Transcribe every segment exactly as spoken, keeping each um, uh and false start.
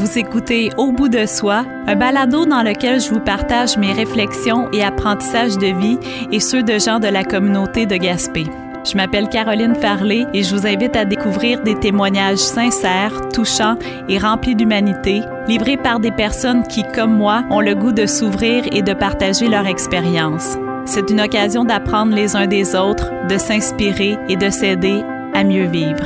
Vous écoutez Au bout de soi, un balado dans lequel je vous partage mes réflexions et apprentissages de vie et ceux de gens de la communauté de Gaspé. Je m'appelle Caroline Farley et je vous invite à découvrir des témoignages sincères, touchants et remplis d'humanité, livrés par des personnes qui, comme moi, ont le goût de s'ouvrir et de partager leur expérience. C'est une occasion d'apprendre les uns des autres, de s'inspirer et de s'aider à mieux vivre.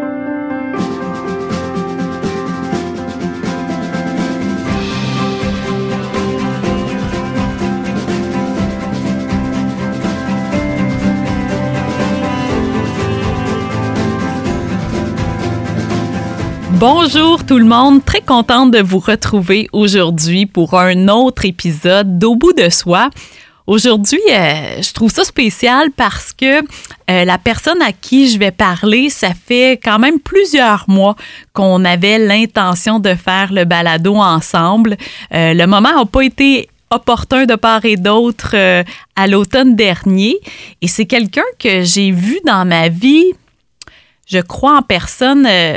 Bonjour tout le monde, très contente de vous retrouver aujourd'hui pour un autre épisode d'Au bout de soi. Aujourd'hui, euh, je trouve ça spécial parce que euh, la personne à qui je vais parler, ça fait quand même plusieurs mois qu'on avait l'intention de faire le balado ensemble. Euh, le moment n'a pas été opportun de part et d'autre euh, à l'automne dernier et c'est quelqu'un que j'ai vu dans ma vie, je crois en personne, euh,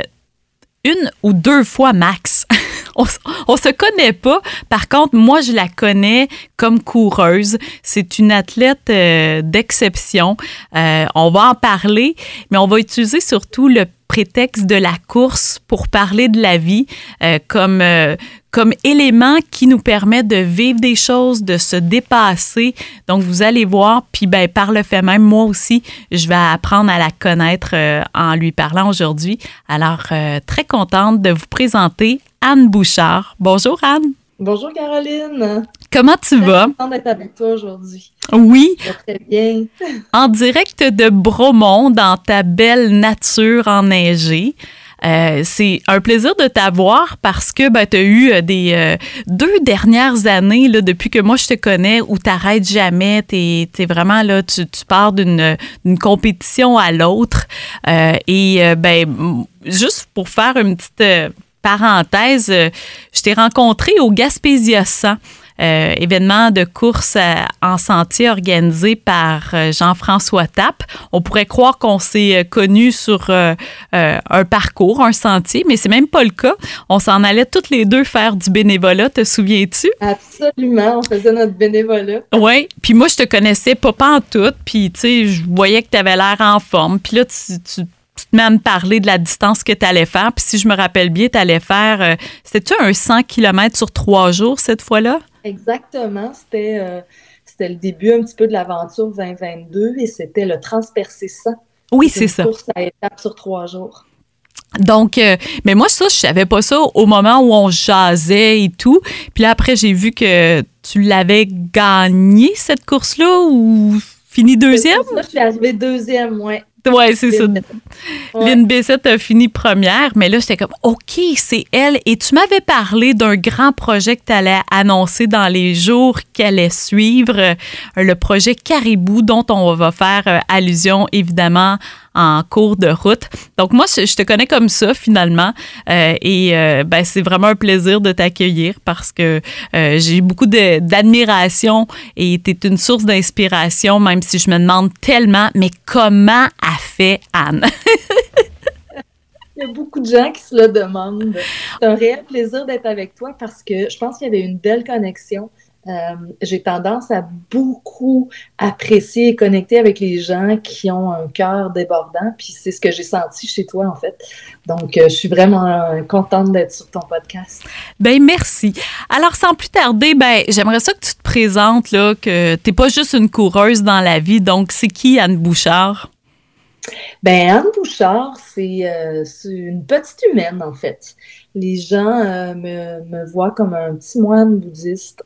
une ou deux fois max. on, on se connaît pas. Par contre, moi, je la connais comme coureuse. C'est une athlète euh, d'exception. Euh, on va en parler, mais on va utiliser surtout le prétexte de la course pour parler de la vie euh, comme, euh, comme élément qui nous permet de vivre des choses, de se dépasser. Donc, vous allez voir, puis ben, par le fait même, moi aussi, je vais apprendre à la connaître euh, en lui parlant aujourd'hui. Alors, euh, très contente de vous présenter Anne Bouchard. Bonjour, Anne. Bonjour, Caroline. Comment tu très vas? Contente d'être avec toi aujourd'hui. Oui. Ça va très bien. En direct de Bromont, dans ta belle nature enneigée. Euh, c'est un plaisir de t'avoir parce que ben, tu as eu des euh, deux dernières années, là, depuis que moi je te connais, où tu n'arrêtes jamais. Tu es vraiment là, tu, tu pars d'une, d'une compétition à l'autre. Euh, et euh, ben, juste pour faire une petite euh, parenthèse, euh, je t'ai rencontré au Gaspésia cent. Euh, événement de course à, en sentier organisé par euh, Jean-François Tappe. On pourrait croire qu'on s'est euh, connus sur euh, euh, un parcours, un sentier, mais c'est même pas le cas. On s'en allait toutes les deux faire du bénévolat, te souviens-tu? Absolument, on faisait notre bénévolat. Oui, puis moi, je te connaissais pas pantoute, puis tu sais, je voyais que tu avais l'air en forme, puis là, tu... tu tu te mets à me parler de la distance que tu allais faire. Puis si je me rappelle bien, tu allais faire, euh, c'était-tu un cent kilomètres sur trois jours cette fois-là? Exactement. C'était, euh, c'était le début un petit peu de l'aventure vingt vingt-deux et c'était le Transpercé cent. Oui, c'est, c'est ça. Une course à étapes sur trois jours. Donc, euh, mais moi, ça, je savais pas ça au moment où on jasait et tout. Puis là, après, j'ai vu que tu l'avais gagné, cette course-là, ou fini deuxième? Moi, je suis arrivée deuxième, oui. Oui, c'est ça. Ouais. Lynn Bessette a fini première, mais là, j'étais comme, OK, c'est elle. Et tu m'avais parlé d'un grand projet que tu allais annoncer dans les jours qui allaient suivre, euh, le projet Caribou, dont on va faire euh, allusion, évidemment, en cours de route. Donc, moi, je, je te connais comme ça, finalement, euh, et euh, ben, c'est vraiment un plaisir de t'accueillir parce que euh, j'ai eu beaucoup de, d'admiration et tu es une source d'inspiration, même si je me demande tellement, mais comment a fait Anne? Il y a beaucoup de gens qui se le demandent. C'est un réel plaisir d'être avec toi parce que je pense qu'il y avait une belle connexion. Euh, j'ai tendance à beaucoup apprécier et connecter avec les gens qui ont un cœur débordant, puis c'est ce que j'ai senti chez toi, en fait. Donc, euh, je suis vraiment euh, contente d'être sur ton podcast. Ben merci. Alors, sans plus tarder, ben j'aimerais ça que tu te présentes, là, que t'es pas juste une coureuse dans la vie. Donc, c'est qui Anne Bouchard? Ben Anne Bouchard, c'est, euh, c'est une petite humaine, en fait. Les gens euh, me, me voient comme un petit moine bouddhiste.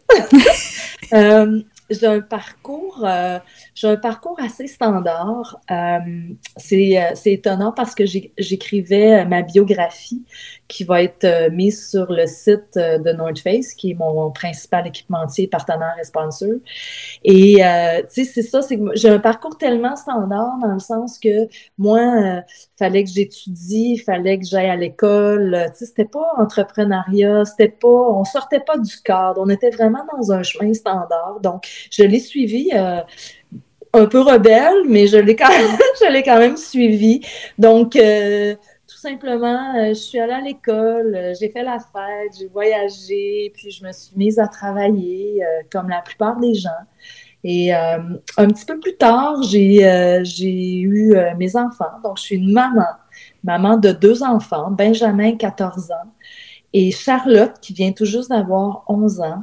euh, j'ai un parcours, euh, j'ai un parcours assez standard. Euh, c'est, euh, c'est étonnant parce que j'ai, j'écrivais ma biographie qui va être euh, mise sur le site euh, de North Face, qui est mon, mon principal équipementier, partenaire et sponsor. Et euh, tu sais, c'est ça, c'est que j'ai un parcours tellement standard dans le sens que moi, euh, fallait que j'étudie, fallait que j'aille à l'école. Tu sais, c'était pas entrepreneuriat, c'était pas, on sortait pas du cadre, on était vraiment dans un chemin standard. Donc, je l'ai suivi euh, un peu rebelle, mais je l'ai quand même, je l'ai quand même suivi. Donc, euh, tout simplement, euh, je suis allée à l'école, euh, j'ai fait la fête, j'ai voyagé, puis je me suis mise à travailler euh, comme la plupart des gens. Et euh, un petit peu plus tard, j'ai euh, j'ai eu euh, mes enfants. Donc, je suis une maman, maman de deux enfants, Benjamin, quatorze ans, et Charlotte, qui vient tout juste d'avoir onze ans,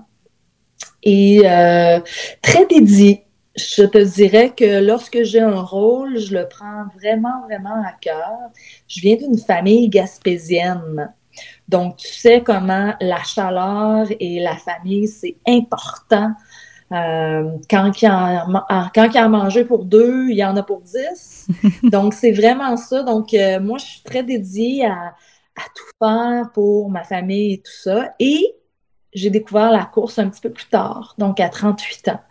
et euh, très dédiée. Je te dirais que lorsque j'ai un rôle, je le prends vraiment, vraiment à cœur. Je viens d'une famille gaspésienne. Donc, tu sais comment la chaleur et la famille, c'est important. Euh, quand il y a, quand il y a à manger pour deux, il y en a pour dix. Donc, c'est vraiment ça. Donc, euh, moi, je suis très dédiée à, à tout faire pour ma famille et tout ça. Et j'ai découvert la course un petit peu plus tard, donc à trente-huit ans.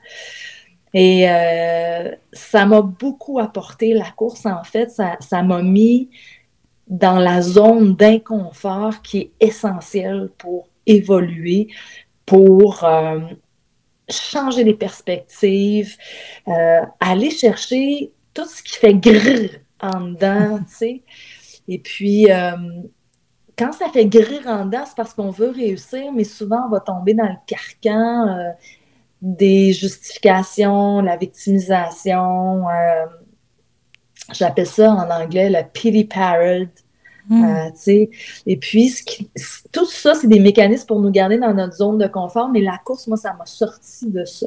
Et euh, ça m'a beaucoup apporté, la course, en fait. Ça, ça m'a mis dans la zone d'inconfort qui est essentielle pour évoluer, pour euh, changer les perspectives, euh, aller chercher tout ce qui fait grrr en dedans, tu sais. Et puis, euh, quand ça fait grrr en dedans, c'est parce qu'on veut réussir, mais souvent, on va tomber dans le carcan euh, des justifications, la victimisation. Euh, j'appelle ça en anglais le pity parade. Mm. Euh, tu sais. Et puis, ce qui, tout ça, c'est des mécanismes pour nous garder dans notre zone de confort, mais la course, moi, ça m'a sorti de ça.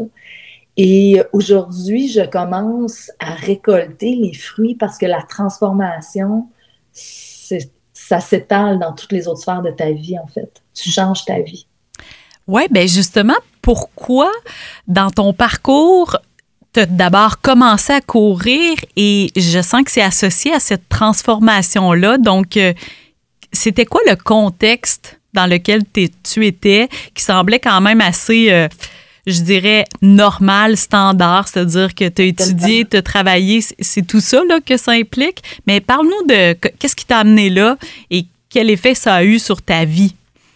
Et aujourd'hui, je commence à récolter les fruits parce que la transformation, c'est, ça s'étale dans toutes les autres sphères de ta vie, en fait. Tu changes ta vie. Oui, bien justement, pourquoi dans ton parcours, tu as d'abord commencé à courir et je sens que c'est associé à cette transformation-là. Donc, euh, c'était quoi le contexte dans lequel tu étais qui semblait quand même assez... Euh, je dirais, normal, standard, c'est-à-dire que tu as étudié, tu as travaillé, c'est tout ça là, que ça implique. Mais parle-nous de qu'est-ce qui t'a amené là et quel effet ça a eu sur ta vie?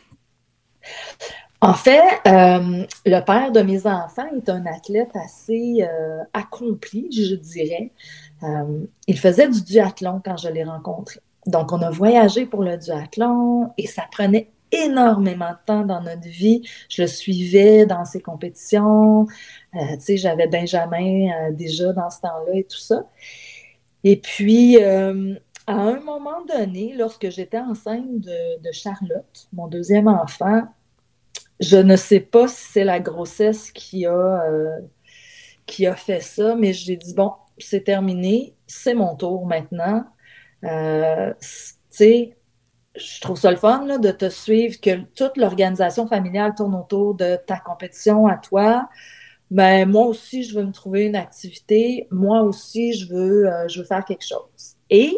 En fait, euh, le père de mes enfants est un athlète assez euh, accompli, je dirais. Euh, il faisait du duathlon quand je l'ai rencontré. Donc, on a voyagé pour le duathlon et ça prenait énormément de temps dans notre vie. Je le suivais dans ses compétitions. Euh, tu sais, j'avais Benjamin euh, déjà dans ce temps-là et tout ça. Et puis, euh, à un moment donné, lorsque j'étais enceinte de, de Charlotte, mon deuxième enfant, je ne sais pas si c'est la grossesse qui a, euh, qui a fait ça, mais j'ai dit, bon, c'est terminé, c'est mon tour maintenant. Euh, tu sais, je trouve ça le fun là, de te suivre, que toute l'organisation familiale tourne autour de ta compétition à toi. Ben, moi aussi, je veux me trouver une activité. Moi aussi, je veux, euh, je veux faire quelque chose. Et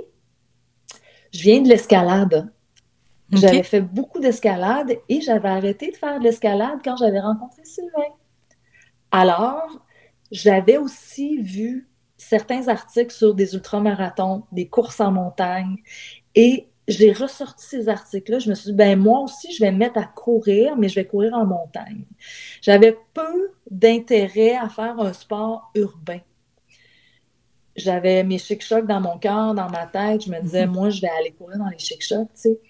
je viens de l'escalade. Okay. J'avais fait beaucoup d'escalade et j'avais arrêté de faire de l'escalade quand j'avais rencontré Sylvain. Alors, j'avais aussi vu certains articles sur des ultramarathons, des courses en montagne et j'ai ressorti ces articles-là. Je me suis dit, ben moi aussi, je vais me mettre à courir, mais je vais courir en montagne. J'avais peu d'intérêt à faire un sport urbain. J'avais mes chic-chocs dans mon cœur, dans ma tête. Je me disais, moi, je vais aller courir dans les chic-chocs, tu sais.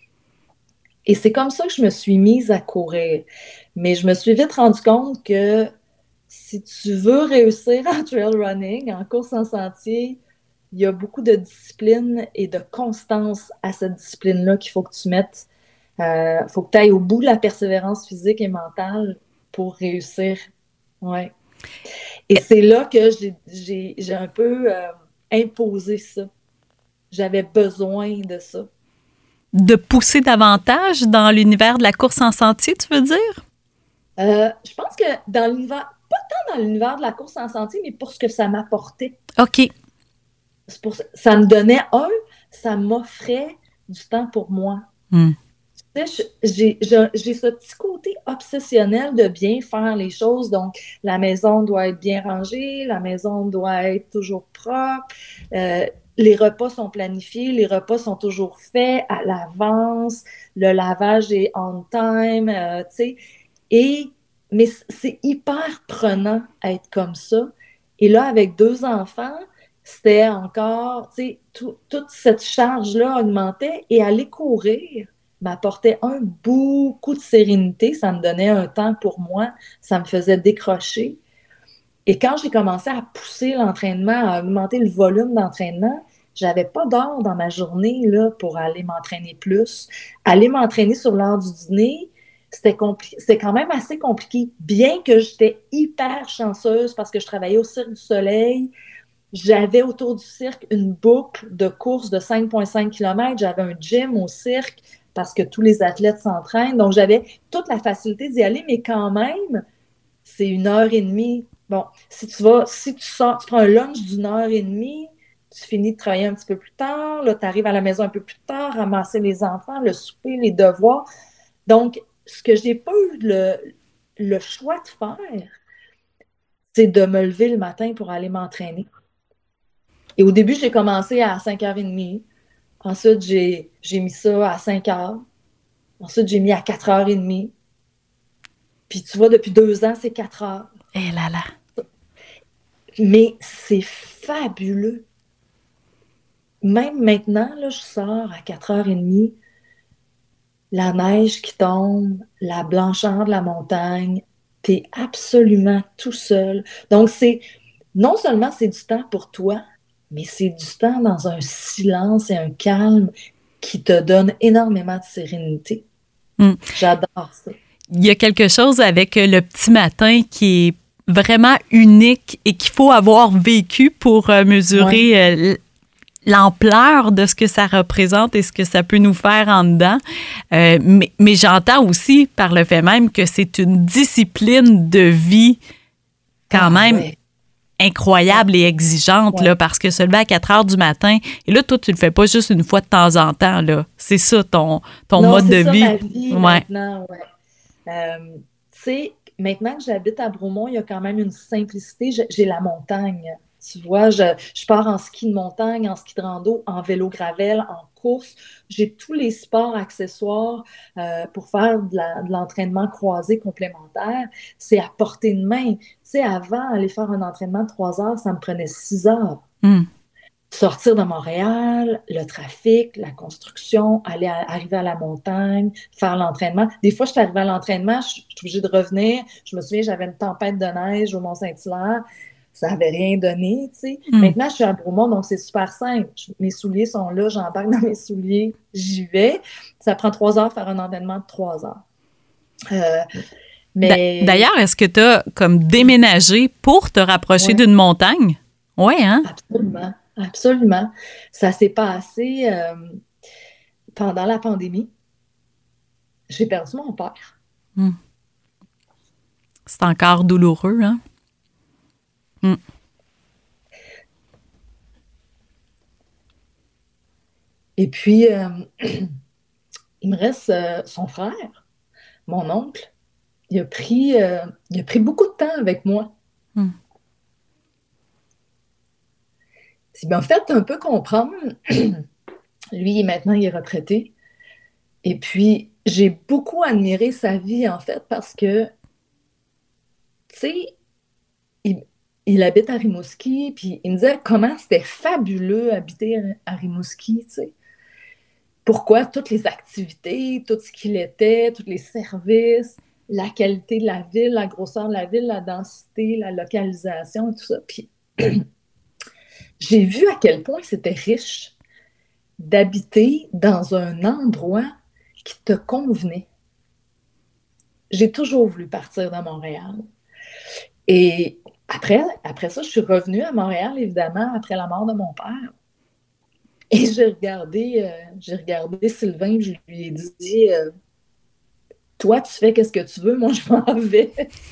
Et c'est comme ça que je me suis mise à courir. Mais je me suis vite rendu compte que si tu veux réussir en trail running, en course en sentier, il y a beaucoup de discipline et de constance à cette discipline-là qu'il faut que tu mettes. Il euh, faut que tu ailles au bout de la persévérance physique et mentale pour réussir. Ouais. Et c'est là que j'ai, j'ai, j'ai un peu euh, imposé ça. J'avais besoin de ça. De pousser davantage dans l'univers de la course en sentier, tu veux dire? Euh, je pense que dans l'univers, pas tant dans l'univers de la course en sentier, mais pour ce que ça m'apportait. OK. C'est pour ça, ça me donnait, un, ça m'offrait du temps pour moi. Mm. Tu sais, j'ai, j'ai, j'ai ce petit côté obsessionnel de bien faire les choses. Donc, la maison doit être bien rangée, la maison doit être toujours propre. Euh, les repas sont planifiés, les repas sont toujours faits à l'avance, le lavage est on time, euh, tu sais. Et, mais c'est hyper prenant à être comme ça. Et là, avec deux enfants, c'était encore, tu sais, tout- toute cette charge-là augmentait et aller courir m'apportait un beaucoup de sérénité. Ça me donnait un temps pour moi. Ça me faisait décrocher. Et quand j'ai commencé à pousser l'entraînement, à augmenter le volume d'entraînement, j'avais pas d'heure dans ma journée là, pour aller m'entraîner plus. Aller m'entraîner sur l'heure du dîner, c'était compli- c'était quand même assez compliqué. Bien que j'étais hyper chanceuse parce que je travaillais au Cirque du Soleil, j'avais autour du cirque une boucle de course de cinq virgule cinq kilomètres. J'avais un gym au cirque parce que tous les athlètes s'entraînent. Donc, j'avais toute la facilité d'y aller, mais quand même, c'est une heure et demie. Bon, si tu vas, si tu sors, tu prends un lunch d'une heure et demie, tu finis de travailler un petit peu plus tard, là, tu arrives à la maison un peu plus tard, ramasser les enfants, le souper, les devoirs. Donc, ce que j'ai pas eu le, le choix de faire, c'est de me lever le matin pour aller m'entraîner. Et au début, j'ai commencé à cinq heures trente. Ensuite, j'ai, j'ai mis ça à cinq heures. Ensuite, j'ai mis à quatre heures trente. Puis tu vois, depuis deux ans, c'est quatre heures. Eh là là. Mais c'est fabuleux. Même maintenant, là, je sors à quatre heures trente, la neige qui tombe, la blancheur de la montagne, t'es absolument tout seul. Donc, c'est non seulement c'est du temps pour toi, mais c'est du temps dans un silence et un calme qui te donne énormément de sérénité. Mm. J'adore ça. Il y a quelque chose avec le petit matin qui est vraiment unique et qu'il faut avoir vécu pour euh, mesurer ouais. euh, l'ampleur de ce que ça représente et ce que ça peut nous faire en dedans. Euh, mais, mais j'entends aussi par le fait même que c'est une discipline de vie quand ah, même ouais. incroyable ouais. et exigeante, ouais. là, parce que se lever à quatre heures du matin, et là, toi, tu le fais pas juste une fois de temps en temps, là. C'est ça, ton, ton non, mode de ça, vie. Ma vie ouais. maintenant, ouais. Euh, tu sais, maintenant que j'habite à Bromont, il y a quand même une simplicité. J'ai la montagne. Tu vois, je, je pars en ski de montagne, en ski de rando, en vélo gravel, en course. J'ai tous les sports accessoires euh, pour faire de l'entraînement croisé complémentaire. C'est à portée de main. Tu sais, avant, aller faire un entraînement de trois heures, ça me prenait six heures. Mm. Sortir de Montréal, le trafic, la construction, aller à, arriver à la montagne, faire l'entraînement. Des fois, je suis arrivée à l'entraînement, je, je suis obligée de revenir. Je me souviens, j'avais une tempête de neige au Mont-Saint-Hilaire. Ça n'avait rien donné, tu sais. Mm. Maintenant, je suis à Bromont, donc c'est super simple. Je, mes souliers sont là, j'embarque dans mes souliers, j'y vais. Ça prend trois heures faire un entraînement de trois heures. Euh, mais... D'ailleurs, est-ce que tu as comme déménagé pour te rapprocher ouais. d'une montagne? Oui, hein? Absolument. Absolument. Ça s'est passé euh, pendant la pandémie. J'ai perdu mon père. Mm. C'est encore douloureux, hein? Mm. Et puis, euh, il me reste euh, son frère, mon oncle. Il a pris, euh, il a pris beaucoup de temps avec moi. Mm. Il m'a fait un peu comprendre. Lui, maintenant, il est retraité. Et puis, j'ai beaucoup admiré sa vie, en fait, parce que, tu sais, il, il habite à Rimouski, puis il me disait comment c'était fabuleux habiter à Rimouski, tu sais. Pourquoi toutes les activités, tout ce qu'il était, tous les services, la qualité de la ville, la grosseur de la ville, la densité, la localisation, tout ça. Puis, j'ai vu à quel point c'était riche d'habiter dans un endroit qui te convenait. J'ai toujours voulu partir de Montréal. Et après, après ça, je suis revenue à Montréal, évidemment, après la mort de mon père. Et j'ai regardé, euh, j'ai regardé Sylvain, je lui ai dit euh, toi, tu fais qu'est-ce que tu veux, moi, je m'en vais.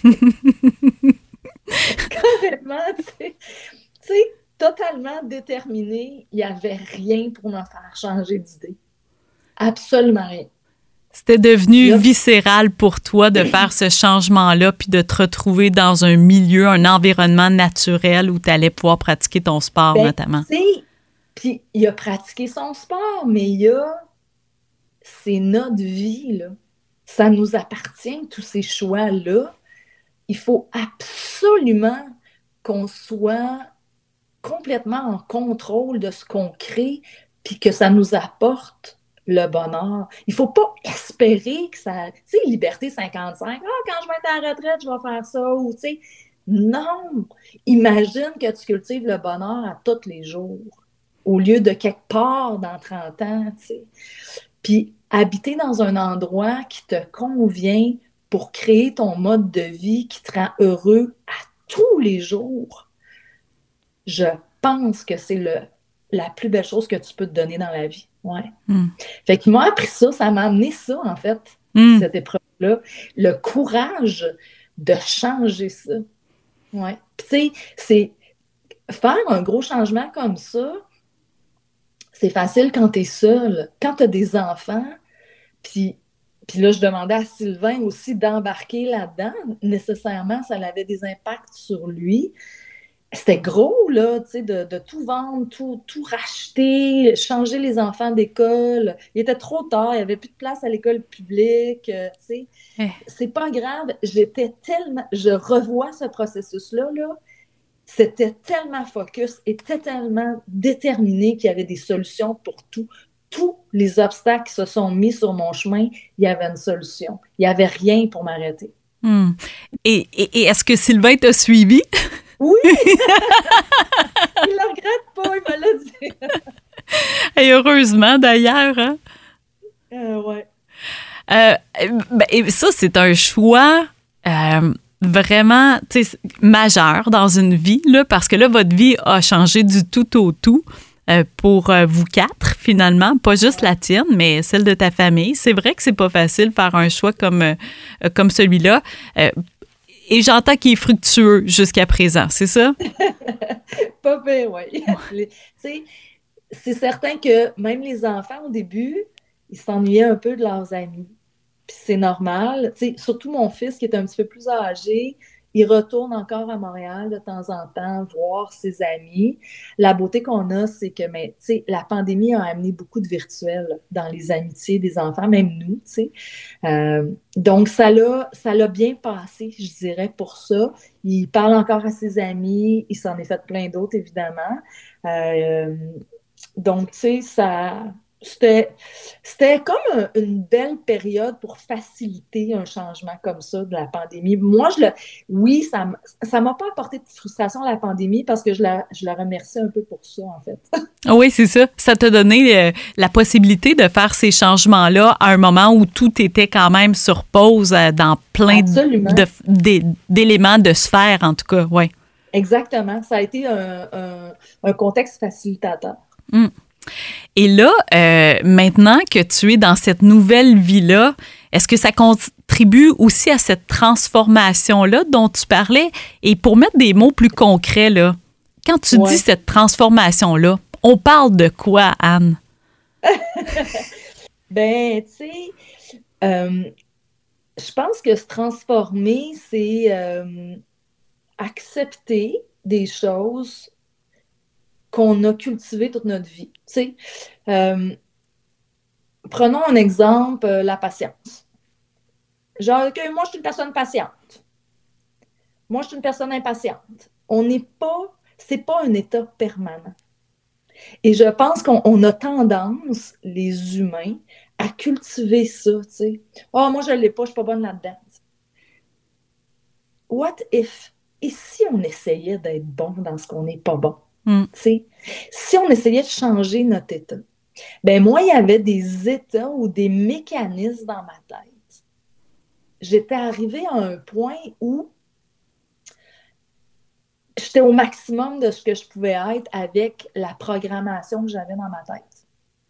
Carrément, tu sais. Tu sais, totalement déterminée, il n'y avait rien pour me faire changer d'idée. Absolument rien. C'était devenu là, viscéral pour toi de faire ce changement-là puis de te retrouver dans un milieu, un environnement naturel où tu allais pouvoir pratiquer ton sport, ben, notamment. Tu sais, puis il a pratiqué son sport, mais il y a... C'est notre vie, là. Ça nous appartient, tous ces choix-là. Il faut absolument qu'on soit complètement en contrôle de ce qu'on crée, puis que ça nous apporte le bonheur. Il ne faut pas espérer que ça... Tu sais, Liberté cinquante-cinq, ah, quand je vais être à la retraite, je vais faire ça, ou tu sais... Non! Imagine que tu cultives le bonheur à tous les jours, au lieu de quelque part dans trente ans, tu sais. Puis habiter dans un endroit qui te convient pour créer ton mode de vie qui te rend heureux à tous les jours, je pense que c'est le, la plus belle chose que tu peux te donner dans la vie. Ouais. Mm. Fait qu'il m'a appris ça, ça m'a amené ça, en fait, mm. cette épreuve-là. Le courage de changer ça. Ouais. Puis, tu sais, c'est faire un gros changement comme ça, c'est facile quand tu es seul. Quand tu as des enfants, puis, puis là, je demandais à Sylvain aussi d'embarquer là-dedans. Nécessairement, ça avait des impacts sur lui. C'était gros, là, tu sais, de, de tout vendre, tout, tout racheter, changer les enfants d'école. Il était trop tard, il n'y avait plus de place à l'école publique, euh, tu sais. Eh. C'est pas grave, j'étais tellement... Je revois ce processus-là, là. C'était tellement focus et tellement déterminé qu'il y avait des solutions pour tout. Tous les obstacles qui se sont mis sur mon chemin, il y avait une solution. Il n'y avait rien pour m'arrêter. Hum. Et, et, et est-ce que Sylvain t'a suivi? Oui! Il ne le regrette pas, il me l'a dit. Et heureusement, d'ailleurs. Hein? Euh, ouais. Euh, ben, ça, c'est un choix euh, vraiment majeur dans une vie, là, parce que là, votre vie a changé du tout au tout euh, pour euh, vous quatre, finalement. Pas juste la tienne, mais celle de ta famille. C'est vrai que c'est pas facile de faire un choix comme, euh, comme celui-là. Euh, Et j'entends qu'il est fructueux jusqu'à présent, c'est ça? Pas pire, oui. Tu sais, c'est certain que même les enfants, au début, ils s'ennuyaient un peu de leurs amis. Puis c'est normal. Tu sais, surtout mon fils, qui est un petit peu plus âgé, il retourne encore à Montréal de temps en temps voir ses amis. La beauté qu'on a, c'est que mais, tu sais, la pandémie a amené beaucoup de virtuel dans les amitiés des enfants, même nous. Tu sais. Euh, donc, ça l'a, ça l'a bien passé, je dirais, pour ça. Il parle encore à ses amis. Il s'en est fait plein d'autres, évidemment. Euh, donc, tu sais, ça... C'était, c'était comme une belle période pour faciliter un changement comme ça de la pandémie. Moi, je le, oui, ça ne m'a pas apporté de frustration la pandémie parce que je la, je la remercie un peu pour ça, en fait. Oui, c'est ça. Ça t'a donné euh, la possibilité de faire ces changements-là à un moment où tout était quand même sur pause euh, dans plein de, de, d'éléments, de sphères, en tout cas, oui. Exactement. Ça a été un, un, un contexte facilitateur. Mm. Et là, euh, maintenant que tu es dans cette nouvelle vie-là, est-ce que ça contribue aussi à cette transformation-là dont tu parlais? Et pour mettre des mots plus concrets, là, quand tu ouais. dis cette transformation-là, on parle de quoi, Anne? Ben, tu sais, euh, je pense que se transformer, c'est euh, accepter des choses qu'on a cultivé toute notre vie. Tu sais, euh, prenons un exemple, euh, la patience. Genre, okay, moi, je suis une personne patiente. Moi, je suis une personne impatiente. On n'est pas, c'est pas un état permanent. Et je pense qu'on on a tendance, les humains, à cultiver ça, tu sais. « Ah, oh, moi, je ne l'ai pas, je ne suis pas bonne là-dedans. » What if? Et si on essayait d'être bon dans ce qu'on n'est pas bon? Mm. Si on essayait de changer notre état, ben moi, il y avait des états ou des mécanismes dans ma tête. J'étais arrivée à un point où j'étais au maximum de ce que je pouvais être avec la programmation que j'avais dans ma tête.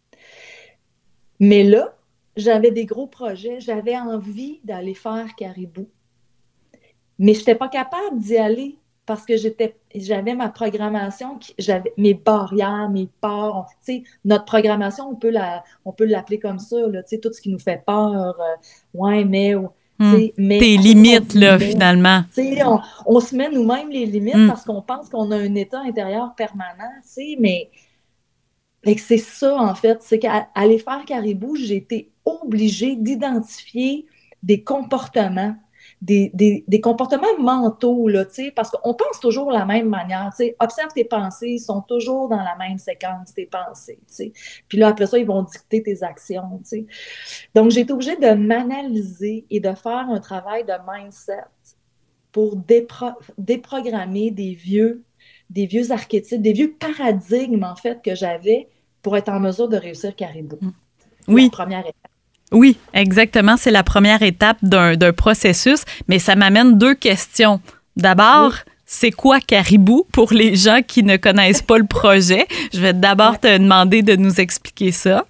Mais là, j'avais des gros projets, j'avais envie d'aller faire Caribou. Mais je n'étais pas capable d'y aller parce que j'étais, j'avais ma programmation, j'avais mes barrières, mes peurs. Tu sais, notre programmation, on peut, la, on peut l'appeler comme ça, là, tu sais, tout ce qui nous fait peur. Euh, ouais, mais... Hum, mais tes limites, là, mais, finalement. On, on se met nous-mêmes les limites hum. parce qu'on pense qu'on a un état intérieur permanent, tu sais, mais... mais c'est ça, en fait. C'est qu'à aller faire Caribou, j'ai été obligée d'identifier des comportements, des, des, des comportements mentaux, là, tu sais, parce qu'on pense toujours de la même manière, tu sais. Observe tes pensées, ils sont toujours dans la même séquence, tes pensées, tu sais. Puis là, après ça, ils vont dicter tes actions, tu sais. Donc, j'ai été obligée de m'analyser et de faire un travail de mindset pour dépro- déprogrammer des vieux, des vieux archétypes, des vieux paradigmes, en fait, que j'avais pour être en mesure de réussir Caribou. Oui. La première étape. Oui, exactement. C'est la première étape d'un, d'un processus, mais ça m'amène deux questions. D'abord, oui. C'est quoi Caribou pour les gens qui ne connaissent pas le projet? Je vais d'abord ouais. te demander de nous expliquer ça.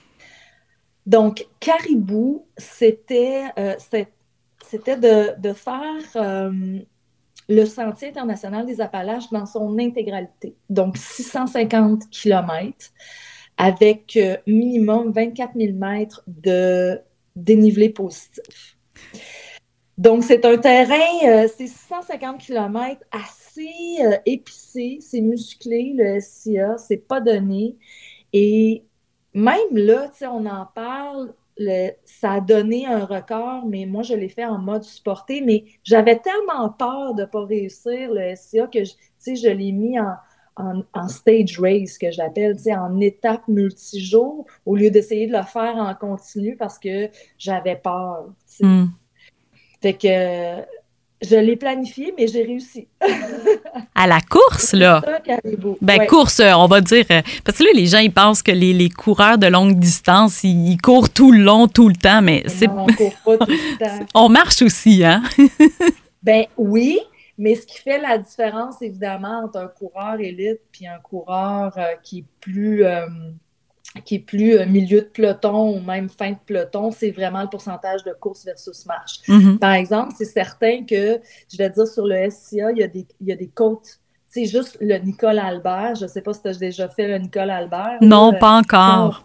Donc, Caribou, c'était, euh, c'est, c'était de, de faire euh, le Sentier international des Appalaches dans son intégralité. Donc, six cent cinquante kilomètres avec euh, minimum vingt-quatre mille mètres de dénivelé positif. Donc, c'est un terrain, euh, c'est six cent cinquante kilomètres assez euh, épicé, c'est musclé, le S I A, c'est pas donné. Et même là, tu sais, on en parle, le, ça a donné un record, mais moi, je l'ai fait en mode supporté, mais j'avais tellement peur de ne pas réussir le S I A que, tu sais, je l'ai mis en, en, en stage race, que j'appelle, tu sais, en étape multijour, au lieu d'essayer de le faire en continu parce que j'avais peur, tu sais. Mm. Fait que euh, je l'ai planifié, mais j'ai réussi. À la course, là? Ben, ouais. Course, on va dire. Parce que là, les gens, ils pensent que les, les coureurs de longue distance, ils, ils courent tout le long, tout le temps, mais, mais c'est. Non, on court pas tout le temps. On marche aussi, hein? Ben oui, mais ce qui fait la différence, évidemment, entre un coureur élite puis un coureur euh, qui est plus. Euh, qui est plus euh, milieu de peloton ou même fin de peloton, c'est vraiment le pourcentage de course versus marche. Mm-hmm. Par exemple, c'est certain que, je vais dire, sur le S I A, il y a des, il y a des côtes. C'est juste le Nicole Albert. Je ne sais pas si tu as déjà fait le Nicole Albert. Non, là, pas encore.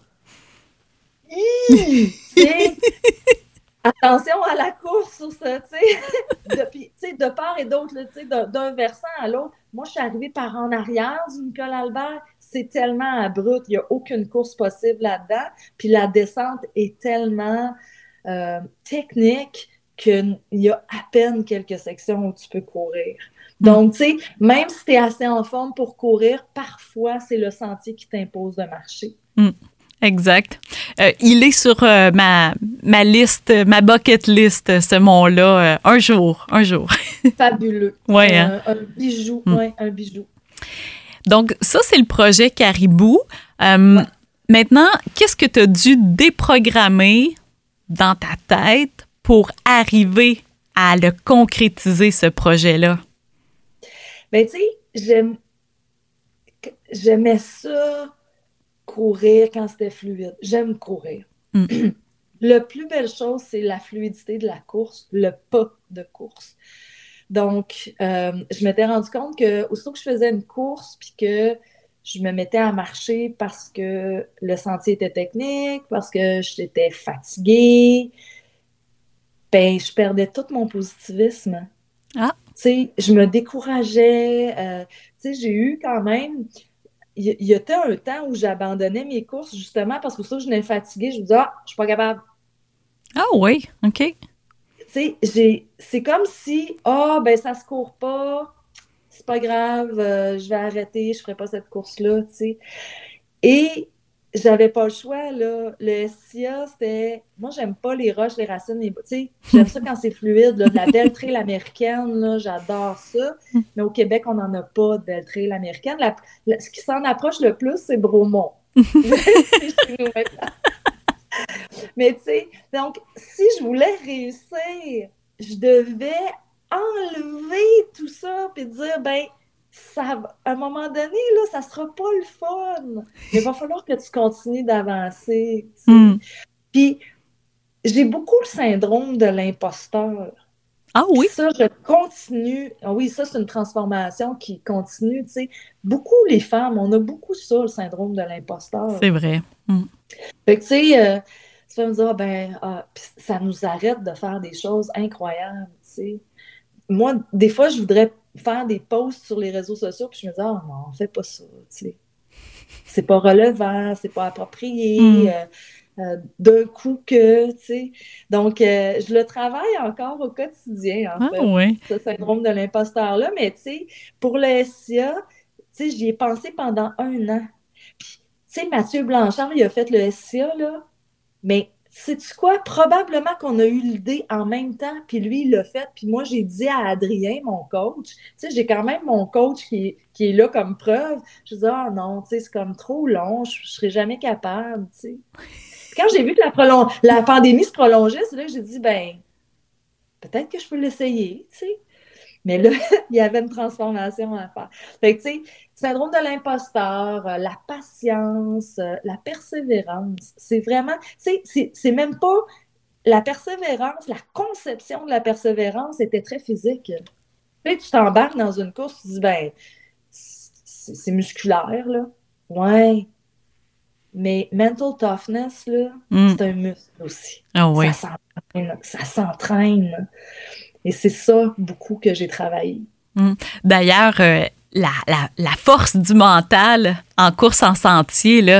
Mmh, attention à la course sur ça, tu sais. De, de part et d'autre, tu sais, d'un versant à l'autre. Moi, je suis arrivée par en arrière du Nicole Albert. C'est tellement abrupt. Il n'y a aucune course possible là-dedans. Puis la descente est tellement euh, technique qu'il y a à peine quelques sections où tu peux courir. Donc, tu sais, même si tu es assez en forme pour courir, parfois, c'est le sentier qui t'impose de marcher. Mm. Exact. Euh, il est sur euh, ma, ma liste, ma bucket list, ce mont-là, euh, un jour, un jour. Fabuleux. Ouais, euh, hein? Un bijou, mm. ouais, un bijou. Donc, ça, c'est le projet Caribou. Euh, ouais. Maintenant, qu'est-ce que tu as dû déprogrammer dans ta tête pour arriver à le concrétiser, ce projet-là? Bien, tu sais, j'aime, j'aimais ça, courir quand c'était fluide. J'aime courir. Mm. Le plus belle chose, c'est la fluidité de la course, le pas de course. Donc, euh, je m'étais rendu compte que aussitôt que je faisais une course, puis que je me mettais à marcher parce que le sentier était technique, parce que j'étais fatiguée, ben je perdais tout mon positivisme. Ah. Tu sais, je me décourageais. Euh, tu sais, j'ai eu quand même... Il y, y a un temps où j'abandonnais mes courses justement parce que ça, je venais fatiguée. Je me disais, ah, je suis pas capable. Ah oui, OK. Tu sais, j'ai, c'est comme si, ah, oh, ben ça se court pas, c'est pas grave, euh, je vais arrêter, je ferai pas cette course-là, tu sais. Et j'avais pas le choix, là. Le S I A, c'était, moi, j'aime pas les roches, les racines, les... tu sais, j'aime ça quand c'est fluide, là, de la belle trail américaine, là, j'adore ça. Mais au Québec, on n'en a pas de belle trail américaine. La, la, ce qui s'en approche le plus, c'est Bromont. Mais tu sais, donc, si je voulais réussir, je devais enlever tout ça puis dire, ben, ça, à un moment donné, là, ça sera pas le fun. Il va falloir que tu continues d'avancer. Tu sais. Mm. Puis, j'ai beaucoup le syndrome de l'imposteur. Ah oui? Ça, je continue. Ah oui, ça, c'est une transformation qui continue, tu sais. Beaucoup, les femmes, on a beaucoup ça, le syndrome de l'imposteur. C'est vrai. Mm. Fait que, tu sais, euh, tu vas me dire, ben, ah, ça nous arrête de faire des choses incroyables, tu sais. Moi, des fois, je voudrais faire des posts sur les réseaux sociaux, puis je me dis, ah oh, non, fais pas ça, tu sais. C'est pas relevant, c'est pas approprié. Mm. Euh, euh, d'un coup que, tu sais. Donc, euh, je le travaille encore au quotidien, en Ah fait, oui. ce syndrome de l'imposteur-là. Mais, tu sais, pour le S I A, tu sais, j'y ai pensé pendant un an. Puis, tu sais, Mathieu Blanchard, il a fait le S I A, là, mais sais-tu quoi? Probablement qu'on a eu l'idée en même temps, puis lui, il l'a fait, puis moi, j'ai dit à Adrien, mon coach, tu sais, j'ai quand même mon coach qui, qui est là comme preuve. Je dis, ah non, tu sais, c'est comme trop long, je, je serais jamais capable, tu sais. Puis quand j'ai vu que la, prolong- la pandémie se prolongeait, c'est là que j'ai dit, ben, peut-être que je peux l'essayer, tu sais. Mais là, il y avait une transformation à faire. Fait que, tu sais, syndrome de l'imposteur, euh, la patience, euh, la persévérance, c'est vraiment, tu sais, c'est même pas la persévérance, la conception de la persévérance était très physique. Tu sais, tu t'embarques dans une course, tu dis, ben, c'est musculaire, là. Ouais. Mais mental toughness, là, Mm. c'est un muscle aussi. Ah oui. Ça s'entraîne, ça s'entraîne. Et c'est ça, beaucoup, que j'ai travaillé. Mm. D'ailleurs, euh, la, la, la force du mental en course en sentier, là,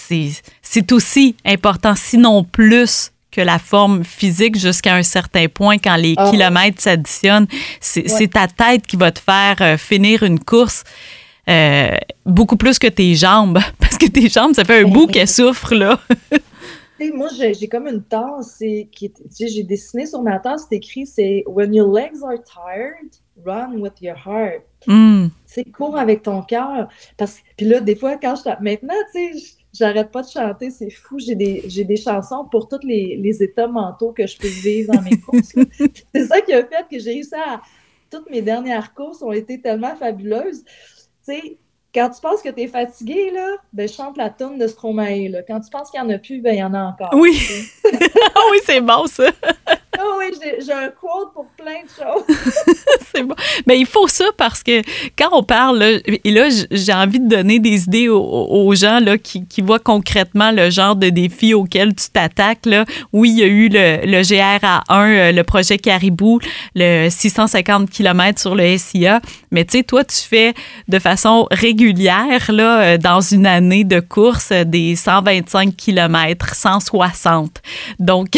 c'est aussi important, sinon plus, que la forme physique jusqu'à un certain point quand les oh. kilomètres s'additionnent. C'est ouais. ta tête qui va te faire euh, finir une course euh, beaucoup plus que tes jambes. Parce que tes jambes, ça fait un bout qu'elles souffrent, là. Moi, j'ai comme une tasse, j'ai dessiné sur ma tasse, c'est écrit, c'est « When your legs are tired, run with your heart mm. ». Tu sais, cours avec ton cœur. Puis là, des fois, quand je... Maintenant, tu sais, j'arrête pas de chanter, c'est fou. J'ai des, des chansons pour tous les, les états mentaux que je peux vivre dans mes courses. C'est ça qui a fait que j'ai réussi à... Toutes mes dernières courses ont été tellement fabuleuses. Tu sais, quand tu penses que tu es fatigué, là, ben, je chante la toune de Stromae. Là. Quand tu penses qu'il n'y en a plus, ben, il y en a encore. Oui, oui, c'est bon, ça. Oh oui, j'ai un quote pour plein de choses. C'est bon. Mais il faut ça parce que quand on parle, là, et là, j'ai envie de donner des idées aux, aux gens là, qui, qui voient concrètement le genre de défi auquel tu t'attaques. Là. Oui, il y a eu le, le G R A un, le projet Caribou, le six cent cinquante kilomètres sur le S I A. Mais tu sais, toi, tu fais de façon régulière, là, dans une année de course, des cent vingt-cinq kilomètres, cent soixante. Donc...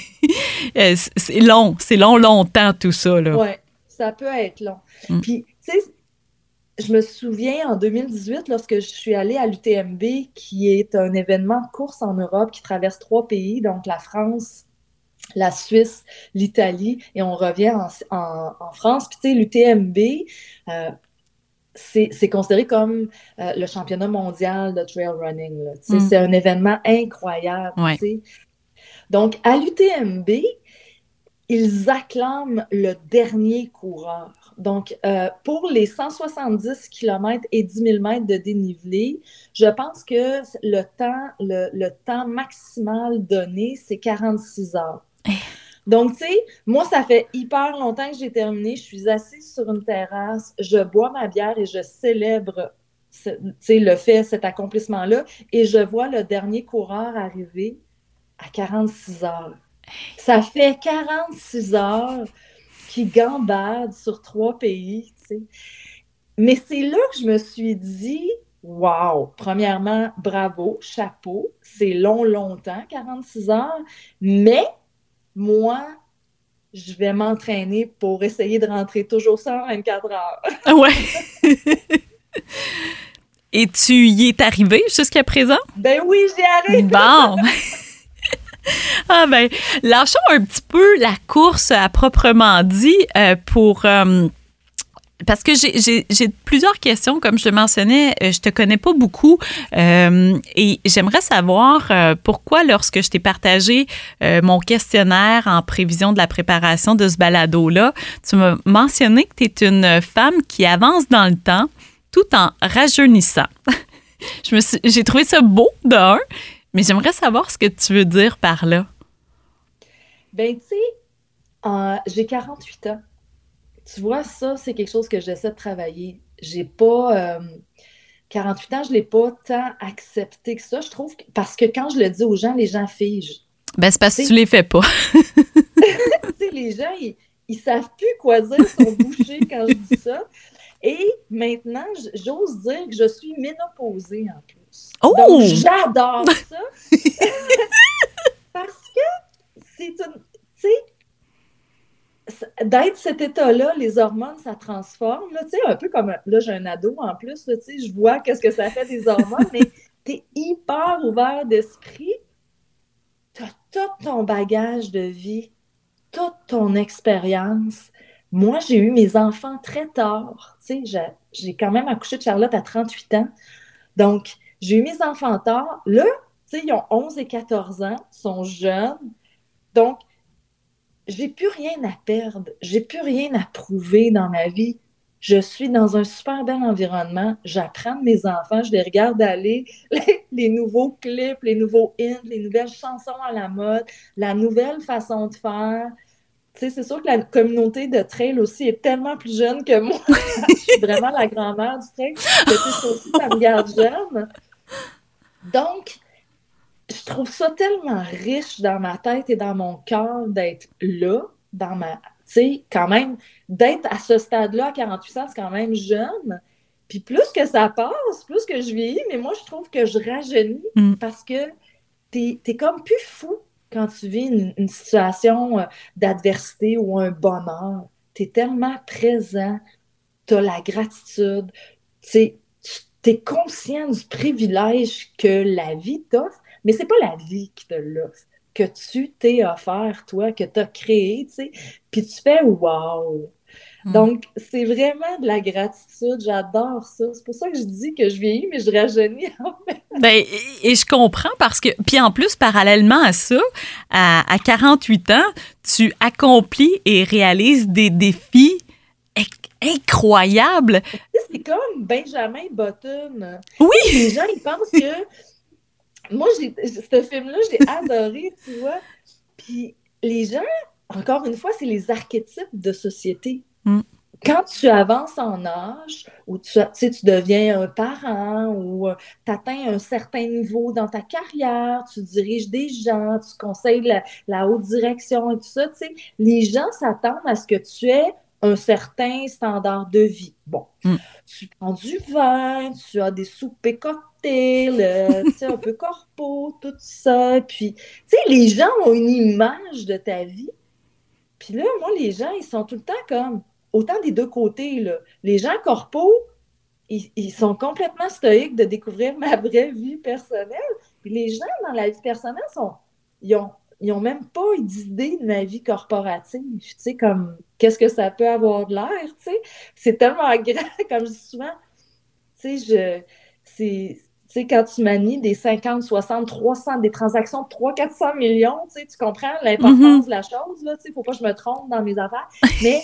c'est long, c'est long, longtemps, tout ça. Oui, ça peut être long. Mm. Puis, tu sais, je me souviens en deux mille dix-huit, lorsque je suis allée à l'U T M B, qui est un événement de course en Europe qui traverse trois pays, donc la France, la Suisse, l'Italie, et on revient en, en, en France. Puis, tu sais, l'U T M B, euh, c'est considéré comme euh, le championnat mondial de trail running. Mm. C'est un événement incroyable. Ouais. Donc, à l'U T M B, ils acclament le dernier coureur. Donc, euh, pour les cent soixante-dix kilomètres et dix mille mètres de dénivelé, je pense que le temps, le, le temps maximal donné, c'est quarante-six heures. Donc, tu sais, moi, ça fait hyper longtemps que j'ai terminé. Je suis assise sur une terrasse, je bois ma bière et je célèbre ce, le fait, cet accomplissement-là. Et je vois le dernier coureur arriver à quarante-six heures. Ça fait quarante-six heures qu'il gambade sur trois pays, tu sais. Mais c'est là que je me suis dit, wow, premièrement, bravo, chapeau, c'est long, longtemps, quarante-six heures, mais moi, je vais m'entraîner pour essayer de rentrer toujours ça en vingt-quatre heures. Ouais. Et tu y es arrivé jusqu'à présent? Ben oui, j'y arrive. Bon. Ah ben, lâchons un petit peu la course à proprement dit euh, pour... Euh, parce que j'ai plusieurs questions, comme je te mentionnais, je te connais pas beaucoup euh, et j'aimerais savoir euh, pourquoi, lorsque je t'ai partagé euh, mon questionnaire en prévision de la préparation de ce balado-là, tu m'as mentionné que tu es une femme qui avance dans le temps tout en rajeunissant. J'ai trouvé ça beau, d'un, mais j'aimerais savoir ce que tu veux dire par là. Ben, tu sais, euh, j'ai quarante-huit ans. Tu vois, ça, c'est quelque chose que j'essaie de travailler. J'ai pas... Euh, quarante-huit ans, je l'ai pas tant accepté que ça, je trouve, que, parce que quand je le dis aux gens, les gens figent. Ben, c'est parce que tu les fais pas. Tu sais, les gens, ils, ils savent plus quoi dire, ils sont bouchés quand je dis ça. Et maintenant, j'ose dire que je suis ménopausée en plus. Oh! Donc, j'adore ça. Parce que c'est une... Tu sais, d'être cet état-là, les hormones, ça transforme. Là, tu sais, un peu comme... Là, j'ai un ado en plus, là, tu sais, je vois qu'est-ce que ça fait des hormones, mais t'es hyper ouvert d'esprit. T'as tout ton bagage de vie, toute ton expérience. Moi, j'ai eu mes enfants très tard. Tu sais, j'ai, j'ai quand même accouché de Charlotte à trente-huit ans. Donc, j'ai eu mes enfants tard. Là, tu sais, ils ont onze et quatorze ans, sont jeunes. Donc, j'ai plus rien à perdre. J'ai plus rien à prouver dans ma vie. Je suis dans un super bel environnement. J'apprends de mes enfants. Je les regarde aller. Les, les nouveaux clips, les nouveaux hits, les nouvelles chansons à la mode, la nouvelle façon de faire. Tu sais, c'est sûr que la communauté de trail aussi est tellement plus jeune que moi. Je suis vraiment la grand-mère du trail. Mais tu sais, ça aussi, ça me garde jeune. Donc, je trouve ça tellement riche dans ma tête et dans mon cœur d'être là, dans ma... Tu sais, quand même, d'être à ce stade-là à quarante-huit ans, c'est quand même jeune. Puis plus que ça passe, plus que je vieillis, mais moi, je trouve que je rajeunis Mm. parce que t'es, t'es comme plus fou quand tu vis une, une situation euh, d'adversité ou un bonheur. T'es tellement présent, t'as la gratitude, tu sais, tu es conscient du privilège que la vie t'offre, mais c'est pas la vie qui te l'offre, que tu t'es offert, toi, que tu as créé, tu sais, puis tu fais « wow ». Donc, c'est vraiment de la gratitude. J'adore ça. C'est pour ça que je dis que je vieillis, mais je rajeunis en fait. Ben, et, et je comprends parce que, puis en plus, parallèlement à ça, à, à quarante-huit ans, tu accomplis et réalises des défis incroyables. C'est comme Benjamin Button. Oui! Les gens, ils pensent que... Moi, j'ai, ce film-là, j'ai adoré, tu vois. Puis les gens, encore une fois, c'est les archétypes de société. Mm. Quand tu avances en âge, ou tu, tu sais, tu deviens un parent, ou euh, tu atteins un certain niveau dans ta carrière, tu diriges des gens, tu conseilles la, la haute direction et tout ça, tu sais, les gens s'attendent à ce que tu aies un certain standard de vie. Bon, mm. tu prends du vin, tu as des soupers cocktails, euh, tu sais, un peu corpo, tout ça. Puis, tu sais, les gens ont une image de ta vie. Puis là, moi, les gens, ils sont tout le temps comme, autant des deux côtés, là. Les gens corpos, ils, ils sont complètement stoïques de découvrir ma vraie vie personnelle. Puis les gens dans la vie personnelle sont, ils ont Ils n'ont même pas d'idée de ma vie corporative. Tu sais, comme, qu'est-ce que ça peut avoir de l'air, tu sais? C'est tellement grand, comme je dis souvent, tu sais, je... C'est... Tu sais, quand tu manies des cinquante, soixante, trois cents, des transactions de trois cents à quatre cents millions, tu sais, tu comprends l'importance mm-hmm. de la chose, là, tu sais, faut pas que je me trompe dans mes affaires. Mais,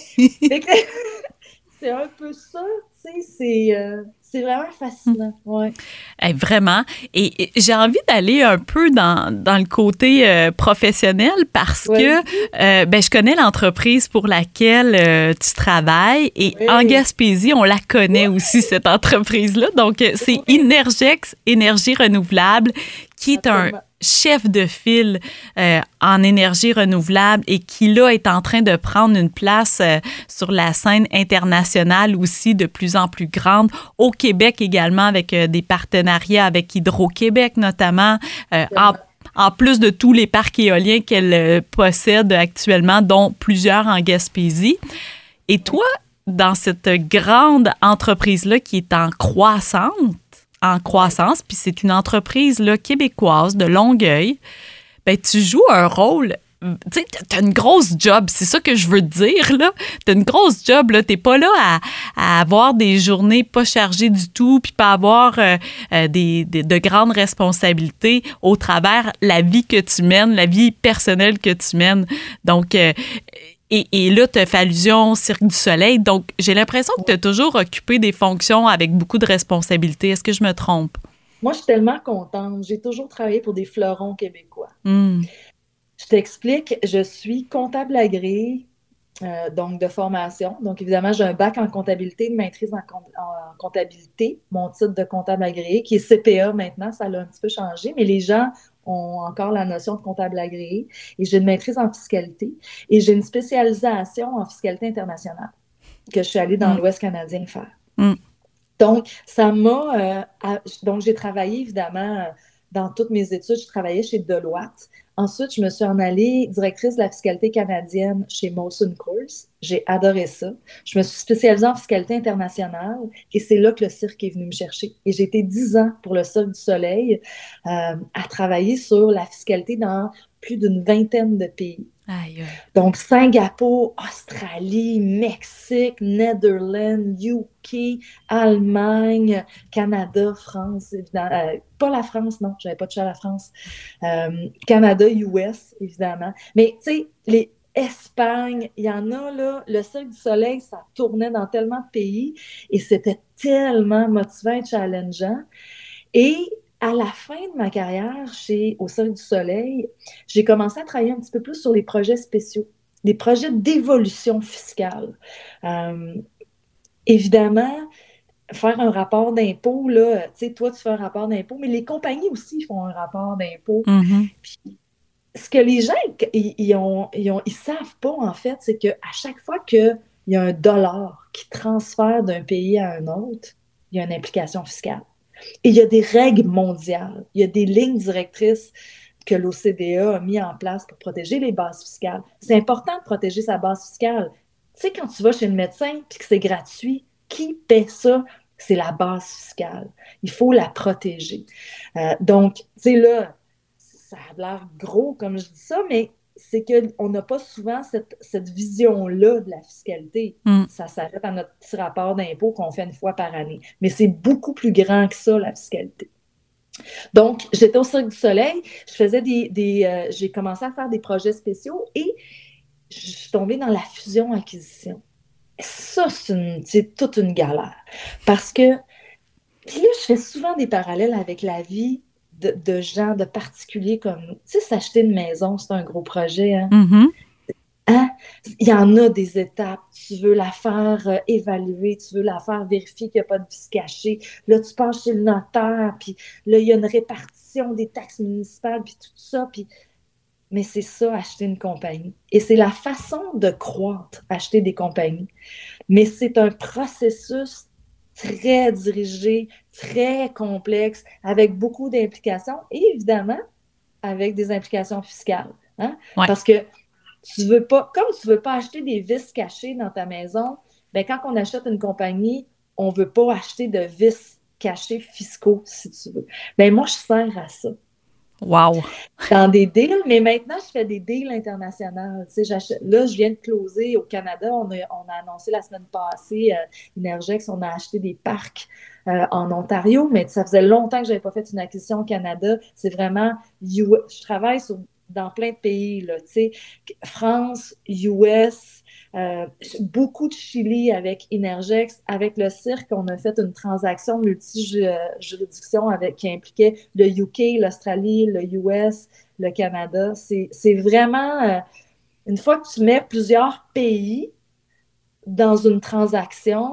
c'est un peu ça, tu sais, c'est... Euh... C'est vraiment fascinant, ouais. Hey, vraiment. Et, et j'ai envie d'aller un peu dans, dans le côté euh, professionnel parce oui. que euh, ben, je connais l'entreprise pour laquelle euh, tu travailles et oui. en Gaspésie, on la connaît oui. aussi, cette entreprise-là. Donc, c'est oui. Inergex Énergie Renouvelable qui est Absolument. un chef de file euh, en énergie renouvelable et qui, là, est en train de prendre une place euh, sur la scène internationale aussi de plus en plus grande, au Québec également, avec euh, des partenariats avec Hydro-Québec notamment, euh, en, en plus de tous les parcs éoliens qu'elle euh, possède actuellement, dont plusieurs en Gaspésie. Et toi, dans cette grande entreprise-là qui est en croissance, en croissance, puis c'est une entreprise là, québécoise de Longueuil, ben tu joues un rôle, tu sais, t'as une grosse job, c'est ça que je veux te dire, là. T'as une grosse job, là. T'es pas là à, à avoir des journées pas chargées du tout, puis pas avoir euh, euh, des, des, de grandes responsabilités au travers la vie que tu mènes, la vie personnelle que tu mènes. Donc, euh, Et, et là, tu as fait allusion au Cirque du Soleil. Donc, j'ai l'impression que tu as toujours occupé des fonctions avec beaucoup de responsabilités. Est-ce que je me trompe? Moi, je suis tellement contente. J'ai toujours travaillé pour des fleurons québécois. Mm. Je t'explique, je suis comptable agréée, euh, donc de formation. Donc, évidemment, j'ai un bac en comptabilité, une maîtrise en, com- en comptabilité, mon titre de comptable agréé, qui est C P A maintenant, ça l'a un petit peu changé, mais les gens ont encore la notion de comptable agréé. Et j'ai une maîtrise en fiscalité et j'ai une spécialisation en fiscalité internationale que je suis allée dans mm. l'Ouest canadien faire. Mm. Donc, ça m'a... Euh, à, donc, j'ai travaillé, évidemment, dans toutes mes études, je travaillais chez Deloitte. Ensuite, je me suis en allée directrice de la fiscalité canadienne chez Molson Coors. J'ai adoré ça. Je me suis spécialisée en fiscalité internationale et c'est là que le cirque est venu me chercher. Et j'ai été dix ans pour le Cirque du Soleil euh, à travailler sur la fiscalité dans plus d'une vingtaine de pays. Aïe. Donc, Singapour, Australie, Mexique, Netherlands, U K, Allemagne, Canada, France, évidemment. Euh, pas la France, non, j'avais pas touché à la France. Euh, Canada, U S, évidemment. Mais, tu sais, les Espagne, il y en a, là, le Cirque du Soleil, ça tournait dans tellement de pays et c'était tellement motivant et challengeant. Et à la fin de ma carrière chez, au Cirque du Soleil, j'ai commencé à travailler un petit peu plus sur les projets spéciaux, des projets d'évolution fiscale. Euh, évidemment, faire un rapport d'impôt, là, tu sais, toi, tu fais un rapport d'impôt, mais les compagnies aussi font un rapport d'impôt. Mm-hmm. Puis, ce que les gens, ils, ils, ont, ils, ont, ils savent pas, en fait, c'est qu'à chaque fois qu'il y a un dollar qui transfère d'un pays à un autre, il y a une implication fiscale. Et il y a des règles mondiales, il y a des lignes directrices que l'O C D E a mis en place pour protéger les bases fiscales. C'est important de protéger sa base fiscale. Tu sais, quand tu vas chez le médecin et que c'est gratuit, qui paie ça? C'est la base fiscale. Il faut la protéger. Euh, donc, tu sais, là, ça a l'air gros comme je dis ça, mais c'est qu'on n'a pas souvent cette, cette vision-là de la fiscalité. Mm. Ça s'arrête à notre petit rapport d'impôt qu'on fait une fois par année. Mais c'est beaucoup plus grand que ça, la fiscalité. Donc, j'étais au Cirque du Soleil, je faisais des... des euh, j'ai commencé à faire des projets spéciaux et je suis tombée dans la fusion-acquisition. Ça, c'est, une, c'est toute une galère. Parce que, puis là, je fais souvent des parallèles avec la vie De, de gens, de particuliers comme nous. Tu sais, s'acheter une maison, c'est un gros projet. Hein? Mm-hmm. Hein? Il y en a des étapes. Tu veux la faire euh, évaluer, tu veux la faire vérifier qu'il n'y a pas de vice caché. Là, tu passes chez le notaire, puis là, il y a une répartition des taxes municipales, puis tout ça. Puis... Mais c'est ça, acheter une compagnie. Et c'est la façon de croître, acheter des compagnies. Mais c'est un processus très dirigé, très complexe, avec beaucoup d'implications et évidemment avec des implications fiscales. Hein? Ouais. Parce que tu veux pas, comme tu veux pas acheter des vices cachés dans ta maison, ben quand on achète une compagnie, on veut pas acheter de vices cachés fiscaux, si tu veux. Ben moi, je sers à ça. Wow! Dans des deals, mais maintenant, je fais des deals internationaux. Tu sais, j'achète, là, je viens de closer au Canada. On a, on a annoncé la semaine passée, euh, Energex, on a acheté des parcs euh, en Ontario, mais ça faisait longtemps que je n'avais pas fait une acquisition au Canada. C'est vraiment... U S, je travaille sur, dans plein de pays, là, tu sais, France, U S, euh, beaucoup de Chili avec Energex. Avec le cirque, on a fait une transaction multi-juridiction avec, qui impliquait le U K, l'Australie, le U S, le Canada. C'est, c'est vraiment... Euh, une fois que tu mets plusieurs pays dans une transaction,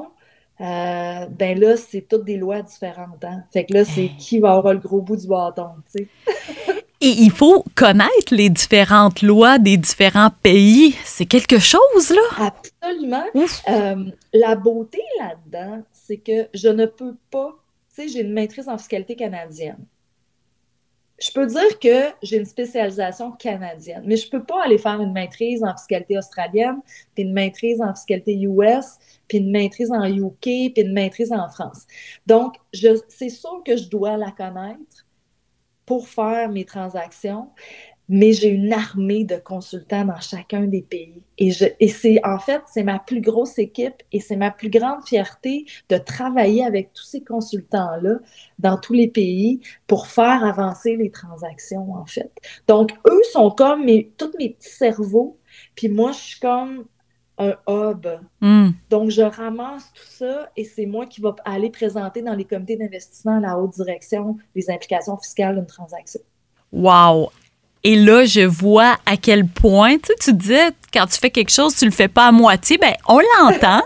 euh, ben là, c'est toutes des lois différentes. Hein? Fait que là, c'est qui va avoir le gros bout du bâton, tu sais. Et il faut connaître les différentes lois des différents pays. C'est quelque chose, là? Absolument. Euh, la beauté là-dedans, c'est que je ne peux pas... Tu sais, j'ai une maîtrise en fiscalité canadienne. Je peux dire que j'ai une spécialisation canadienne, mais je ne peux pas aller faire une maîtrise en fiscalité australienne, puis une maîtrise en fiscalité U S, puis une maîtrise en U K, puis une maîtrise en France. Donc, je, c'est sûr que je dois la connaître pour faire mes transactions, mais j'ai une armée de consultants dans chacun des pays. Et, je, et c'est, en fait, c'est ma plus grosse équipe et c'est ma plus grande fierté de travailler avec tous ces consultants-là dans tous les pays pour faire avancer les transactions, en fait. Donc, eux sont comme mes, tous mes petits cerveaux, puis moi, je suis comme un hub. Mm. Donc, je ramasse tout ça et c'est moi qui va aller présenter dans les comités d'investissement à la haute direction les implications fiscales d'une transaction. Wow! Et là, je vois à quel point, tu sais, tu disais, quand tu fais quelque chose, tu le fais pas à moitié, bien, on l'entend.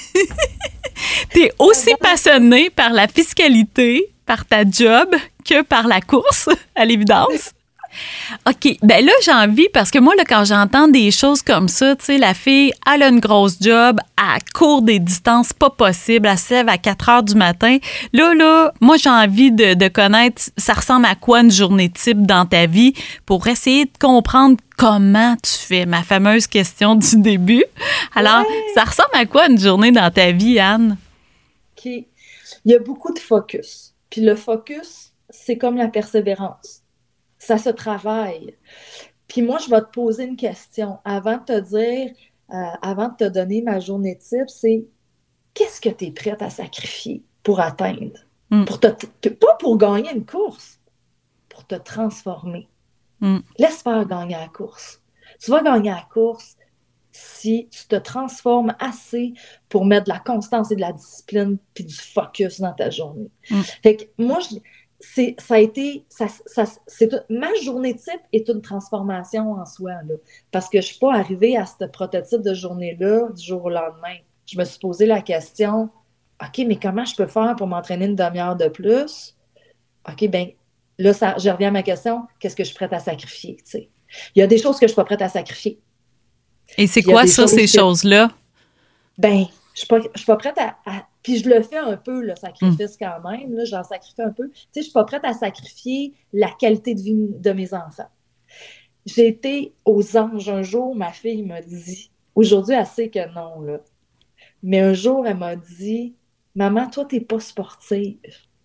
Tu es aussi passionné par la fiscalité, par ta job, que par la course, à l'évidence. OK. Ben là, j'ai envie, parce que moi, là, quand j'entends des choses comme ça, tu sais, la fille, elle a une grosse job, elle court des distances pas possibles, elle se lève à quatre heures du matin. Là, là, moi, j'ai envie de, de connaître, ça ressemble à quoi une journée type dans ta vie pour essayer de comprendre comment tu fais, ma fameuse question du début. Alors, Ouais. ça ressemble à quoi une journée dans ta vie, Anne? OK. Il y a beaucoup de focus. Puis le focus, c'est comme la persévérance. Ça se travaille. Puis moi, je vais te poser une question avant de te dire, euh, avant de te donner ma journée type, c'est qu'est-ce que tu es prête à sacrifier pour atteindre? Mm. Pour te, te- pas pour gagner une course, pour te transformer. Mm. Laisse faire gagner la course. Tu vas gagner la course si tu te transformes assez pour mettre de la constance et de la discipline puis du focus dans ta journée. Mm. Fait que moi, je, c'est, ça a été, ça, ça, c'est, ma journée type est une transformation en soi, là, parce que je ne suis pas arrivée à ce prototype de journée-là du jour au lendemain. Je me suis posé la question, OK, mais comment je peux faire pour m'entraîner une demi-heure de plus? OK, bien, là, ça, je reviens à ma question, qu'est-ce que je suis prête à sacrifier, tu sais? Il y a des choses que je ne suis pas prête à sacrifier. Et c'est Puis il y a quoi des ça, choses ces que- choses-là? Ben, je suis pas, je suis pas prête à, à- Puis je le fais un peu, le sacrifice quand même, là, j'en sacrifie un peu. Tu sais, je suis pas prête à sacrifier la qualité de vie de mes enfants. J'ai été aux Anges un jour, ma fille m'a dit, aujourd'hui elle sait que non, là, mais un jour elle m'a dit, maman, toi t'es pas sportive.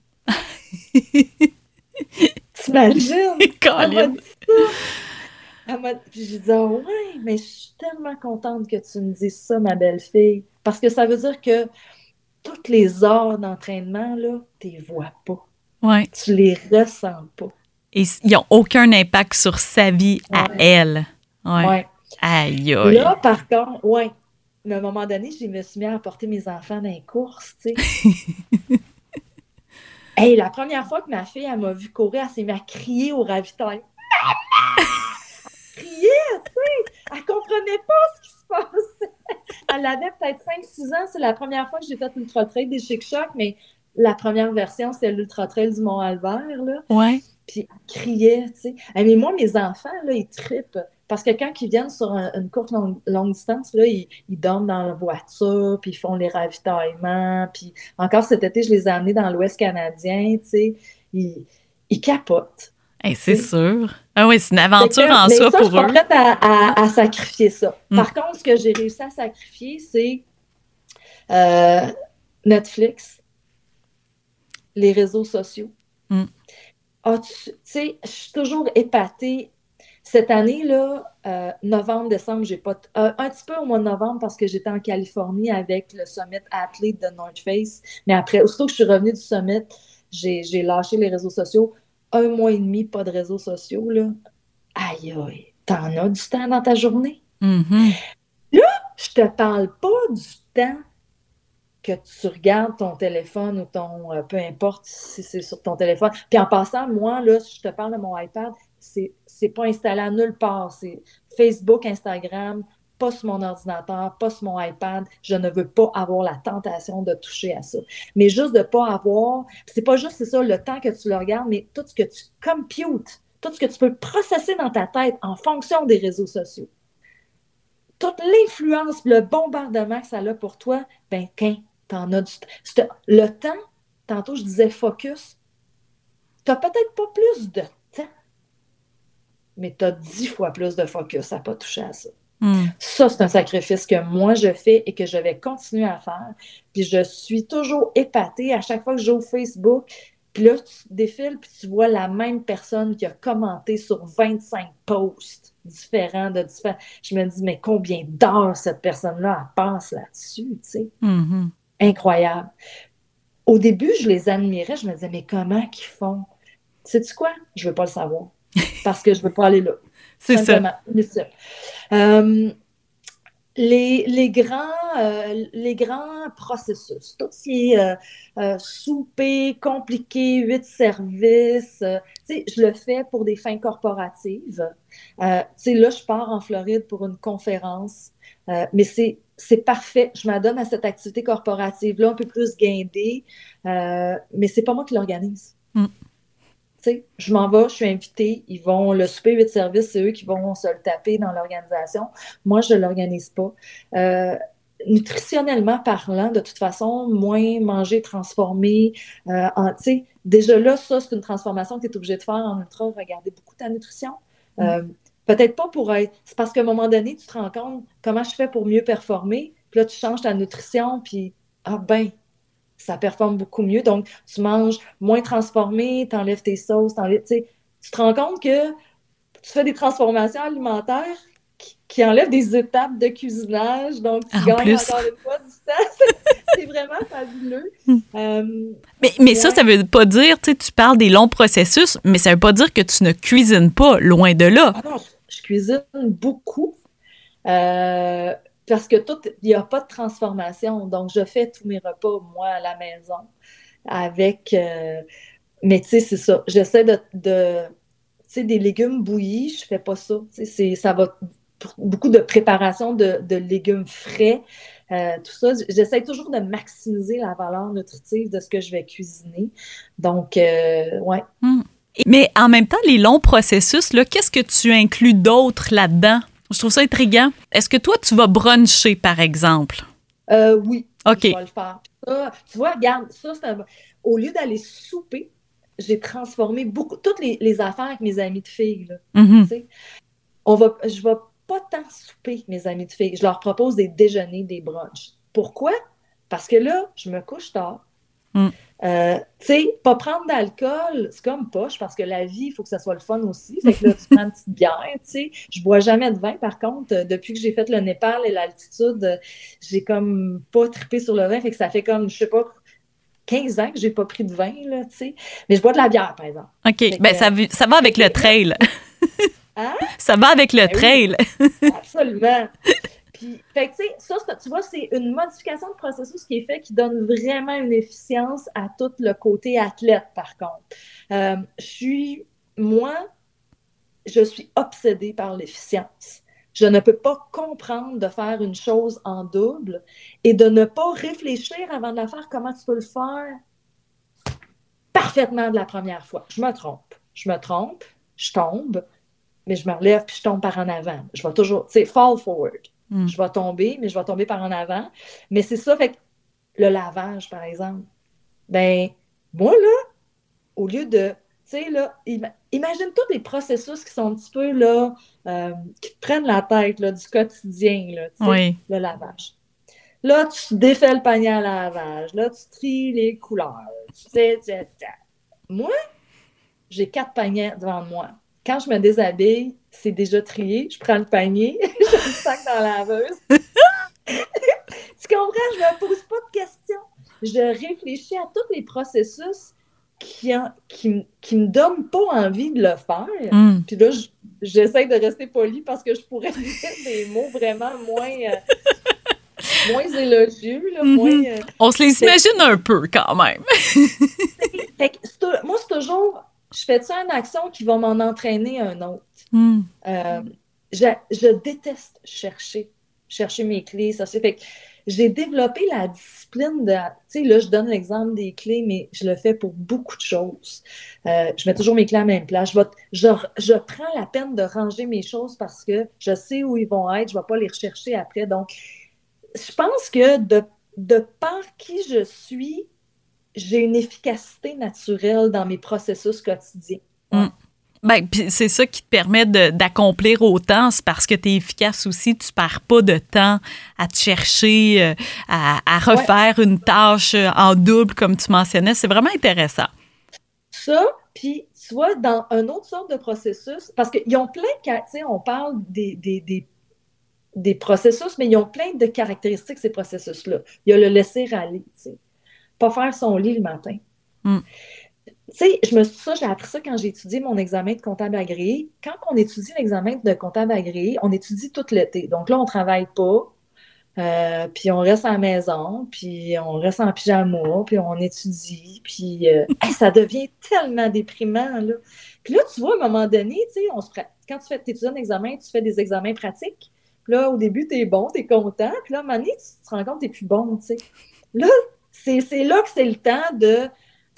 T'imagines? Elle m'a Colin. dit ça. Elle m'a... Puis j'ai dit, ah ouais, mais je suis tellement contente que tu me dises ça, ma belle-fille. Parce que ça veut dire que toutes les heures d'entraînement, là, tu les vois pas. Ouais. Tu les ressens pas. Et ils n'ont aucun impact sur sa vie à Ouais. elle. Ouais. Ouais. Aïe, aïe. Là, par contre, ouais. Mais à un moment donné, je me suis mis à apporter mes enfants dans les courses, tu sais. Hey, la première fois que ma fille, elle m'a vu courir, elle s'est mise à crier au ravitaillement. Elle criait, tu sais. Elle comprenait pas ce qui se passait. Elle avait peut-être cinq six ans. C'est la première fois que j'ai fait l'Ultra Trail des Chic Chocs, mais la première version, c'était l'Ultra Trail du Mont-Albert, là. Ouais. Puis elle criait, tu sais. Eh, mais moi, mes enfants, là, ils trippent. Parce que quand ils viennent sur un- une courte longue, longue distance, là, ils, ils dorment dans la voiture, puis ils font les ravitaillements. Puis encore cet été, je les ai amenés dans l'Ouest canadien, tu sais. Ils, ils capotent. Hey, c'est tu sais. sûr. Ah oui, c'est une Fait aventure que- en mais soi ça, pour je suis pas eux. prête à, à- à sacrifier ça. Mm. Par contre, ce que j'ai réussi à sacrifier, c'est euh, Netflix, les réseaux sociaux. Mm. Ah, tu tu sais, je suis toujours épatée. Cette année-là, euh, novembre, décembre, j'ai pas. t- euh, un petit peu au mois de novembre parce que j'étais en Californie avec le Summit Athlete de North Face. Mais après, aussitôt que je suis revenue du Summit, j'ai, j'ai lâché les réseaux sociaux. Un mois et demi, pas de réseaux sociaux, là. Aïe, aïe, t'en as du temps dans ta journée? Mhm. Je te parle pas du temps que tu regardes ton téléphone ou ton, euh, peu importe si c'est sur ton téléphone. Puis en passant, moi, là, si je te parle de mon iPad, c'est, c'est pas installé à nulle part. C'est Facebook, Instagram, pas sur mon ordinateur, pas sur mon iPad. Je ne veux pas avoir la tentation de toucher à ça. Mais juste de pas avoir, c'est pas juste, c'est ça, le temps que tu le regardes, mais tout ce que tu computes, tout ce que tu peux processer dans ta tête en fonction des réseaux sociaux. Toute l'influence, le bombardement que ça a pour toi, ben, quand t'en as du temps. Le temps, tantôt je disais focus, t'as peut-être pas plus de temps, mais t'as dix fois plus de focus à pas toucher à ça. Mm. Ça, c'est un sacrifice que moi je fais et que je vais continuer à faire. Puis je suis toujours épatée à chaque fois que j'ouvre Facebook. Puis là, tu défiles puis tu vois la même personne qui a commenté sur vingt-cinq posts différents de différents. Je me dis, mais combien d'heures cette personne-là elle passe là-dessus, tu sais? Mhm. Incroyable. Au début, je les admirais. Je me disais, mais comment qu'ils font? Sais-tu quoi? Je veux pas le savoir. Parce que je veux pas aller là. C'est ça. Simplement. C'est ça. Euh, les, les, grands, euh, les grands processus, tout ce qui est euh, euh, souper, compliqué, huit services, euh, tu sais, je le fais pour des fins corporatives. Euh, tu sais, là, je pars en Floride pour une conférence, euh, mais c'est, c'est parfait. Je m'adonne à cette activité corporative-là, un peu plus guindée, euh, mais c'est pas moi qui l'organise. Mm. sais, je m'en vais, je suis invitée, ils vont, le souper huit services, c'est eux qui vont se le taper dans l'organisation. Moi, je ne l'organise pas. Euh, nutritionnellement parlant, de toute façon, moins manger transformé. Euh, en- tu sais, déjà là, ça, c'est une transformation que tu es obligé de faire en ultra, regarder beaucoup ta nutrition. Mm. Euh, peut-être pas pour être... C'est parce qu'à un moment donné, tu te rends compte comment je fais pour mieux performer, puis là, tu changes ta nutrition, puis ah ben, ça performe beaucoup mieux. Donc, tu manges moins transformé, tu enlèves tes sauces, t'enlèves, tu sais, tu te rends compte que tu fais des transformations alimentaires qui, qui enlèvent des étapes de cuisinage, donc tu En gagnes plus. encore une fois du temps. C'est vraiment fabuleux. Mm. Euh, Mais, mais ça, ouais. ça veut pas dire, tu sais, tu parles des longs processus, mais ça veut pas dire que tu ne cuisines pas, loin de là. Ah non, je, je cuisine beaucoup. Euh, parce que tout, il n'y a pas de transformation. Donc, je fais tous mes repas, moi, à la maison, avec... euh, mais tu sais, c'est ça. J'essaie de... de tu sais, des légumes bouillis, je fais pas ça. Tu sais, c'est, ça va... Beaucoup de préparation de, de légumes frais, euh, tout ça. J'essaie toujours de maximiser la valeur nutritive de ce que je vais cuisiner. Donc, euh, ouais. Mm. Mais en même temps, les longs processus, là, qu'est-ce que tu inclus d'autre là-dedans? Je trouve ça intriguant. Est-ce que toi, tu vas bruncher, par exemple? Euh, oui, OK. je vais le faire. Ça, tu vois, regarde, ça, c'est un... Au lieu d'aller souper, j'ai transformé beaucoup, toutes les, les affaires avec mes amis de filles, là, Mm-hmm. tu sais. On va, je vais pas tant souper avec mes amis de filles. Je leur propose des déjeuners, des brunchs. Pourquoi? Parce que là, je me couche tard. Mm. Euh, tu sais, pas prendre d'alcool, c'est comme poche, parce que la vie, il faut que ça soit le fun aussi. Fait que là, tu prends une petite bière, tu sais. Je bois jamais de vin, par contre. Euh, depuis que j'ai fait le Népal et l'altitude, euh, j'ai comme pas trippé sur le vin. Fait que ça fait comme, je sais pas, quinze ans que j'ai pas pris de vin, là, tu sais. Mais je bois de la bière, par exemple. OK. Fait Ben, que, ça, v- ça va avec fait le que là, trail. hein? Ça va avec le Ben oui, trail. absolument. Puis, fait que, tu sais, ça, ça, tu vois, c'est une modification de processus qui est fait qui donne vraiment une efficience à tout le côté athlète, par contre. Euh, je suis, moi, je suis obsédée par l'efficience. Je ne peux pas comprendre de faire une chose en double et de ne pas réfléchir avant de la faire comment tu peux le faire parfaitement de la première fois. Je me trompe. Je me trompe, je tombe, mais je me relève puis je tombe par en avant. Je vais toujours, tu sais, fall forward. Mm. Je vais tomber, mais je vais tomber par en avant. Mais c'est ça, fait que le lavage, par exemple, ben, moi, là, au lieu de, tu sais, là, im- imagine tous les processus qui sont un petit peu, là, euh, qui te prennent la tête, là, du quotidien, là, tu sais, Oui. le lavage. Là, tu défais le panier à lavage. Là, tu tries les couleurs. Tu sais, tu sais, tu sais. Moi, j'ai quatre paniers devant moi. Quand je me déshabille, c'est déjà trié. Je prends le panier, je le sac dans la laveuse. Tu comprends? Je ne me pose pas de questions. Je réfléchis à tous les processus qui ne qui, qui me donnent pas envie de le faire. Mm. Puis là, je- j'essaie de rester polie parce que je pourrais dire des mots vraiment moins, euh, moins élogieux, là, Mm-hmm. moins... euh, On se les fait- imagine un peu quand même. fait que c'est tou- moi, c'est toujours... Je fais-tu une action qui va m'en entraîner un autre? Mm. Euh, je, je déteste chercher, chercher mes clés. Ça, c'est fait que j'ai développé la discipline de, tu sais, là, je donne l'exemple des clés, mais je le fais pour beaucoup de choses. Euh, je mets toujours mes clés à la même place. Je, vais, je, je prends la peine de ranger mes choses parce que je sais où ils vont être. Je ne vais pas les rechercher après. Donc, je pense que de, de par qui je suis, j'ai une efficacité naturelle dans mes processus quotidiens. Ouais. Mm. Ben, puis c'est ça qui te permet de- d'accomplir autant, c'est parce que tu es efficace aussi, tu perds pas de temps à te chercher, euh, à, à refaire ouais. une tâche en double, comme tu mentionnais. C'est vraiment intéressant. Ça, puis tu vois, dans un autre sorte de processus, parce qu'ils ont plein de, tu sais, on parle des, des, des, des processus, mais ils ont plein de caractéristiques, ces processus-là. Il y a le laisser aller, tu sais. Pas faire son lit le matin. Mm. Tu sais, je me, ça, j'ai appris ça quand j'ai étudié mon examen de comptable agréé. Quand on étudie l'examen de comptable agréé, on étudie tout l'été. Donc là, on ne travaille pas, euh, puis on reste à la maison, puis on reste en pyjama, puis on étudie, puis euh, hey, ça devient tellement déprimant, là. Puis là, tu vois, à un moment donné, tu sais, on se prend, quand tu fais, étudies un examen, tu fais des examens pratiques. Puis là, au début, tu es bon, tu es content, puis là, à un moment donné, tu te rends compte que tu n'es plus bon, tu sais. Là, c'est, c'est là que c'est le temps de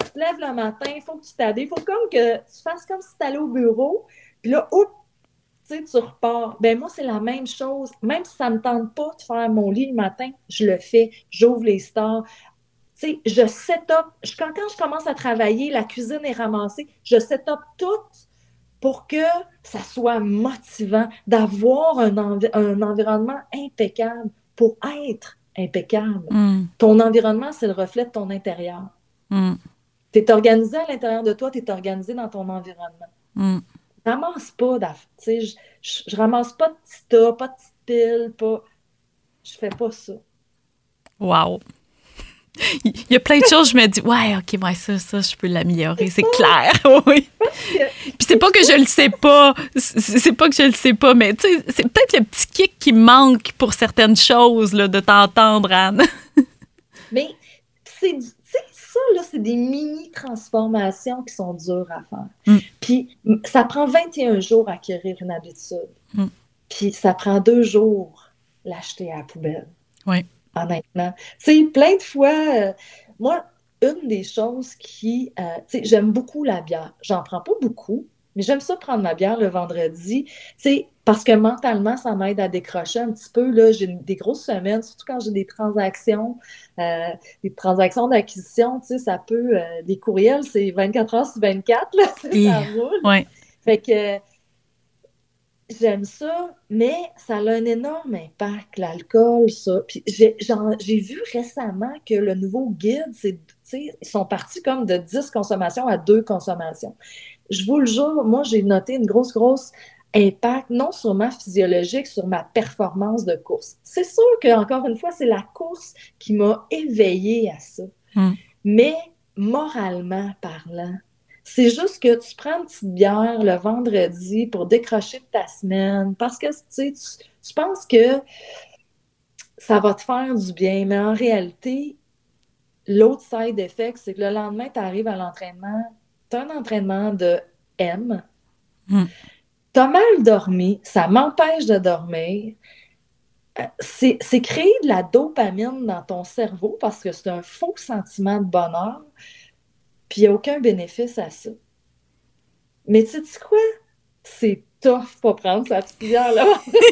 tu te lèves le matin, il faut que tu t'habilles, il faut comme que tu fasses comme si tu allais au bureau, puis là, oups, tu sais, tu repars. Ben moi, c'est la même chose. Même si ça ne me tente pas de faire mon lit le matin, je le fais. J'ouvre les stores. Tu sais, je set up. Je, quand, quand je commence à travailler, la cuisine est ramassée, je set up tout pour que ça soit motivant, d'avoir un, envi- un environnement impeccable pour être impeccable. Mm. Ton environnement, c'est le reflet de ton intérieur. Mm. Tu es organisé à l'intérieur de toi, tu es organisé dans ton environnement. Mm. Je ramasse pas d'affaires. Tu sais, je, je, je ramasse pas de petits tas, pas de petites piles, pas... Je fais pas ça. Wow! Il y a plein de choses, je me dis, ouais, OK, ouais, ça, ça, je peux l'améliorer, c'est clair, oui. Puis c'est pas que je le sais pas, c'est c'est pas que je le sais pas, mais tu sais, c'est peut-être le petit kick qui manque pour certaines choses, là, de t'entendre, Anne. Mais c'est, tu sais, ça, là, c'est des mini-transformations qui sont dures à faire. Mm. Puis ça prend vingt et un jours à acquérir une habitude. Mm. Puis ça prend deux jours l'acheter à la poubelle. Oui. Honnêtement. Tu sais, plein de fois, euh, moi, une des choses qui, euh, tu sais, j'aime beaucoup la bière. J'en prends pas beaucoup, mais j'aime ça prendre ma bière le vendredi, tu sais, parce que mentalement, ça m'aide à décrocher un petit peu. Là, j'ai une- des grosses semaines, surtout quand j'ai des transactions, euh, des transactions d'acquisition, tu sais, ça peut, euh, des courriels, c'est vingt-quatre heures sur vingt-quatre, là, ça, Et, ça roule. ouais. Fait que j'aime ça, mais ça a un énorme impact, l'alcool, ça. Puis j'ai, j'en- j'ai vu récemment que le nouveau guide, c'est, tu sais, ils sont partis comme de dix consommations à deux consommations. Je vous le jure, moi, j'ai noté une grosse, grosse impact, non seulement physiologique, sur ma performance de course. C'est sûr que, encore une fois, c'est la course qui m'a éveillée à ça. Mm. Mais moralement parlant, c'est juste que tu prends une petite bière le vendredi pour décrocher de ta semaine parce que tu sais, tu, tu penses que ça va te faire du bien, mais en réalité, l'autre side effect, c'est que le lendemain, tu arrives à l'entraînement, tu as un entraînement de M, Mm. tu as mal dormi, ça m'empêche de dormir. Euh, C'est, c'est créer de la dopamine dans ton cerveau parce que c'est un faux sentiment de bonheur, puis il n'y a aucun bénéfice à ça. Mais tu sais quoi? C'est tough pas prendre sa petite bière là.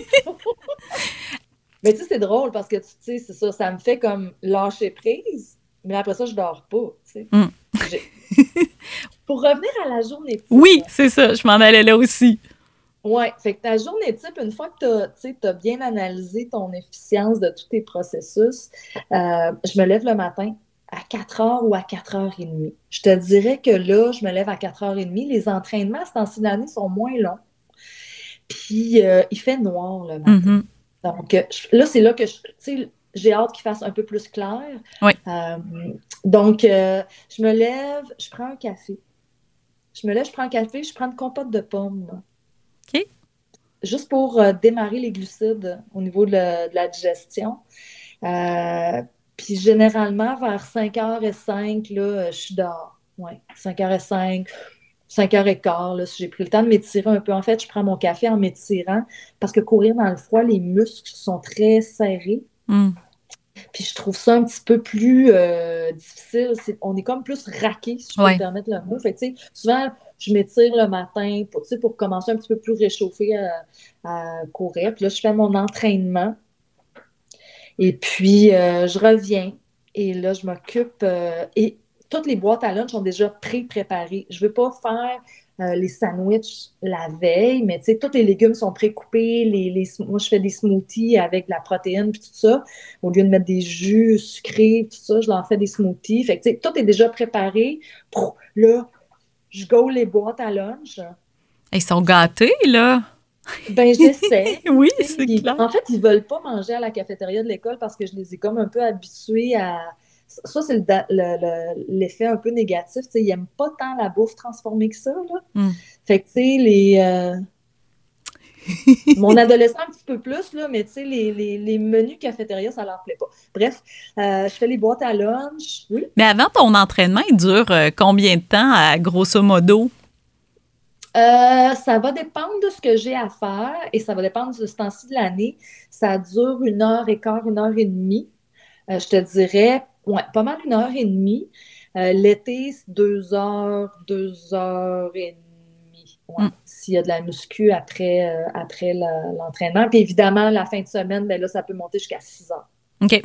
Mais tu sais, c'est drôle parce que tu sais, c'est ça, ça me fait comme lâcher prise, mais après ça, je dors pas. Tu sais. Mm. J'ai- Pour revenir à la journée type, Oui, là. c'est ça, je m'en allais là aussi. Ouais, fait que ta journée type, une fois que tu as, tu sais, t'as bien analysé ton efficience de tous tes processus, euh, je me lève le matin à quatre heures ou à quatre heures trente. Je te dirais que là, je me lève à quatre heures trente. Les entraînements, cette temps-ci de l'année, sont moins longs. Puis, euh, il fait noir le matin. Mhm. Donc, euh, je- là, c'est là que je- tu sais, j'ai hâte qu'il fasse un peu plus clair. Oui. Euh, donc, euh, je me lève, je prends un café. Je me lève, je prends un café, je prends une compote de pommes. OK. Juste pour euh, démarrer les glucides au niveau de la, de la digestion. Euh, puis généralement, vers cinq heures cinq, là, euh, je suis dehors. Ouais, cinq heures cinq, cinq heures quinze, là, si j'ai pris le temps de m'étirer un peu. En fait, je prends mon café en m'étirant parce que courir dans le froid, les muscles sont très serrés. Mm. Puis je trouve ça un petit peu plus euh, difficile. C'est- on est comme plus raqué, si je peux Ouais. me permettre le mot. Fait que, tu sais, souvent, je m'étire le matin pour, tu sais, pour commencer un petit peu plus réchauffé à, à courir. Puis là, je fais mon entraînement. Et puis, euh, je reviens. Et là, je m'occupe. euh, et toutes les boîtes à lunch sont déjà pré-préparées. Je ne veux pas faire euh, les sandwichs la veille, mais tu sais, tous les légumes sont pré-coupés. Les, les, moi, je fais des smoothies avec de la protéine puis tout ça. Au lieu de mettre des jus sucrés, tout ça, je leur fais des smoothies. Fait que, tu sais, tout est déjà préparé. Pour, là, je go les boîtes à lunch. Ils sont gâtés, là. Ben, j'essaie. Oui, Tu sais, c'est puis, clair. en fait, ils veulent pas manger à la cafétéria de l'école parce que je les ai comme un peu habitués à... Ça, c'est le da- le- le- l'effet un peu négatif. Tu sais, ils aiment pas tant la bouffe transformée que ça, là. Mm. Fait que, tu sais, les... euh, Mon adolescent, un petit peu plus, là, mais tu sais, les, les, les menus cafétéria, ça leur plaît pas. Bref, euh, je fais les boîtes à lunch. Oui. Mais avant ton entraînement, il dure euh, combien de temps, à grosso modo? Euh, ça va dépendre de ce que j'ai à faire et ça va dépendre de ce temps-ci de l'année. Ça dure une heure et quart, une heure et demie. Euh, je te dirais, ouais, pas mal une heure et demie. Euh, l'été, c'est deux heures, deux heures et demie. Ouais. Mm. S'il y a de la muscu après, euh, après la- l'entraînement. Puis évidemment, la fin de semaine, ben là, ça peut monter jusqu'à six heures. OK.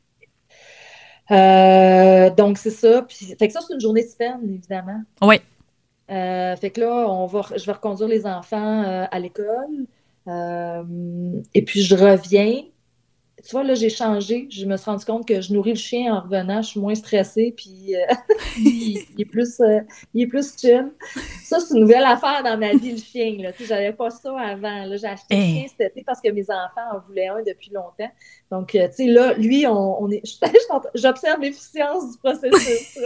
Euh, donc, c'est ça. Puis, fait que ça, c'est une journée de semaine, évidemment. Oui. Euh, fait que là, on va, je vais reconduire les enfants euh, à l'école. Euh, et puis, je reviens. Tu vois, là, j'ai changé. Je me suis rendu compte que je nourris le chien en revenant. Je suis moins stressée. Puis, euh, lui, il est plus, euh, il est plus chill. Ça, c'est une nouvelle affaire dans ma vie, le chien. Là. Tu sais, j'avais pas ça avant. Là. J'ai acheté le Hey. chien cet été parce que mes enfants en voulaient un depuis longtemps. Donc, euh, tu sais, là, lui, on, on est... j'observe l'efficience du processus.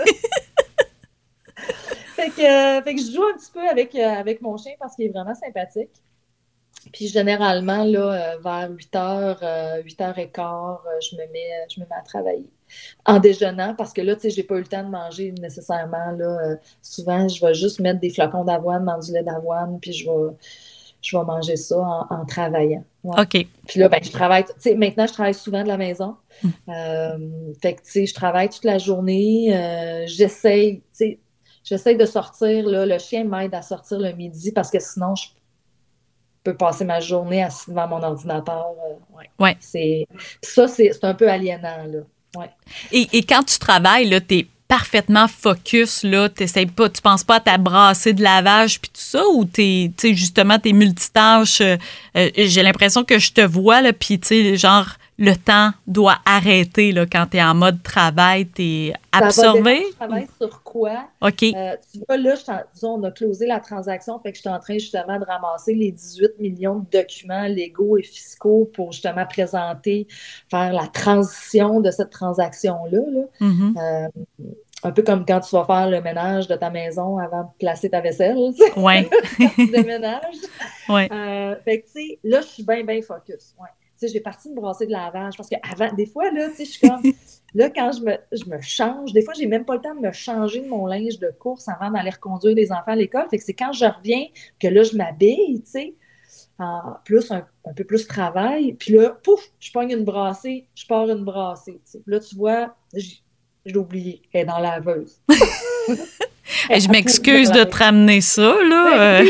fait, que, euh, fait que je joue un petit peu avec, euh, avec mon chien parce qu'il est vraiment sympathique. Puis généralement, là, euh, vers huit heures, euh, huit heures quinze, euh, je me mets, je me mets à travailler. En déjeunant, parce que là, tu sais, j'ai pas eu le temps de manger nécessairement. Là, euh, souvent, je vais juste mettre des flocons d'avoine dans du lait d'avoine, puis je vais, je vais manger ça en, en travaillant. Ouais. OK. Puis là, ben, je travaille, tu sais, maintenant, je travaille souvent de la maison. Mm. Euh, fait que, tu sais, je travaille toute la journée. Euh, j'essaye, tu sais, j'essaye de sortir, là. Le chien m'aide à sortir le midi parce que sinon, je peux passer ma journée assis devant mon ordinateur. Euh, ouais. Ouais. C'est, ça, c'est, c'est un peu aliénant, là. Ouais. Et, et quand tu travailles, là, t'es parfaitement focus, là, t'essayes pas, tu penses pas à ta brassée de lavage puis tout ça, ou t'es, tu sais, justement, t'es multitâches. Euh, euh, j'ai l'impression que je te vois, là, puis tu sais, genre, le temps doit arrêter, là, quand t'es en mode travail, t'es absorbé. Je travaille sur quoi? OK. Euh, tu vois, là, je disons, on a closé la transaction, fait que je suis en train justement de ramasser les dix-huit millions de documents légaux et fiscaux pour justement présenter, faire la transition de cette transaction-là. Là. Mm-hmm. Euh, un peu comme quand tu vas faire le ménage de ta maison avant de placer ta vaisselle. Oui. Tu déménages. Oui. Euh, fait que, tu sais, là, je suis bien, bien focus. Ouais. Tu sais, j'ai parti de brasser de lavage parce qu'avant, des fois, là, tu sais, je suis comme, là, quand je me, je me change, des fois, j'ai même pas le temps de me changer de mon linge de course avant d'aller reconduire les enfants à l'école. Fait que c'est quand je reviens que là, je m'habille, tu sais, en plus, un, un peu plus travail. Puis là, pouf, je pogne une brassée, je pars une brassée, tu sais. Là, tu vois, j'ai, je l'ai oublié, elle est dans la laveuse. Je m'excuse de te ramener ça, là.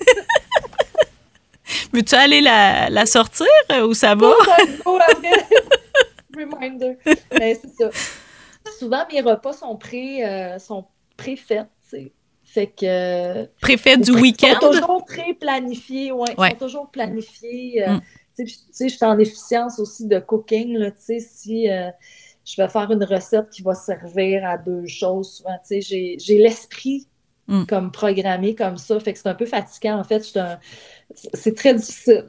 Veux-tu aller la, la sortir ou ça va? Oh, après. Reminder. Mais c'est ça. Souvent, mes repas sont pré, euh, sont préfaits, tu sais. Fait que... Préfet du week-end? Ils sont toujours très planifiés, ouais. Ils ouais. sont toujours planifiés. Euh, mm. Tu sais, je suis en efficience aussi de cooking, là, tu sais, si... Euh, je vais faire une recette qui va servir à deux choses. Souvent, tu sais, j'ai, j'ai l'esprit mm. comme programmé comme ça. Fait que c'est un peu fatigant. En fait, je un... c'est très difficile.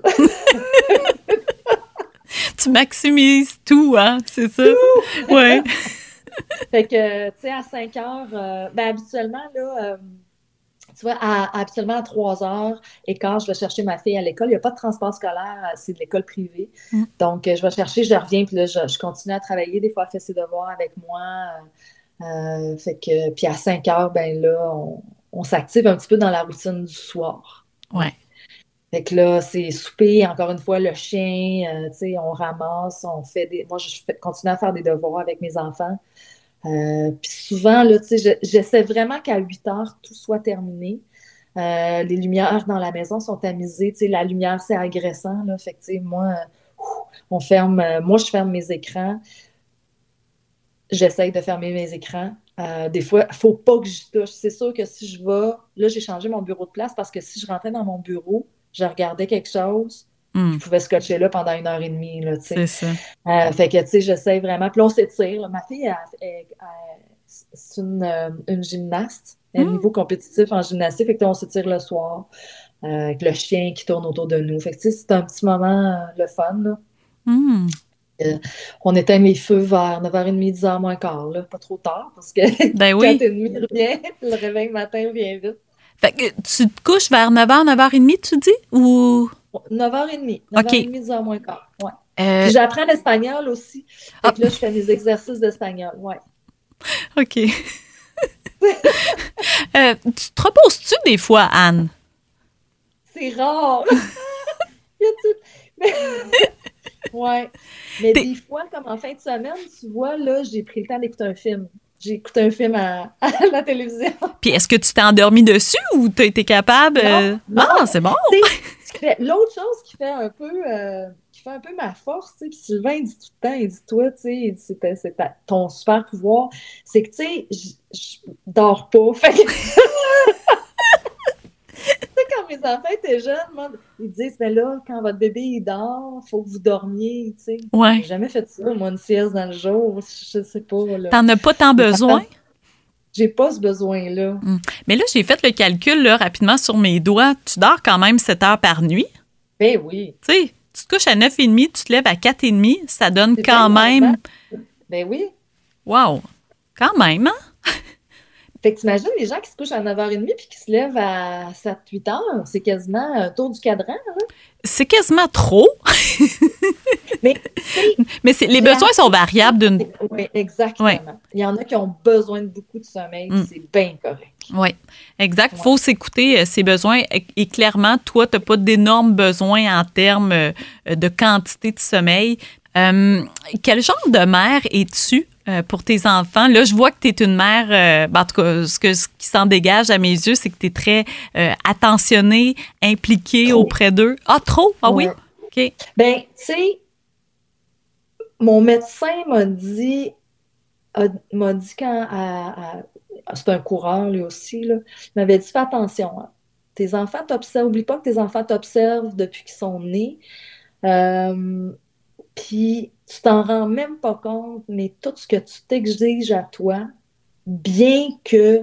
Tu maximises tout, hein? C'est ça? Tout! Ouais. Fait que, tu sais, à cinq heures, euh, ben habituellement, là... Euh, tu vois, à, habituellement, à trois heures et quart, je vais chercher ma fille à l'école. Il n'y a pas de transport scolaire, c'est de l'école privée. Mm. Donc, je vais chercher, je reviens, puis là, je, je continue à travailler. Des fois, elle fait ses devoirs avec moi. Euh, fait que, puis à cinq heures, ben là, on, on s'active un petit peu dans la routine du soir. Ouais. Fait que là, c'est souper, encore une fois, le chien, euh, tu sais, on ramasse, on fait des... Moi, je fais, continue à faire des devoirs avec mes enfants. Euh, puis souvent, là, tu sais, j'essaie vraiment qu'à huit heures, tout soit terminé. Euh, les lumières dans la maison sont tamisées. Tu sais, la lumière, c'est agressant, là. Fait que, tu sais, moi, euh, on ferme... Euh, moi, je ferme mes écrans. J'essaie de fermer mes écrans. Euh, des fois, il ne faut pas que j'y touche. C'est sûr que si je vais... Là, j'ai changé mon bureau de place parce que si je rentrais dans mon bureau, je regardais quelque chose... Mm. Je pouvais scotcher là pendant une heure et demie. Là, c'est ça. Euh, fait que, tu sais, j'essaie vraiment. Puis là, on s'étire. Là. Ma fille, elle, elle, elle, c'est une, euh, une gymnaste. Elle est mm. niveau compétitif en gymnastique. Fait que là, on s'étire le soir euh, avec le chien qui tourne autour de nous. Fait que, tu sais, c'est un petit moment euh, le fun. Là. Mm. Euh, on éteint les feux vers neuf heures trente, dix heures moins quart. Là. Pas trop tard parce que ben oui. quatre heures trente revient, le réveil matin vient vite. Fait que tu te couches vers neuf heures, neuf heures trente, tu dis? Ou... neuf heures trente. neuf heures trente, okay. dix heures moins quart. Ouais. Euh... Puis j'apprends l'espagnol aussi. Fait ah. que là, je fais mes exercices d'espagnol. Ouais. OK. euh, tu te reposes-tu des fois, Anne? C'est rare. Il y a tout... Ouais. Mais T'es- des fois, comme en fin de semaine, tu vois, là, j'ai pris le temps d'écouter un film. J'ai écouté un film à, à la télévision. Puis est-ce que tu t'es endormi dessus ou t'as été capable? Non, euh, Ah, non. c'est bon! Tu sais, ce qui fait- l'autre chose qui fait un peu, euh, qui fait un peu ma force, tu sais, puis Sylvain, il dit tout le temps, il dit, toi, tu sais, il dit, c'est ta- c'est ta- ton super pouvoir, c'est que, tu sais, je je dors pas. Fait que, tu sais, quand mes enfants étaient jeunes, moi, ils disent, mais là, quand votre bébé, il dort, faut que vous dormiez, tu sais. J'ai Ouais. jamais fait ça, moi, une sieste dans le jour, je sais pas, là. T'en as pas tant Les besoin? enfants, j'ai pas ce besoin-là. Hmm. Mais là, j'ai fait le calcul là, rapidement sur mes doigts. Tu dors quand même sept heures par nuit. Ben oui, Tu sais, tu te couches à neuf heures trente, tu te lèves à quatre heures trente, ça donne c'est quand tellement même... normal. Ben oui. Wow! Quand même, hein? Fait que t'imagines les gens qui se couchent à neuf heures trente puis qui se lèvent à sept huit heures, c'est quasiment un tour du cadran, hein? C'est quasiment trop, Mais, tu sais, mais c'est, les la- besoins sont variables d'une... oui, exactement. Oui, Il y en a qui ont besoin de beaucoup de sommeil, puis Mm. c'est bien correct. oui, exact. Il Ouais. faut s'écouter euh, ses besoins. Et, et clairement, toi, tu n'as pas d'énormes besoins en termes euh, de quantité de sommeil. Euh, quel genre de mère es-tu euh, pour tes enfants? Là, je vois que tu es une mère, euh, ben, en tout cas, ce, que, ce qui s'en dégage à mes yeux, c'est que tu es très euh, attentionnée, impliquée Trop. auprès d'eux. Ah, trop? Ah oui? Ouais. OK. Ben, tu sais, mon médecin m'a dit, a- m'a dit quand, à- à- c'est un coureur lui aussi, là, il m'avait dit, fais attention, hein. Tes enfants t'observent, oublie pas que tes enfants t'observent depuis qu'ils sont nés. Euh, Puis tu t'en rends même pas compte, mais tout ce que tu t'exiges à toi, bien que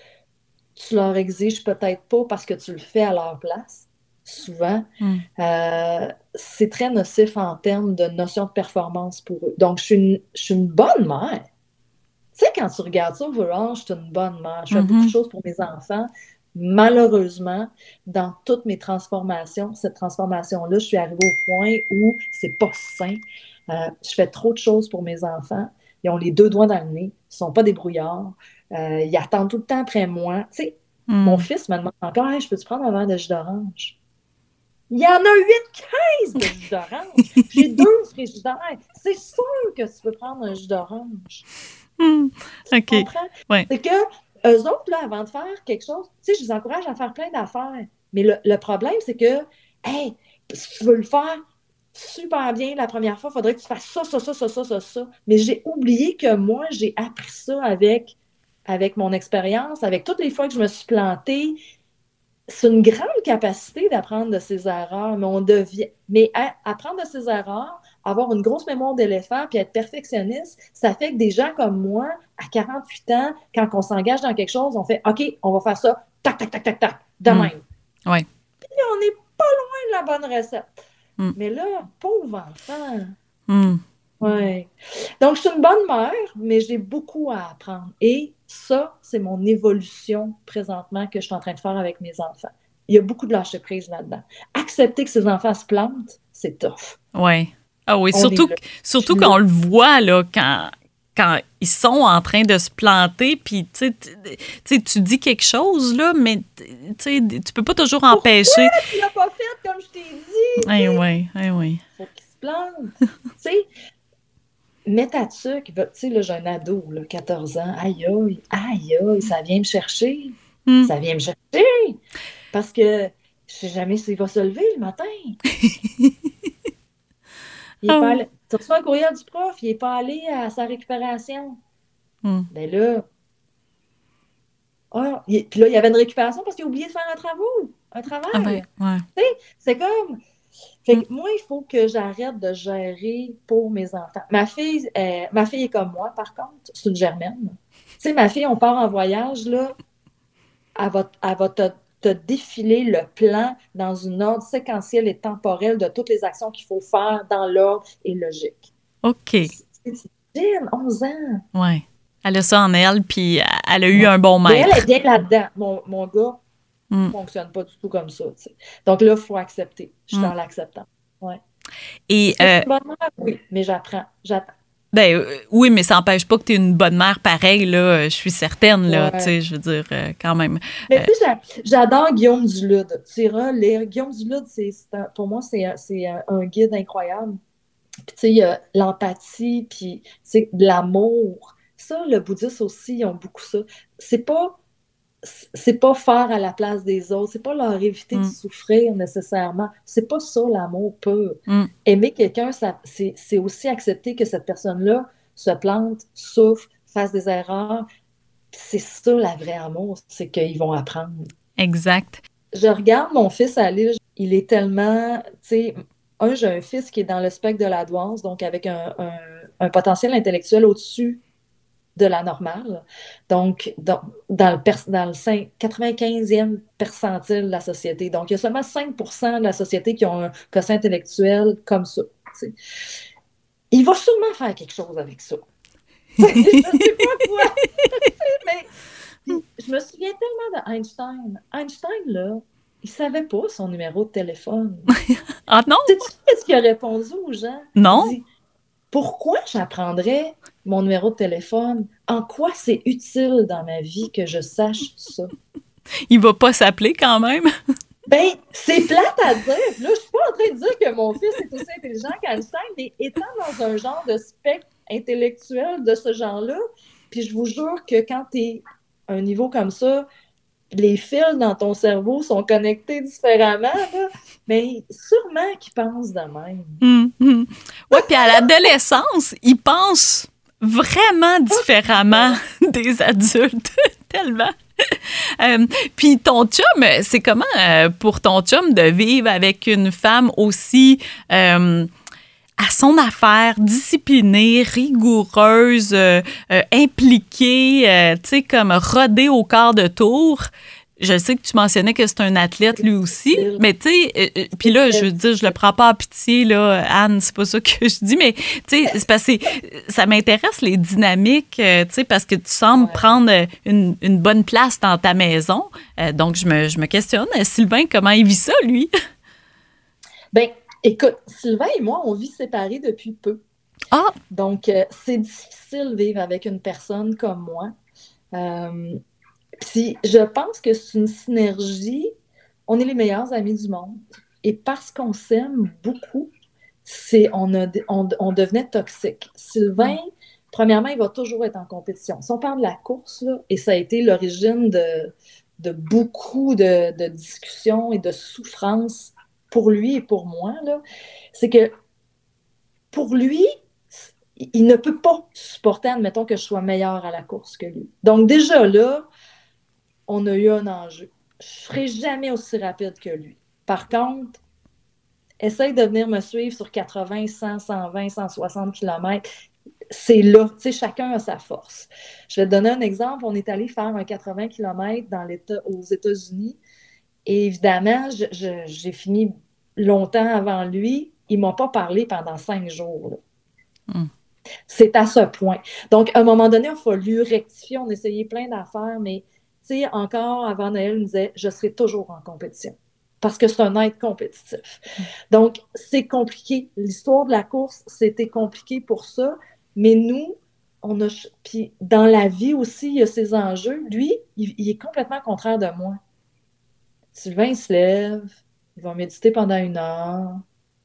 tu leur exiges peut-être pas parce que tu le fais à leur place, souvent, Mm. euh, c'est très nocif en termes de notion de performance pour eux. Donc, je suis une, je suis une bonne mère. Tu sais, quand tu regardes ça, voilà, je suis une bonne mère. Je fais beaucoup de Mhm. choses pour mes enfants. Malheureusement, dans toutes mes transformations, cette transformation-là, je suis arrivée au point où c'est pas sain. Euh, je fais trop de choses pour mes enfants. Ils ont les deux doigts dans le nez. Ils sont pas des brouillards. Euh, ils attendent tout le temps après moi. Tu sais, mon Mm. fils me demande encore, hey, je peux-tu prendre un verre de jus d'orange? Il y en a huit caisses de jus d'orange. J'ai deux frigidaires. C'est sûr que tu peux prendre un jus d'orange. Mm. Tu OK. comprends? Ouais. C'est que eux autres, là, avant de faire quelque chose, tu sais, je les encourage à faire plein d'affaires. Mais le, le problème, c'est que, hey, si tu veux le faire super bien la première fois, il faudrait que tu fasses ça, ça, ça, ça, ça, ça, ça. Mais j'ai oublié que moi, j'ai appris ça avec, avec mon expérience, avec toutes les fois que je me suis plantée. C'est une grande capacité d'apprendre de ses erreurs, mais on devient. Mais à- apprendre de ses erreurs, avoir une grosse mémoire d'éléphant puis être perfectionniste, ça fait que des gens comme moi, à quarante-huit ans, quand on s'engage dans quelque chose, on fait OK, on va faire ça, tac, tac, tac, tac, tac, de Mm. même. Ouais. Puis on n'est pas loin de la bonne recette. Mm. Mais là, pauvre enfant. Mm. Ouais. Donc, je suis une bonne mère, mais j'ai beaucoup à apprendre. Et ça, c'est mon évolution présentement que je suis en train de faire avec mes enfants. Il y a beaucoup de lâcher-prise là-dedans. Accepter que ces enfants se plantent, c'est tough. Ouais. Ah oui, On surtout, est là. surtout Je suis quand on là. le voit, là, quand, quand ils sont en train de se planter, puis tu sais, tu- tu sais, tu dis quelque chose, là, mais tu sais, tu peux pas toujours empêcher. Tu l'as pas fait comme je t'ai dit. Eh oui, eh oui. Faut qu'ils se plantent. Tu sais, mets ta tuque. Va- Tu sais, là, j'ai un ado, là, quatorze ans. Aïe, aïe, aïe, aïe, ça vient me chercher. Mm. Ça vient me chercher. Parce que je sais jamais s'il va se lever le matin. Il est Ah pas oui. allé... Tu reçois un courriel du prof, il n'est pas allé à sa récupération. Mm. Ben là, ah, il- puis là, il y avait une récupération parce qu'il a oublié de faire un travail. Un Ah travail. ben, ouais. C'est comme. Fait que moi, il faut que j'arrête de gérer pour mes enfants. Ma fille, euh, ma fille est comme moi, par contre, c'est une germaine. Tu sais, ma fille, on part en voyage, là, elle va, elle va te, te défiler le plan dans une ordre séquentielle et temporelle de toutes les actions qu'il faut faire dans l'ordre et logique. OK. C'est c'est jeune, onze ans. Ouais. Elle a ça en elle, puis elle a eu Ouais. un bon Mais elle maître. est bien là-dedans. Mon, mon gars ne Mm. fonctionne pas du tout comme ça. Tu sais. Donc là, il faut accepter. Je suis Mm. dans l'acceptance. Ouais. Et, Est-ce que je euh, suis une bonne mère? Oui, mais j'apprends. J'attends. ben, euh, oui, mais ça n'empêche pas que tu es une bonne mère pareil, là, je suis certaine, là, Ouais. tu sais, je veux dire, euh, quand même. Mais tu sais, j'a- j'adore Guillaume Dulude. Tu iras lire. Guillaume Dulude, c'est, c'est un- pour moi, c'est, un- c'est un, un guide incroyable. Puis, tu sais, il y a l'empathie, puis, tu sais, de l'amour. Ça, le bouddhiste aussi, ils ont beaucoup ça. C'est pas, c'est pas faire à la place des autres, c'est pas leur éviter de Mm. souffrir nécessairement. C'est pas ça, l'amour pur. Mm. Aimer quelqu'un, ça, c'est, c'est aussi accepter que cette personne-là se plante, souffre, fasse des erreurs. C'est ça, la vraie amour, c'est qu'ils vont apprendre. Exact. Je regarde mon fils aller, il est tellement, tu sais, un, j'ai un fils qui est dans le spectre de la douance, donc avec un, un, un potentiel intellectuel au-dessus de la normale. Donc, dans, dans le, pers- dans le cinq- quatre-vingt-quinzième percentile de la société. Donc, il y a seulement cinq pour cent de la société qui ont un quotient intellectuel comme ça. Tu sais. Il va sûrement faire quelque chose avec ça. Je ne sais pas quoi, mais puis, je me souviens tellement d'Einstein. Einstein, là, il savait pas son numéro de téléphone. Ah non? Sais-tu qu'est-ce qu'il a répondu aux gens? Non? Il dit, pourquoi j'apprendrais mon numéro de téléphone? En quoi c'est utile dans ma vie que je sache ça? Il va pas s'appeler quand même? Ben, c'est plate à dire. Là, je suis pas en train de dire que mon fils est aussi intelligent qu'Einstein, mais étant dans un genre de spectre intellectuel de ce genre-là, puis je vous jure que quand tu es à un niveau comme ça, les fils dans ton cerveau sont connectés différemment, là, mais sûrement qu'ils pensent de même. Mm, mm. Oui, puis à l'adolescence, ils pensent vraiment différemment des adultes, tellement. Euh, puis ton chum, c'est comment euh, pour ton chum de vivre avec une femme aussi euh, à son affaire, disciplinée, rigoureuse, euh, euh, impliquée, euh, tu sais, comme rodée au quart de tour? Je sais que tu mentionnais que c'est un athlète lui aussi, mais tu sais, euh, euh, puis là, je veux dire, je le prends pas à pitié, là, Anne, c'est pas ça que je dis, mais tu sais, c'est parce que ça m'intéresse les dynamiques, euh, tu sais, parce que tu sembles Ouais. prendre une, une bonne place dans ta maison. Euh, donc, je me, je me questionne, Sylvain, comment il vit ça, lui? Ben, écoute, Sylvain et moi, on vit séparés depuis peu. Ah! Donc, euh, c'est difficile de vivre avec une personne comme moi. Euh, Puis, je pense que c'est une synergie. On est les meilleurs amis du monde. Et parce qu'on s'aime beaucoup, c'est, on, a, on, on devenait toxique. Sylvain, premièrement, il va toujours être en compétition. Si on parle de la course, là, et ça a été l'origine de, de beaucoup de, de discussions et de souffrances pour lui et pour moi, là, c'est que pour lui, il ne peut pas supporter, admettons, que je sois meilleure à la course que lui. Donc déjà là, on a eu un enjeu. Je ne serai jamais aussi rapide que lui. Par contre, essaye de venir me suivre sur quatre-vingts, cent, cent vingt, cent soixante kilomètres. C'est là, tu sais, chacun a sa force. Je vais te donner un exemple. On est allé faire un quatre-vingts kilomètres dans l'État, aux États-Unis. Et évidemment, je, je, j'ai fini longtemps avant lui. Il ne m'a pas parlé pendant cinq jours. Là. Mm. C'est à ce point. Donc, à un moment donné, il a fallu rectifier. On essayait plein d'affaires, mais tu sais, encore avant Noël, il nous disait « Je serai toujours en compétition. » Parce que c'est un être compétitif. Donc, c'est compliqué. L'histoire de la course, c'était compliqué pour ça. Mais nous, on a... Puis dans la vie aussi, il y a ces enjeux. Lui, il, il est complètement contraire de moi. Sylvain, il se lève, il va méditer pendant une heure,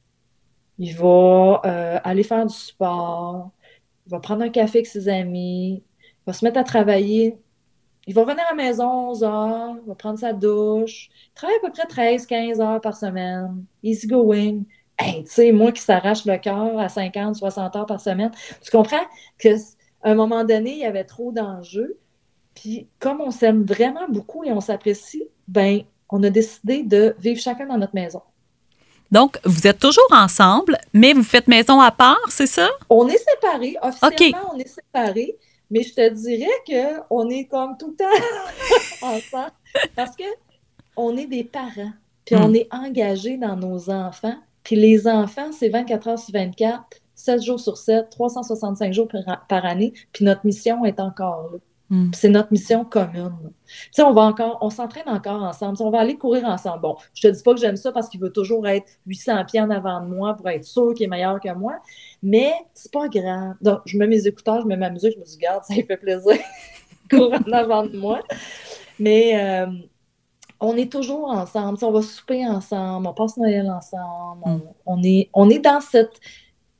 il va euh, aller faire du sport, il va prendre un café avec ses amis, il va se mettre à travailler. Il va revenir à la maison onze heures, il va prendre sa douche, il travaille à peu près treize quinze heures par semaine, easy going. Hey, tu sais, moi qui s'arrache le cœur à cinquante soixante heures par semaine, tu comprends qu'à un moment donné, il y avait trop d'enjeux. Puis comme on s'aime vraiment beaucoup et on s'apprécie, ben on a décidé de vivre chacun dans notre maison. Donc, vous êtes toujours ensemble, mais vous faites maison à part, c'est ça? On est séparés. Officiellement, okay. on est séparés. Mais je te dirais qu'on est comme tout le temps ensemble parce qu'on est des parents, puis mm. on est engagés dans nos enfants. Puis les enfants, c'est vingt-quatre heures sur vingt-quatre, sept jours sur sept, trois cent soixante-cinq jours par, par année. Puis notre mission est encore là. Mm. C'est notre mission commune. Tu sais, on va encore, on s'entraîne encore ensemble. On va aller courir ensemble. Bon, je te dis pas que j'aime ça parce qu'il veut toujours être huit cents pieds en avant de moi pour être sûr qu'il est meilleur que moi. Mais c'est pas grave. Donc, je mets mes écouteurs, je mets ma musique, je me dis, regarde, ça lui fait plaisir. Courir en avant de moi. Mais euh, on est toujours ensemble. Tu sais, on va souper ensemble, on passe Noël ensemble. Mm. On, on, est, on est dans cette,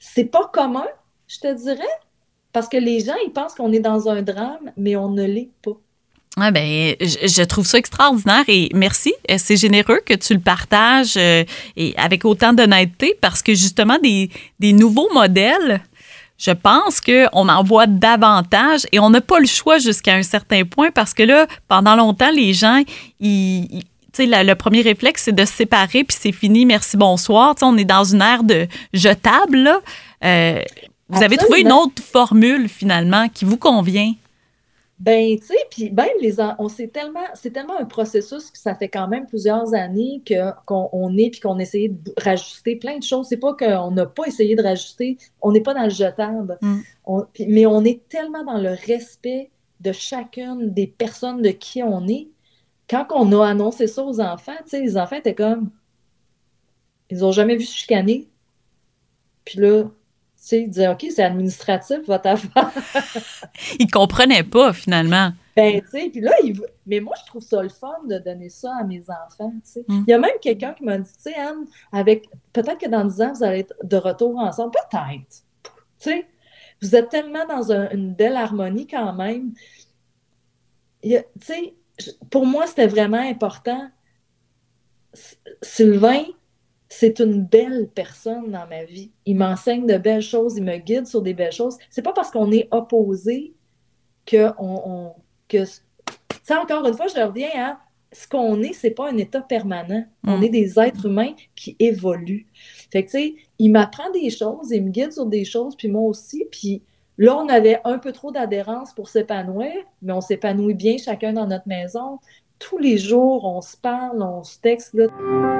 c'est pas commun, je te dirais, parce que les gens, ils pensent qu'on est dans un drame, mais on ne l'est pas. Ah ben, je, je trouve ça extraordinaire et merci. Euh, C'est généreux que tu le partages euh, et avec autant d'honnêteté parce que justement, des, des nouveaux modèles, je pense qu'on en voit davantage et on n'a pas le choix jusqu'à un certain point parce que là, pendant longtemps, les gens, ils, ils- tu sais, la- le premier réflexe, c'est de se séparer puis c'est fini, merci, bonsoir. Tu sais, on est dans une ère de jetable, là. Euh, vous avez trouvé une Absolument. autre formule, finalement, qui vous convient. Ben, tu sais, puis même les en- on sait tellement, c'est tellement un processus que ça fait quand même plusieurs années que qu'on on est puis qu'on essaie de rajouter plein de choses. C'est pas qu'on n'a pas essayé de rajouter, on n'est pas dans le jetable. Mm. On- puis- mais on est tellement dans le respect de chacune des personnes de qui on est. Quand on a annoncé ça aux enfants, tu sais, les enfants étaient comme, ils ont jamais vu se chicaner. Puis là, tu sais, ils disaient, OK, c'est administratif, votre affaire. Ils comprenaient pas, finalement. Ben, tu sais, puis là, il... mais moi, je trouve ça le fun de donner ça à mes enfants, tu sais. Mm. Il y a même quelqu'un qui m'a dit, tu sais, Anne, avec... peut-être que dans dix ans, vous allez être de retour ensemble. Peut-être. Tu sais, vous êtes tellement dans un- une belle harmonie quand même. Il y a- Tu sais, je- pour moi, c'était vraiment important. S- Sylvain, c'est une belle personne dans ma vie. Il m'enseigne de belles choses, il me guide sur des belles choses. C'est pas parce qu'on est opposés que on, on- que tu sais, encore une fois, je reviens à ce qu'on est, c'est pas un état permanent. On Mm. est des êtres humains qui évoluent. Fait que, tu sais, il m'apprend des choses, il me guide sur des choses, puis moi aussi. Puis là, on avait un peu trop d'adhérence pour s'épanouir, mais on s'épanouit bien chacun dans notre maison. Tous les jours, on se parle, on se texte, là.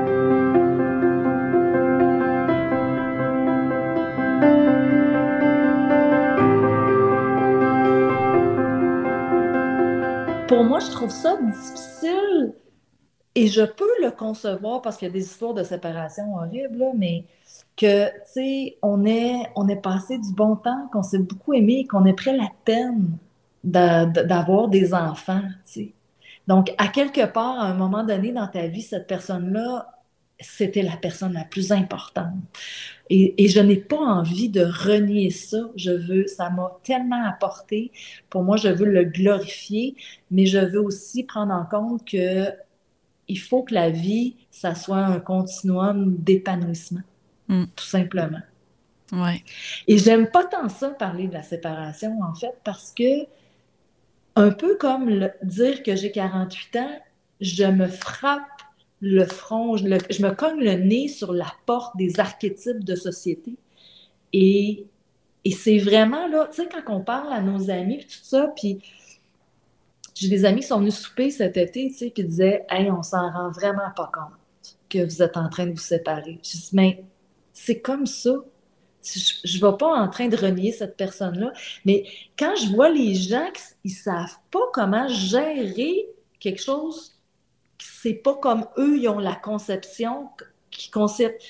Pour moi, je trouve ça difficile et je peux le concevoir parce qu'il y a des histoires de séparation horribles, là, mais que, tu sais, on est, on est passé du bon temps, qu'on s'est beaucoup aimé et qu'on ait pris la peine d'a- d'avoir des enfants, tu sais. Donc, à quelque part, à un moment donné dans ta vie, cette personne-là, c'était la personne la plus importante. Et, et je n'ai pas envie de renier ça. Je veux, ça m'a tellement apporté. Pour moi, je veux le glorifier, mais je veux aussi prendre en compte que il faut que la vie, ça soit un continuum d'épanouissement, Mm. tout simplement. Ouais. Et j'aime pas tant ça parler de la séparation, en fait, parce que, un peu comme le- dire que j'ai quarante-huit ans, je me frappe le front, je, le- je me cogne le nez sur la porte des archétypes de société. Et, et c'est vraiment là, tu sais, quand on parle à nos amis, puis tout ça, puis j'ai des amis qui sont venus souper cet été, tu sais, puis ils disaient, hey, on s'en rend vraiment pas compte que vous êtes en train de vous séparer. Je dis, mais c'est comme ça. Je ne vais pas en train de renier cette personne-là. Mais quand je vois les gens qui ne savent pas comment gérer quelque chose, c'est pas comme eux, ils ont la conception, qui concept,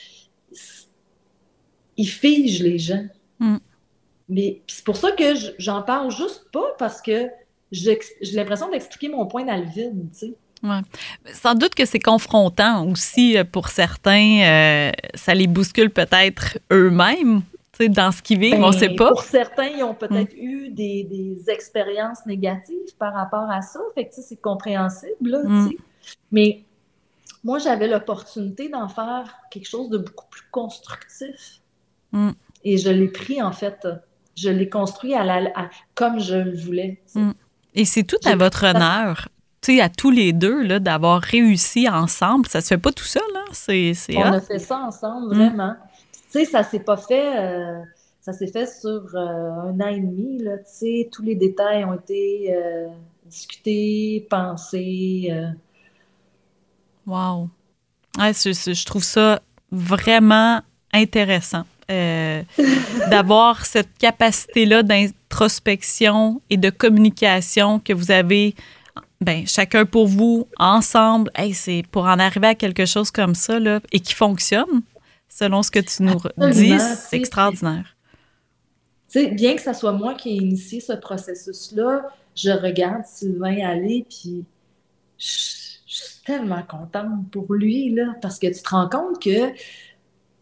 ils figent les gens. Mm. Mais c'est pour ça que je- j'en parle juste pas parce que j'ai j'ai l'impression d'expliquer mon point dans le vide, tu sais. Ouais. Sans doute que c'est confrontant aussi euh, pour certains. Euh, ça les bouscule peut-être eux-mêmes, tu sais, dans ce qu'ils vivent, on ne sait Ben, pas. pour certains, ils ont Mm. peut-être eu des, des expériences négatives par rapport à ça. Fait que, tu sais, c'est compréhensible, là, tu Mm. sais. Mais moi, j'avais l'opportunité d'en faire quelque chose de beaucoup plus constructif. Mm. Et je l'ai pris, en fait. Je l'ai construit à la, à- comme je le voulais, tu sais. Mm. Et c'est tout à J'ai pris votre ça. honneur, tu sais, à tous les deux, là, d'avoir réussi ensemble. Ça se fait pas tout seul, hein? C'est, c'est On hot. a fait ça ensemble, Mm. vraiment. Puis, tu sais, ça s'est pas fait... euh, ça s'est fait sur euh, un an et demi, là, tu sais. Tous les détails ont été euh, discutés, pensés. euh. Wow. Ouais, c'est- c'est- je trouve ça vraiment intéressant. Euh, d'avoir cette capacité-là d'introspection et de communication que vous avez, ben, chacun pour vous, ensemble. Hey, c'est pour en arriver à quelque chose comme ça là, et qui fonctionne, selon ce que tu nous dis, Absolument, tu c'est sais. Puis, extraordinaire. tu sais, bien que ça soit moi qui ai initié ce processus-là, je regarde Sylvain aller, puis je, je suis tellement contente pour lui, là, parce que tu te rends compte que, tu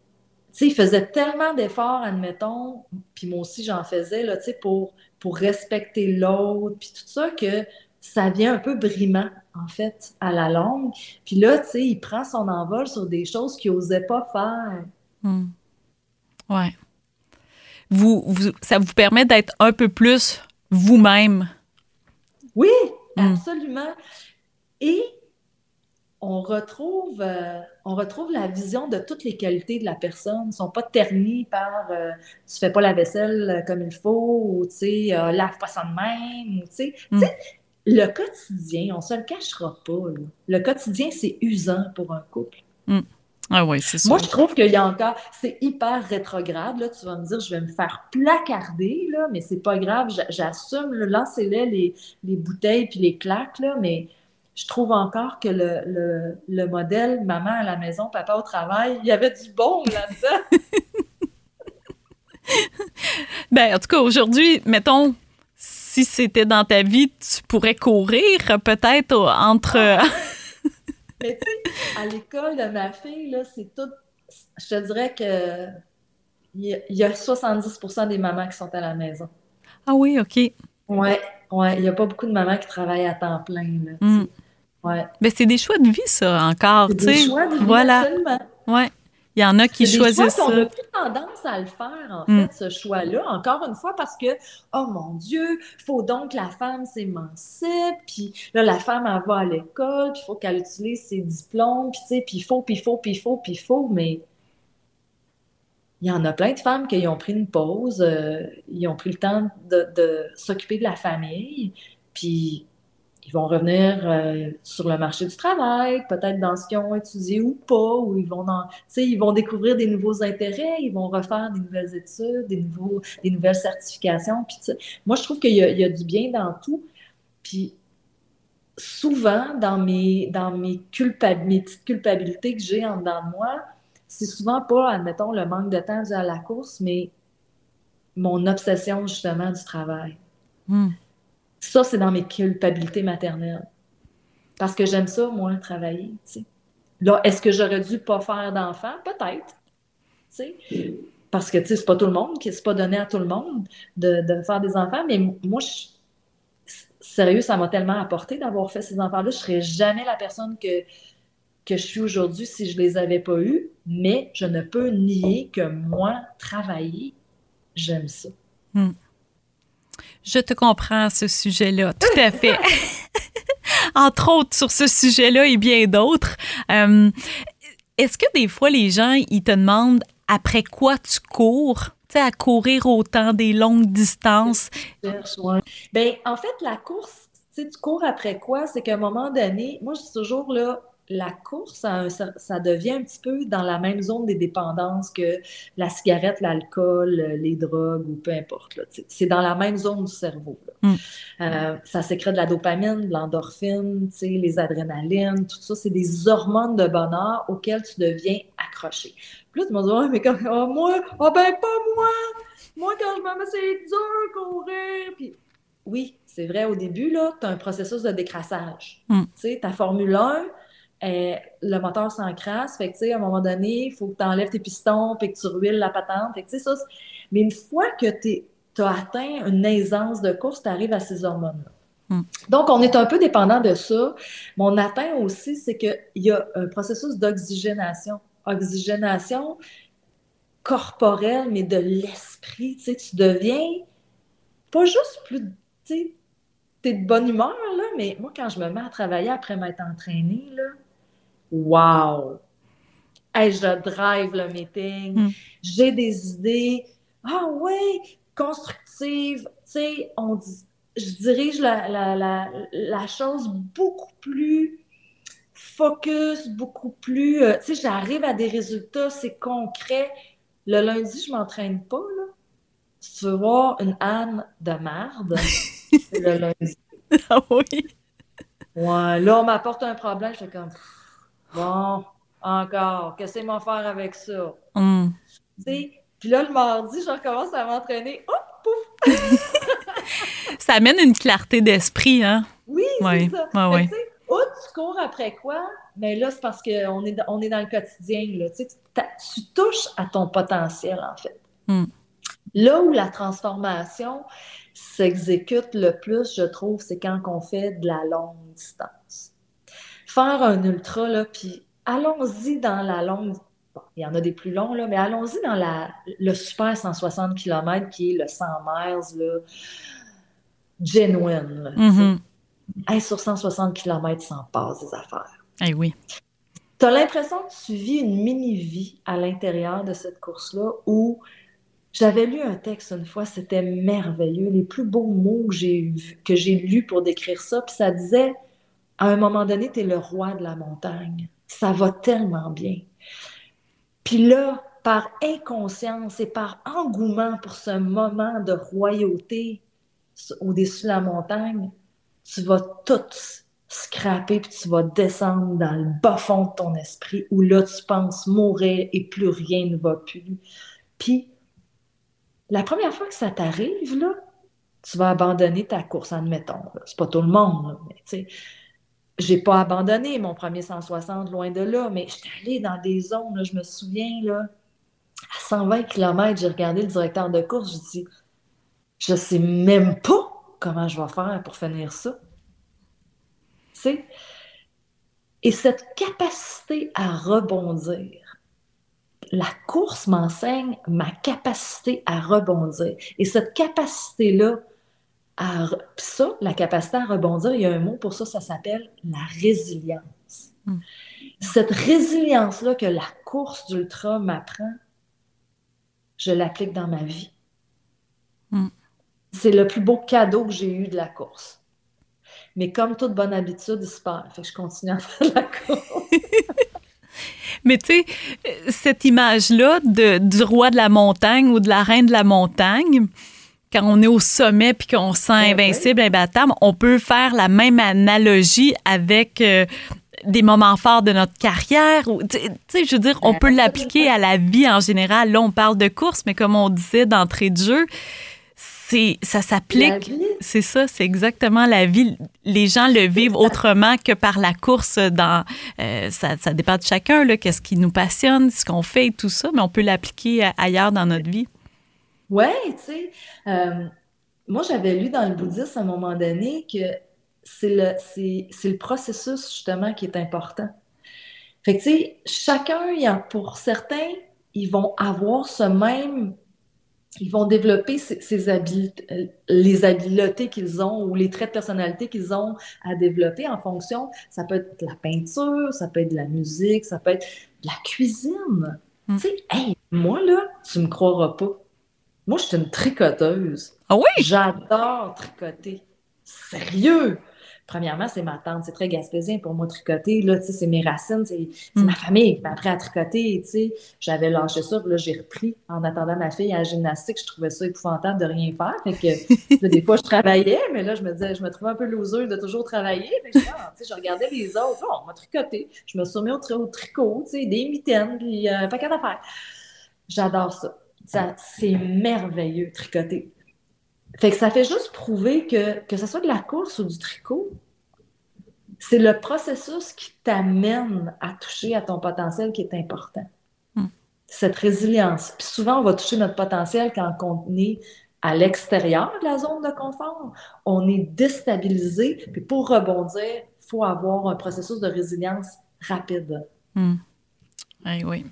sais, ils faisaient tellement d'efforts, admettons, puis moi aussi j'en faisais, là, tu sais, pour, pour respecter l'autre, puis tout ça, que ça vient un peu brimant, en fait, à la longue. Puis là, tu sais, il prend son envol sur des choses qu'il n'osait pas faire. Mm. Ouais. Vous, vous, ça vous permet d'être un peu plus vous-même. Oui, Mm. absolument. Et on retrouve, euh, on retrouve la vision de toutes les qualités de la personne. Ils ne sont pas ternis par euh, tu fais pas la vaisselle comme il faut, ou tu sais, euh, lave pas ça de même, ou tu sais. Mm. Tu sais, le quotidien, on ne se le cachera pas, là. Le quotidien, c'est usant pour un couple. Mm. Ah oui, c'est sûr. Moi, je trouve qu'il y a encore, c'est hyper rétrograde, là. Tu vas me dire, je vais me faire placarder, là, mais c'est pas grave, j'assume, là, lancez-les les, les bouteilles puis les claques, là, mais je trouve encore que le, le, le modèle maman à la maison, papa au travail, il y avait du bon là-dedans. Ben, en tout cas, aujourd'hui, mettons, si c'était dans ta vie, tu pourrais courir peut-être entre... Ah, mais tu sais, à l'école de ma fille, là, c'est tout... Je te dirais que il y a soixante-dix pour cent des mamans qui sont à la maison. Ah oui, OK. Ouais, ouais, il n'y a pas beaucoup de mamans qui travaillent à temps plein, là, tu Mm. sais. Ouais. Ben, c'est des choix de vie, ça, encore. C'est des choix de vie, voilà. absolument. Ouais. Il y en a qui c'est choisissent des choix qu'on ça. a plus tendance à le faire, en Mm. fait, ce choix-là. Encore une fois, parce que, oh mon Dieu, il faut donc que la femme s'émancipe, puis là, la femme, elle va à l'école, puis il faut qu'elle utilise ses diplômes, puis tu sais, puis il faut, puis il faut, puis il faut, puis il faut, mais il y en a plein de femmes qui ont pris une pause, euh, ils ont pris le temps de, de s'occuper de la famille, puis ils vont revenir euh, sur le marché du travail, peut-être dans ce qu'ils ont étudié ou pas, ou ils vont dans, tu sais, ils vont découvrir des nouveaux intérêts, ils vont refaire des nouvelles études, des, nouveaux, des nouvelles certifications. Puis, tu sais, moi, je trouve qu'il y a, il y a du bien dans tout. Puis, souvent, dans mes, dans mes, culpab- mes petites culpabilités que j'ai en dedans de moi, c'est souvent pas, admettons, le manque de temps dû à la course, mais mon obsession, justement, du travail. Mm. Ça, c'est dans mes culpabilités maternelles. Parce que j'aime ça, moi, travailler, tu sais. Là, est-ce que j'aurais dû pas faire d'enfants? Peut-être, tu sais. Parce que, tu sais, c'est pas tout le monde, qui c'est pas donné à tout le monde de, de faire des enfants, mais moi, je, sérieux, ça m'a tellement apporté d'avoir fait ces enfants-là. Je serais jamais la personne que, que je suis aujourd'hui si je les avais pas eus, mais je ne peux nier que moi, travailler, j'aime ça. Mm. Je te comprends à ce sujet-là, tout à fait. Entre autres, sur ce sujet-là et bien d'autres. Euh, est-ce que des fois, les gens, ils te demandent après quoi tu cours? Tu sais, à courir autant des longues distances? Ouais. Ben, en fait, la course, tu sais, tu cours après quoi? C'est qu'à un moment donné, moi, je dis toujours, là, la course, ça, ça, ça devient un petit peu dans la même zone des dépendances que la cigarette, l'alcool, les drogues ou peu importe. Là, c'est dans la même zone du cerveau. Là. Mm. Euh, ça sécrète de la dopamine, de l'endorphine, les adrénalines, tout ça. C'est des hormones de bonheur auxquelles tu deviens accroché. Puis là, tu me dis, oh, mais quand, oh, moi, oh, ben pas moi! Moi, quand je me mets, c'est dur courir! Puis, oui, c'est vrai, au début, là, tu as un processus de décrassage. Mm. Tu sais, ta Formule un, Euh, le moteur s'encrasse, fait que, tu sais, à un moment donné, il faut que tu enlèves tes pistons puis que tu ruiles la patente. Fait que, tu sais, ça, mais une fois que tu as atteint une aisance de course, tu arrives à ces hormones-là. Mm. Donc, on est un peu dépendant de ça. Mais on atteint aussi, c'est qu'il y a un processus d'oxygénation. Oxygénation corporelle, mais de l'esprit. Tu sais, tu deviens pas juste plus, tu sais, t'es de bonne humeur, là, mais moi, quand je me mets à travailler après m'être entraînée, là, wow! Hey, je drive le meeting, mm. j'ai des idées, ah oui, constructives, tu sais, on dit, je dirige la, la, la, la chose beaucoup plus focus, beaucoup plus, euh, tu sais, j'arrive à des résultats, c'est concret. Le lundi, je m'entraîne pas, là. Si tu veux voir une âne de merde, c'est le lundi. Ah oui? Ouais, là, on m'apporte un problème, je fais comme, bon, encore, qu'est-ce qu'ils vont faire avec ça? Mm. Tu sais, puis là, le mardi, je recommence à m'entraîner, hop, pouf! Ça amène une clarté d'esprit, hein? Oui, ouais. c'est ça. Ouais, ouais. Tu sais, où tu cours après quoi? Mais là, c'est parce qu'on est, on est dans le quotidien. Là. Tu sais, tu touches à ton potentiel, en fait. Mm. Là où la transformation s'exécute le plus, je trouve, c'est quand on fait de la longue distance. Faire un ultra, là, puis allons-y dans la longue... Bon, il y en a des plus longs, là, mais allons-y dans la, le super cent soixante kilomètres qui est le cent miles, là, genuine. Là, mm-hmm. Hey, sur cent soixante kilomètres, ça en passe des affaires. Eh oui. Tu as l'impression que tu vis une mini-vie à l'intérieur de cette course-là où j'avais lu un texte une fois, c'était merveilleux, les plus beaux mots que j'ai, que j'ai lus pour décrire ça, puis ça disait, à un moment donné, tu es le roi de la montagne. Ça va tellement bien. Puis là, par inconscience et par engouement pour ce moment de royauté au-dessus de la montagne, tu vas tout scraper puis tu vas descendre dans le bas fond de ton esprit où là, tu penses mourir et plus rien ne va plus. Puis, la première fois que ça t'arrive, là, tu vas abandonner ta course, admettons. Là. C'est pas tout le monde, là, mais tu sais, j'ai pas abandonné mon premier cent soixante, loin de là, mais j'étais allée dans des zones, là, je me souviens, là, à cent vingt kilomètres, j'ai regardé le directeur de course, je dis, je sais même pas comment je vais faire pour finir ça. Tu sais? Et cette capacité à rebondir, la course m'enseigne ma capacité à rebondir. Et cette capacité-là, à re... ça, la capacité à rebondir, il y a un mot pour ça, ça s'appelle la résilience. Mm. Cette résilience-là que la course d'ultra m'apprend, je l'applique dans ma vie. Mm. C'est le plus beau cadeau que j'ai eu de la course. Mais comme toute bonne habitude, il se perd. Fait que je continue à faire de la course. Mais tu sais, cette image-là de, du roi de la montagne ou de la reine de la montagne, quand on est au sommet puis qu'on se sent ben invincible, oui. imbattable, on peut faire la même analogie avec euh, des moments forts de notre carrière. Tu sais, je veux dire, on peut l'appliquer à la vie en général. Là, on parle de course, mais comme on disait d'entrée de jeu, c'est, ça s'applique. C'est ça, c'est exactement la vie. Les gens le vivent autrement que par la course. Dans, euh, ça, ça dépend de chacun, là, qu'est-ce qui nous passionne, ce qu'on fait et tout ça, mais on peut l'appliquer ailleurs dans notre vie. Oui, tu sais, euh, moi, j'avais lu dans le bouddhisme à un moment donné que c'est le, c'est, c'est le processus, justement, qui est important. Fait que, tu sais, chacun, il y a, pour certains, ils vont avoir ce même... Ils vont développer ces, ces habiletés, les habiletés qu'ils ont ou les traits de personnalité qu'ils ont à développer en fonction. Ça peut être de la peinture, ça peut être de la musique, ça peut être de la cuisine. Mm. Tu sais, hey, moi, là, tu me croiras pas. Moi, je suis une tricoteuse. Ah oui? J'adore tricoter. Sérieux! Premièrement, c'est ma tante. C'est très gaspésien pour moi, tricoter. Là, tu sais, c'est mes racines, c'est, c'est mm. ma famille qui m'a appris à tricoter. Tu sais, j'avais lâché ça, puis là, j'ai repris en attendant ma fille à la gymnastique. Je trouvais ça épouvantable de rien faire. Fait que, là, des fois, je travaillais, mais là, je me disais, je me trouvais un peu loser de toujours travailler. Fait que, ah, tu sais, je regardais les autres. Oh, on m'a tricoté. Je me suis remis au, tri- au tricot, tu sais, des mitaines, puis euh, un paquet d'affaires. J'adore ça. Ça, c'est merveilleux, tricoter. Fait que ça fait juste prouver que, que ce soit de la course ou du tricot, c'est le processus qui t'amène à toucher à ton potentiel qui est important. Mm. Cette résilience. Puis souvent, on va toucher notre potentiel quand on est à l'extérieur de la zone de confort. On est déstabilisé. Puis pour rebondir, il faut avoir un processus de résilience rapide. Mm. Oui, oui.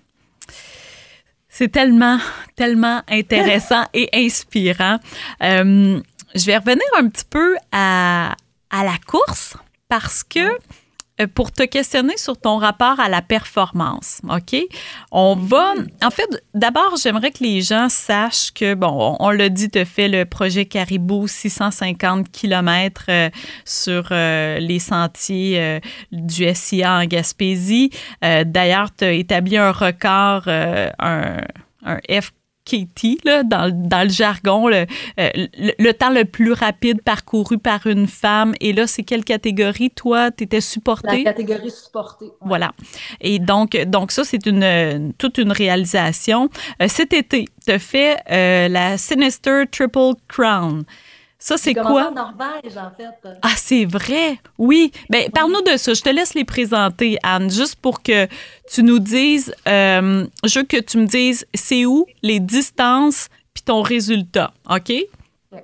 C'est tellement, tellement intéressant et inspirant. Euh, je vais revenir un petit peu à, à la course parce que euh, pour te questionner sur ton rapport à la performance, OK? On va... En fait, d'abord, j'aimerais que les gens sachent que, bon, on, on l'a dit, tu as fait le projet Caribou, six cent cinquante kilomètres euh, sur euh, les sentiers euh, du S I A en Gaspésie. Euh, d'ailleurs, tu as établi un record, euh, un, un F K T, là, dans, dans le jargon, le, euh, le, le temps le plus rapide parcouru par une femme. Et là, c'est quelle catégorie? Toi, tu étais supportée? La catégorie supportée. Ouais. Voilà. Et donc, donc ça, c'est une, toute une réalisation. Euh, cet été, tu as fait euh, la Sinister Triple Crown. Ça, J'ai c'est commencé quoi? en Norvège, en fait. Ah, c'est vrai. Oui. Ben, Oui. parle-nous de ça. Je te laisse les présenter, Anne, juste pour que tu nous dises, euh, je veux que tu me dises c'est où, les distances, puis ton résultat. OK? Ouais.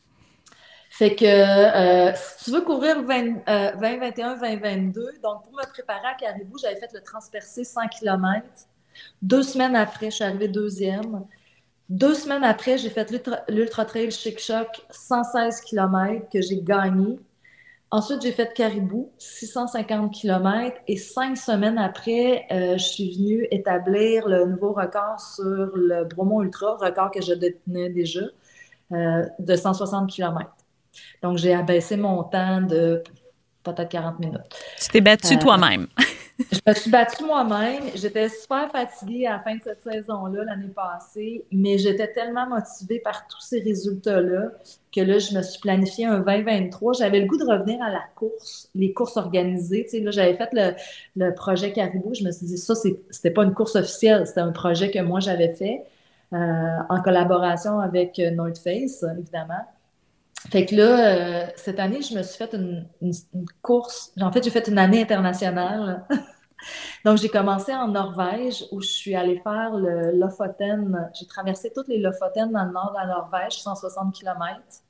Fait que euh, si tu veux courir vingt, euh, vingt vingt et un, vingt vingt-deux, donc pour me préparer à Caribou, j'avais fait le transpercé cent kilomètres. Deux semaines après, je suis arrivée deuxième. Deux semaines après, j'ai fait l'Ultra, l'Ultra Trail Chic Choc cent seize kilomètres que j'ai gagné. Ensuite, j'ai fait Caribou, six cent cinquante kilomètres. Et cinq semaines après, euh, je suis venue établir le nouveau record sur le Bromont Ultra, record que je détenais déjà, euh, de cent soixante kilomètres. Donc, j'ai abaissé mon temps de peut-être quarante minutes. Tu t'es battu Euh, toi-même. je me suis battue moi-même. J'étais super fatiguée à la fin de cette saison-là, l'année passée, mais j'étais tellement motivée par tous ces résultats-là que là, je me suis planifié un vingt vingt-trois. J'avais le goût de revenir à la course, les courses organisées. Tu sais, là, j'avais fait le, le projet Caribou. Je me suis dit, ça, c'est, c'était pas une course officielle, c'était un projet que moi, j'avais fait euh, en collaboration avec North Face, évidemment. Fait que là, euh, cette année, je me suis fait une, une, une course. En fait, j'ai fait une année internationale. Donc, j'ai commencé en Norvège où je suis allée faire le Lofoten. J'ai traversé toutes les Lofoten dans le nord de la Norvège, cent soixante kilomètres.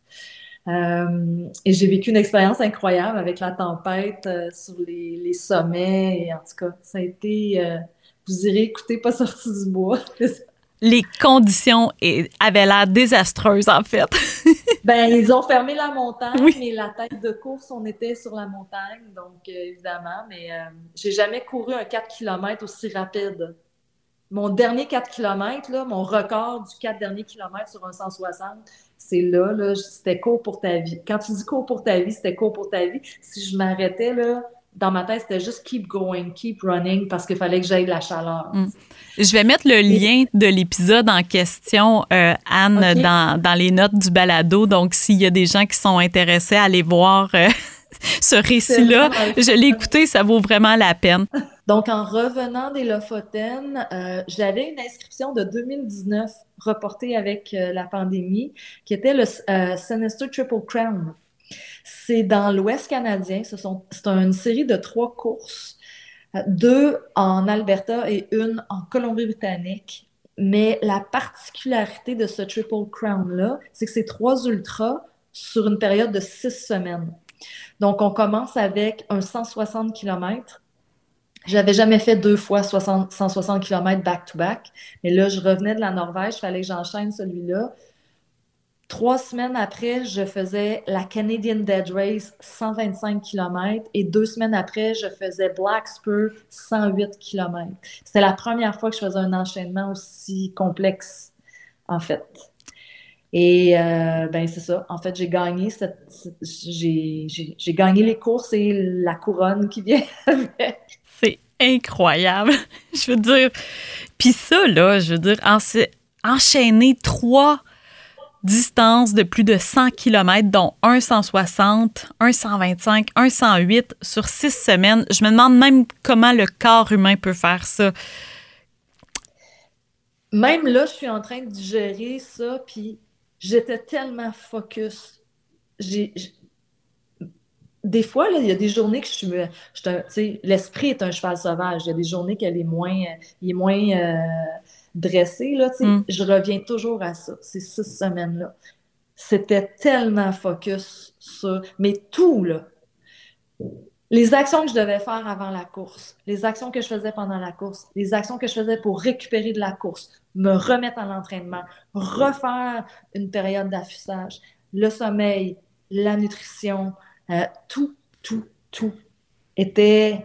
Euh, et j'ai vécu une expérience incroyable avec la tempête euh, sur les, les sommets. Et en tout cas, ça a été, euh, vous irez écouter Pas sorti du bois. Les conditions eh, avaient l'air désastreuses, en fait. Ben, ils ont fermé la montagne, Oui. mais la tête de course, on était sur la montagne, donc euh, évidemment, mais euh, j'ai jamais couru un quatre kilomètres aussi rapide. Mon dernier quatre kilomètres, là, mon record du quatre derniers kilomètres sur un cent soixante, c'est là, là, c'était court pour ta vie. Quand tu dis court pour ta vie, c'était court pour ta vie. Si je m'arrêtais, là, dans ma tête, c'était juste keep going, keep running, parce qu'il fallait que j'aille de la chaleur. Mm. Je vais mettre le Et, lien de l'épisode en question, euh, Anne, OK. dans, dans les notes du balado. Donc, s'il y a des gens qui sont intéressés à aller voir euh, ce C'est récit-là, vraiment le je l'ai écouté, ça vaut vraiment la peine. Donc, en revenant des Lofoten, euh, j'avais une inscription de deux mille dix-neuf reportée avec euh, la pandémie, qui était le euh, Sinister Triple Crown. C'est dans l'Ouest canadien. Ce sont, c'est une série de trois courses, euh, deux en Alberta et une en Colombie-Britannique. Mais la particularité de ce Triple Crown-là, c'est que c'est trois ultras sur une période de six semaines. Donc, on commence avec un cent soixante kilomètres. J'avais jamais fait deux fois soixante, cent soixante kilomètres back-to-back, mais là, je revenais de la Norvège, il fallait que j'enchaîne celui-là. Trois semaines après, je faisais la Canadian Dead Race, cent vingt-cinq kilomètres, et deux semaines après, je faisais Black Spur, cent huit kilomètres. C'était la première fois que je faisais un enchaînement aussi complexe, en fait. Et euh, ben c'est ça. En fait, j'ai gagné cette, cette- j'ai, j'ai, j'ai gagné les courses et la couronne qui vient avec. C'est incroyable. Je veux dire, puis ça, là, je veux dire, encha- enchaîner trois distances de plus de cent kilomètres, dont un cent soixante, un cent vingt-cinq, un cent huit sur six semaines. Je me demande même comment le corps humain peut faire ça. Même là, je suis en train de digérer ça, puis j'étais tellement focus. J'ai, j'ai- des fois, là, il y a des journées que je suis, je suis un- tu sais, l'esprit est un cheval sauvage. Il y a des journées qu'elle est moins, euh, il est moins euh, dressé, là, tu sais. Mm. Je reviens toujours à ça, ces six semaines-là. C'était tellement focus sur, mais tout, là. Les actions que je devais faire avant la course, les actions que je faisais pendant la course, les actions que je faisais pour récupérer de la course, me remettre à l'entraînement, refaire une période d'affichage, le sommeil, la nutrition, euh, tout, tout, tout était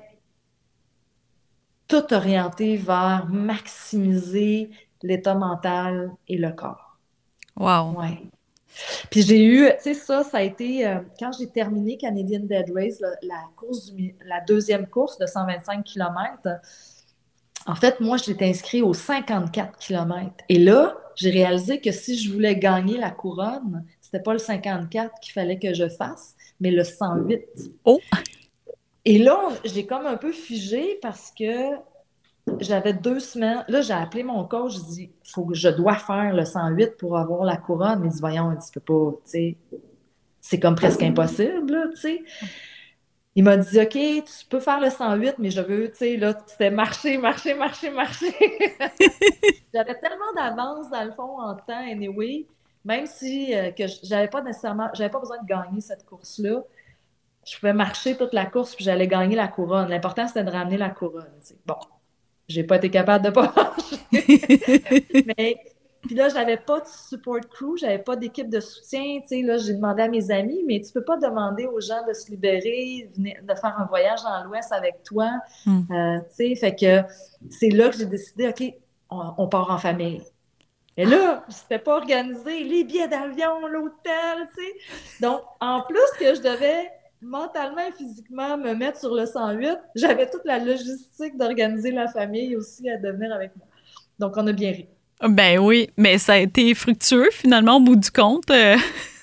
tout orienté vers maximiser l'état mental et le corps. Wow. Ouais. Puis j'ai eu, tu sais, ça, ça a été, euh, quand j'ai terminé Canadian Dead Race, la, la course du, la deuxième course de cent vingt-cinq kilomètres, en fait, moi, j'étais inscrit aux cinquante-quatre kilomètres. Et là, j'ai réalisé que si je voulais gagner la couronne, c'était pas le cinquante-quatre qu'il fallait que je fasse, mais le cent huit. Oh, Et là, on- j'ai comme un peu figé parce que j'avais deux semaines. Là, j'ai appelé mon coach, j'ai dit, faut que je dois faire le cent huit pour avoir la couronne. Il dit, voyons, tu peux pas, tu sais. c'est comme presque impossible, là, tu sais. Il m'a dit, OK, tu peux faire le cent huit, mais je veux, tu sais, là, c'était marcher, marcher, marcher, marcher. J'avais tellement d'avance, dans le fond, en temps, anyway, même si euh, que j'avais pas nécessairement, j'avais pas besoin de gagner cette course-là. Je pouvais marcher toute la course, puis j'allais gagner la couronne. L'important, c'était de ramener la couronne, tu sais. Bon, j'ai pas été capable de pas marcher. Mais, puis là, j'avais pas de support crew, j'avais pas d'équipe de soutien, tu sais, là, j'ai demandé à mes amis, mais tu peux pas demander aux gens de se libérer, de faire un voyage dans l'Ouest avec toi, Mm. euh, tu sais, fait que c'est là que j'ai décidé, OK, on, on part en famille. Et là, c'était pas organisé, les billets d'avion, l'hôtel, tu sais. Donc, en plus que je devais mentalement et physiquement me mettre sur le cent huit, j'avais toute la logistique d'organiser la famille aussi à devenir avec moi. Donc, on a bien ri. Ben oui, mais ça a été fructueux finalement au bout du compte. Euh...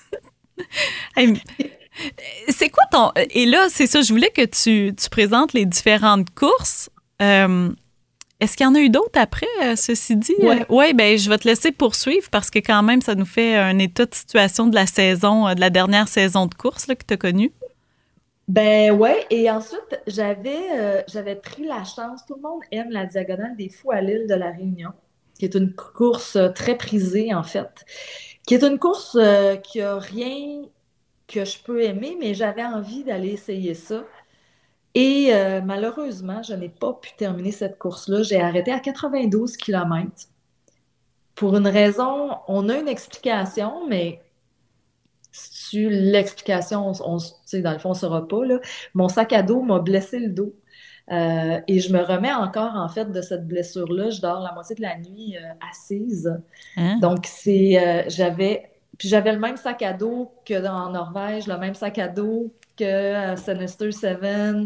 hey, c'est quoi ton... Et là, c'est ça, je voulais que tu, tu présentes les différentes courses. Euh, est-ce qu'il y en a eu d'autres après, euh, ceci dit? Oui, euh, ouais, ben je vais te laisser poursuivre parce que quand même, ça nous fait un état de situation de la saison, euh, de la dernière saison de course là, que tu as connue. Ben ouais, et ensuite, j'avais euh, j'avais pris la chance, tout le monde aime la Diagonale des Fous à l'île de la Réunion, qui est une course euh, très prisée en fait, qui est une course euh, qui a rien que je peux aimer, mais j'avais envie d'aller essayer ça. Et euh, malheureusement, je n'ai pas pu terminer cette course-là. J'ai arrêté à quatre-vingt-douze kilomètres. Pour une raison, on a une explication, mais si l'explication, on, on, tu sais, dans le fond, on ne saura pas, là. Mon sac à dos m'a blessé le dos. Euh, et je me remets encore, en fait, de cette blessure-là. Je dors la moitié de la nuit euh, assise. Hein? Donc, c'est, euh, j'avais, puis j'avais le même sac à dos que dans, en Norvège, le même sac à dos que à Sinister Seven.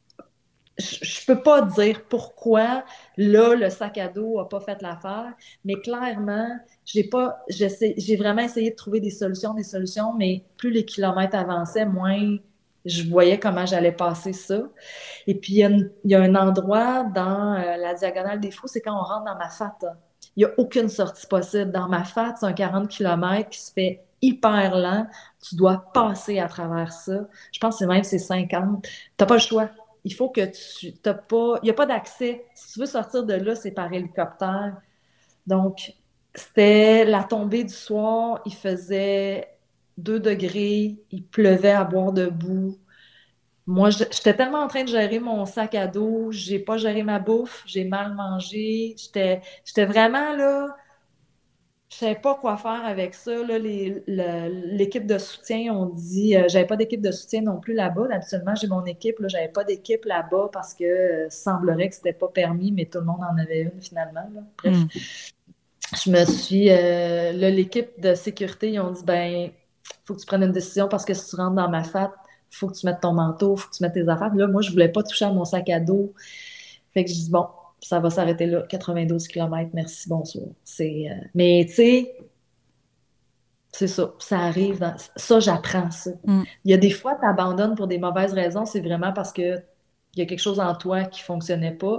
Je, je peux pas dire pourquoi là le sac à dos a pas fait l'affaire, mais clairement, j'ai pas, j'essaie, j'ai vraiment essayé de trouver des solutions, des solutions, mais plus les kilomètres avançaient, moins je voyais comment j'allais passer ça. Et puis il y a, une- il y a un endroit dans euh, la Diagonale des Fous, c'est quand on rentre dans ma fat. Il y a aucune sortie possible. Dans ma fat, c'est un quarante kilomètres qui se fait hyper lent. Tu dois passer à travers ça. Je pense que c'est même c'est cinquante. T'as pas le choix. Il faut que tu t'as pas. Il n'y a pas d'accès. Si tu veux sortir de là, c'est par hélicoptère. Donc, c'était la tombée du soir. Il faisait deux degrés. Il pleuvait à boire debout. Moi, je- j'étais tellement en train de gérer mon sac à dos. J'ai pas géré ma bouffe. J'ai mal mangé. J'étais, j'étais vraiment là. Je savais pas quoi faire avec ça. Là, les- le- l'équipe de soutien, on dit, euh, j'avais pas d'équipe de soutien non plus là-bas. Habituellement, j'ai mon équipe. Là, j'avais pas d'équipe là-bas parce que euh, semblerait que c'était pas permis, mais tout le monde en avait une finalement. Là. Bref, Mm. je me suis, euh, là, l'équipe de sécurité, ils ont dit, ben, faut que tu prennes une décision parce que si tu rentres dans ma fat, faut que tu mettes ton manteau, faut que tu mettes tes affaires. Là, moi, je voulais pas toucher à mon sac à dos. Fait que je dis, bon, ça va s'arrêter là, quatre-vingt-douze kilomètres, merci, bonsoir. C'est, euh, mais tu sais, c'est ça, ça arrive. Dans- ça, j'apprends ça. Mm. Il y a des fois, tu abandonnes pour des mauvaises raisons, c'est vraiment parce que il y a quelque chose en toi qui fonctionnait pas.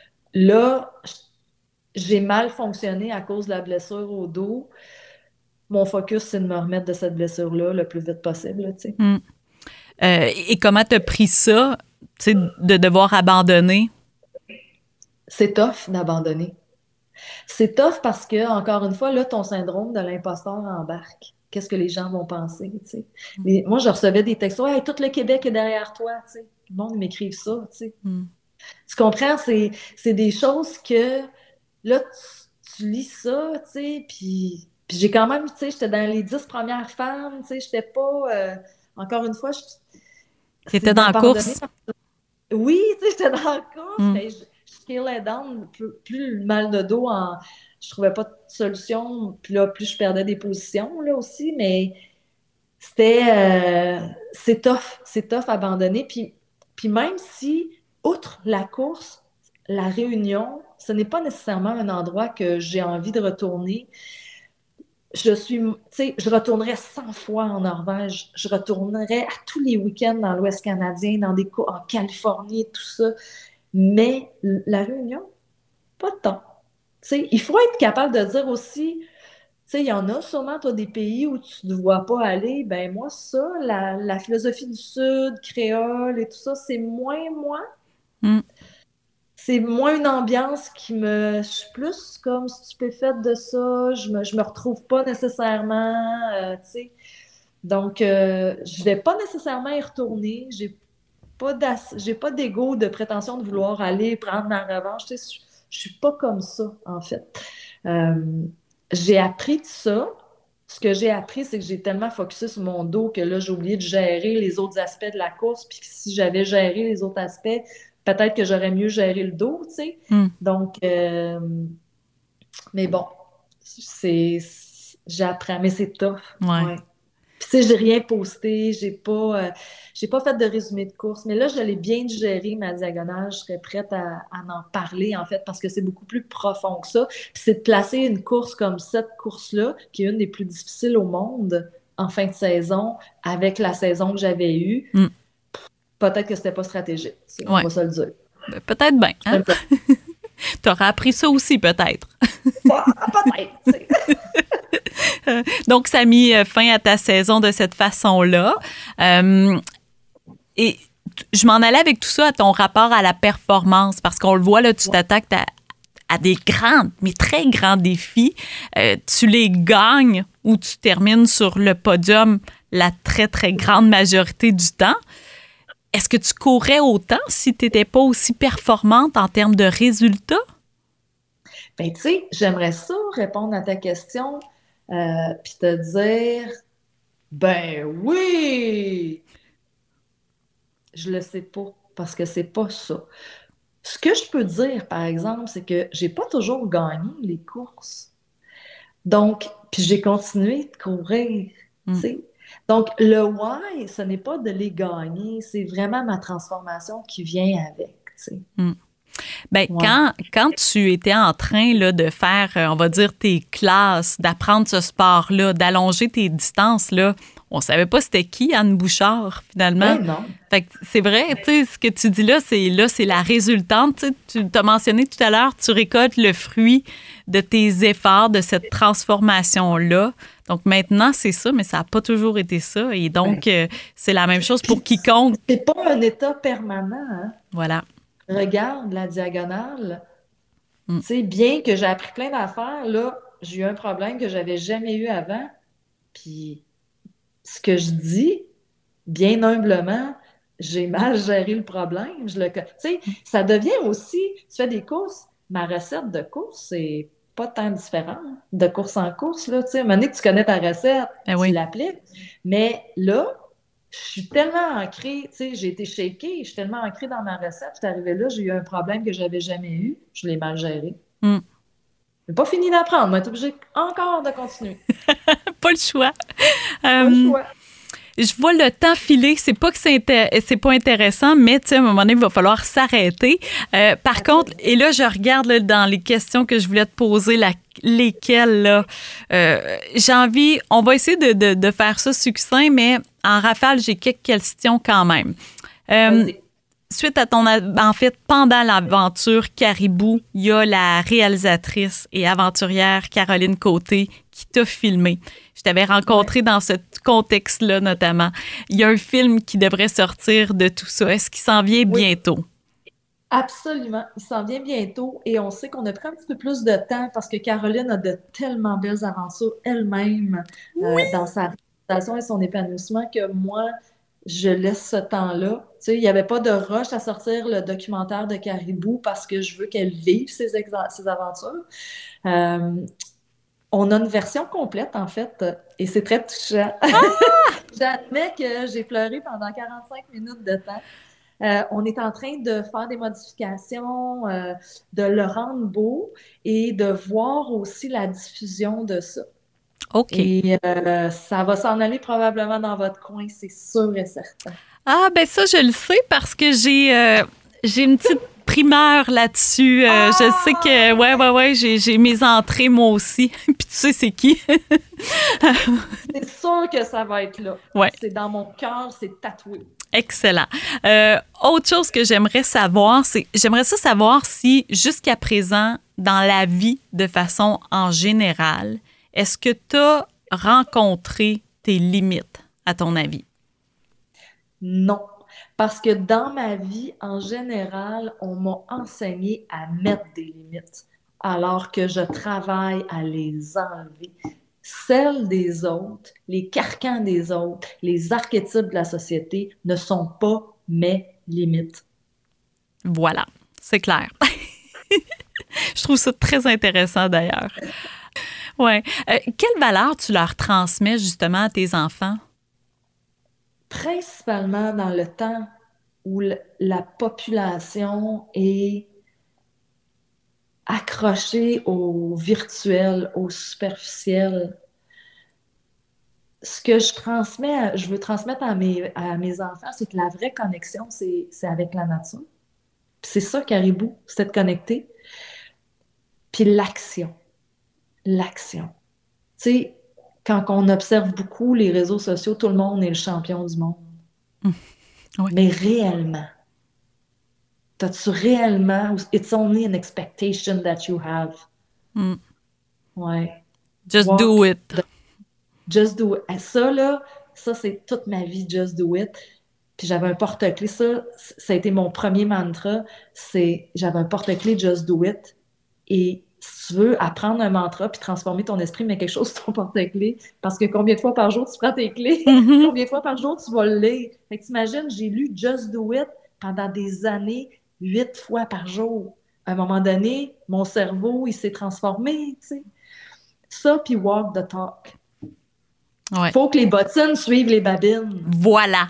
Là, j'ai mal fonctionné à cause de la blessure au dos. Mon focus, c'est de me remettre de cette blessure-là le plus vite possible, là, tu sais. Mm. Euh, et comment t'as pris ça, tu sais, de devoir abandonner? C'est tough d'abandonner. C'est tough parce que, encore une fois, là, ton syndrome de l'imposteur embarque. Qu'est-ce que les gens vont penser, tu sais? Les- moi, je recevais des textos, hey, tout le Québec est derrière toi, tu sais. Le monde m'écrive ça, tu sais. Mm. Tu comprends? C'est, c'est des choses que, là, tu, tu lis ça, tu sais, puis, puis j'ai quand même, tu sais, j'étais dans les dix premières femmes, tu sais, j'étais pas, euh, encore une fois, je- c'est T'étais dans la d'abandonner. course? Oui, tu sais, j'étais dans la course, Mm. mais je, je scalais down, plus, plus le mal de dos, en, je trouvais pas de solution, puis là, plus je perdais des positions, là, aussi, mais c'était, euh, c'est tough, c'est tough abandonner, puis, puis même si, outre la course, la Réunion, ce n'est pas nécessairement un endroit que j'ai envie de retourner. Je suis, tu sais, je retournerais cent fois en Norvège, je retournerais à tous les week-ends dans l'Ouest canadien, dans des cours en Californie, tout ça. Mais la Réunion, pas tant. Tu sais, il faut être capable de dire aussi, tu sais, il y en a sûrement, toi, des pays où tu ne vois pas aller. Ben moi, ça, la, la philosophie du Sud, créole et tout ça, c'est moins moi. Mm. C'est moins une ambiance qui me... Je suis plus comme stupéfaite de ça. Je me, je me retrouve pas nécessairement, euh, tu sais. Donc, euh, je vais pas nécessairement y retourner. J'ai pas d'ass- j'ai pas d'ego, de prétention de vouloir aller prendre ma revanche. Tu sais, je, je suis pas comme ça, en fait. Euh, j'ai appris de ça. Ce que j'ai appris, c'est que j'ai tellement focusé sur mon dos que là, j'ai oublié de gérer les autres aspects de la course. Puis que si j'avais géré les autres aspects, peut-être que j'aurais mieux géré le dos, tu sais. Mm. Donc, euh, mais bon, c'est, c'est- j'apprends, mais c'est tough. Ouais. Ouais. Puis, tu sais, j'ai rien posté, j'ai pas, euh, j'ai pas fait de résumé de course, mais là, je l'ai bien digéré, ma diagonale. Je serais prête à, à en parler, en fait, parce que c'est beaucoup plus profond que ça. Puis, c'est de placer une course comme cette course-là, qui est une des plus difficiles au monde en fin de saison, avec la saison que j'avais eue. Mm. Peut-être que c'était pas stratégique, tu sais, on Ouais. va se le dire. Ben, peut-être bien. Hein? T'aurais appris ça aussi, peut-être. Ah, peut-être, tu sais. Donc, ça a mis fin à ta saison de cette façon-là. Euh, et t- je m'en allais avec tout ça à ton rapport à la performance, parce qu'on le voit, là, tu t'attaques à, à des grands, mais très grands défis. Euh, tu les gagnes ou tu termines sur le podium la très, très grande majorité du temps. Est-ce que tu courais autant si tu n'étais pas aussi performante en termes de résultats? Ben, tu sais, j'aimerais ça répondre à ta question, euh, puis te dire, ben oui! Je le sais pas, parce que c'est pas ça. Ce que je peux dire, par exemple, c'est que j'ai pas toujours gagné les courses. Donc, puis j'ai continué de courir, Mm. tu sais. Donc, le why, ce n'est pas de les gagner, c'est vraiment ma transformation qui vient avec, tu sais. Mm. Bien, Ouais. quand, quand tu étais en train là, de faire, euh, on va dire, tes classes, d'apprendre ce sport-là, d'allonger tes distances, là, on savait pas c'était qui Anne Bouchard, finalement. Ben non. Fait que c'est vrai, tu sais, ce que tu dis là, c'est là, c'est la résultante. Tu sais, tu t'as mentionné tout à l'heure, tu récoltes le fruit de tes efforts, de cette transformation-là. Donc maintenant, c'est ça, mais ça n'a pas toujours été ça. Et donc, euh, c'est la même chose pour quiconque. C'est pas un état permanent, hein. Voilà. Regarde la diagonale. Mm. Tu sais, bien que j'ai appris plein d'affaires, là, j'ai eu un problème que j'avais jamais eu avant. Puis, ce que je dis, bien humblement, j'ai mal géré le problème. Je le... Tu sais, ça devient aussi, tu fais des courses, ma recette de course, c'est pas tant différent hein, de course en course, là. Tu sais, à un moment donné que tu connais ta recette, Ben tu oui. l'appliques. Mais là, je suis tellement ancrée, tu sais, j'ai été shakée, je suis tellement ancrée dans ma recette, je suis arrivée là, j'ai eu un problème que j'avais jamais eu, je l'ai mal géré. Mm. J'ai pas fini d'apprendre, mais tu es obligée encore de continuer. Pas le choix. Pas le Euh, choix. Je vois le temps filer. C'est pas que c'est, inté- c'est pas intéressant, mais tu sais, à un moment donné, il va falloir s'arrêter. Euh, par contre, et là, je regarde là, dans les questions que je voulais te poser, la, lesquelles, là, euh, j'ai envie, on va essayer de, de, de faire ça succinct, mais en rafale, j'ai quelques questions quand même. Euh, Vas-y. Suite à ton... En fait, pendant l'aventure Caribou, il y a la réalisatrice et aventurière Caroline Côté qui t'a filmé. Je t'avais rencontré dans ce contexte-là, notamment. Il y a un film qui devrait sortir de tout ça. Est-ce qu'il s'en vient Oui. bientôt? Absolument. Il s'en vient bientôt et on sait qu'on a pris un petit peu plus de temps parce que Caroline a de tellement belles aventures elle-même euh, dans sa réalisation et son épanouissement que moi, je laisse ce temps-là. Tu sais, il n'y avait pas de rush à sortir le documentaire de Caribou parce que je veux qu'elle vive ses, exa- ses aventures. Euh, on a une version complète, en fait, et c'est très touchant. Ah! J'admets que j'ai pleuré pendant quarante-cinq minutes de temps. Euh, on est en train de faire des modifications, euh, de le rendre beau et de voir aussi la diffusion de ça. OK. Et euh, ça va s'en aller probablement dans votre coin, c'est sûr et certain. Ah, ben ça, je le sais parce que j'ai, euh, j'ai une petite primeur là-dessus. Euh, Ah! Je sais que, ouais, ouais, ouais, j'ai, j'ai mes entrées moi aussi. Puis tu sais, c'est qui? C'est sûr que ça va être là. Ouais. C'est dans mon cœur, c'est tatoué. Excellent. Euh, autre chose que j'aimerais savoir, c'est j'aimerais ça savoir si jusqu'à présent, dans la vie de façon en général, Est-ce que tu as rencontré tes limites, à ton avis? Non. Parce que dans ma vie, en général, on m'a enseigné à mettre des limites, alors que je travaille à les enlever. Celles des autres, les carcans des autres, les archétypes de la société ne sont pas mes limites. Voilà, c'est clair. Je trouve ça très intéressant d'ailleurs. Ouais. Euh, quelle valeur tu leur transmets justement à tes enfants? Principalement dans le temps où la population est accrochée au virtuel, au superficiel. Ce que je transmets, je veux transmettre à mes, à mes enfants, c'est que la vraie connexion, c'est, c'est avec la nature. Puis c'est ça, Caribou, c'est de connecter. Puis l'action. L'action. Tu sais, quand on observe beaucoup les réseaux sociaux, tout le monde est le champion du monde. Mmh. Ouais. Mais réellement, t'as-tu réellement... It's only an expectation that you have. Mm. Ouais. Just Walk do it. The... Just do it. Et ça, là, ça, c'est toute ma vie, just do it. Puis j'avais un porte-clés, ça, ça a été mon premier mantra, c'est j'avais un porte-clés Just Do It. Et si tu veux apprendre un mantra puis transformer ton esprit, mets quelque chose sur ton porte-clés, parce que combien de fois par jour tu prends tes clés? Mm-hmm. Combien de fois par jour tu vas le lire? Fait que t'imagines, j'ai lu Just Do It pendant des années, huit fois par jour. À un moment donné, mon cerveau, il s'est transformé, tu sais. Ça, puis walk the talk. Ouais. Faut que les bottines suivent les babines. Voilà.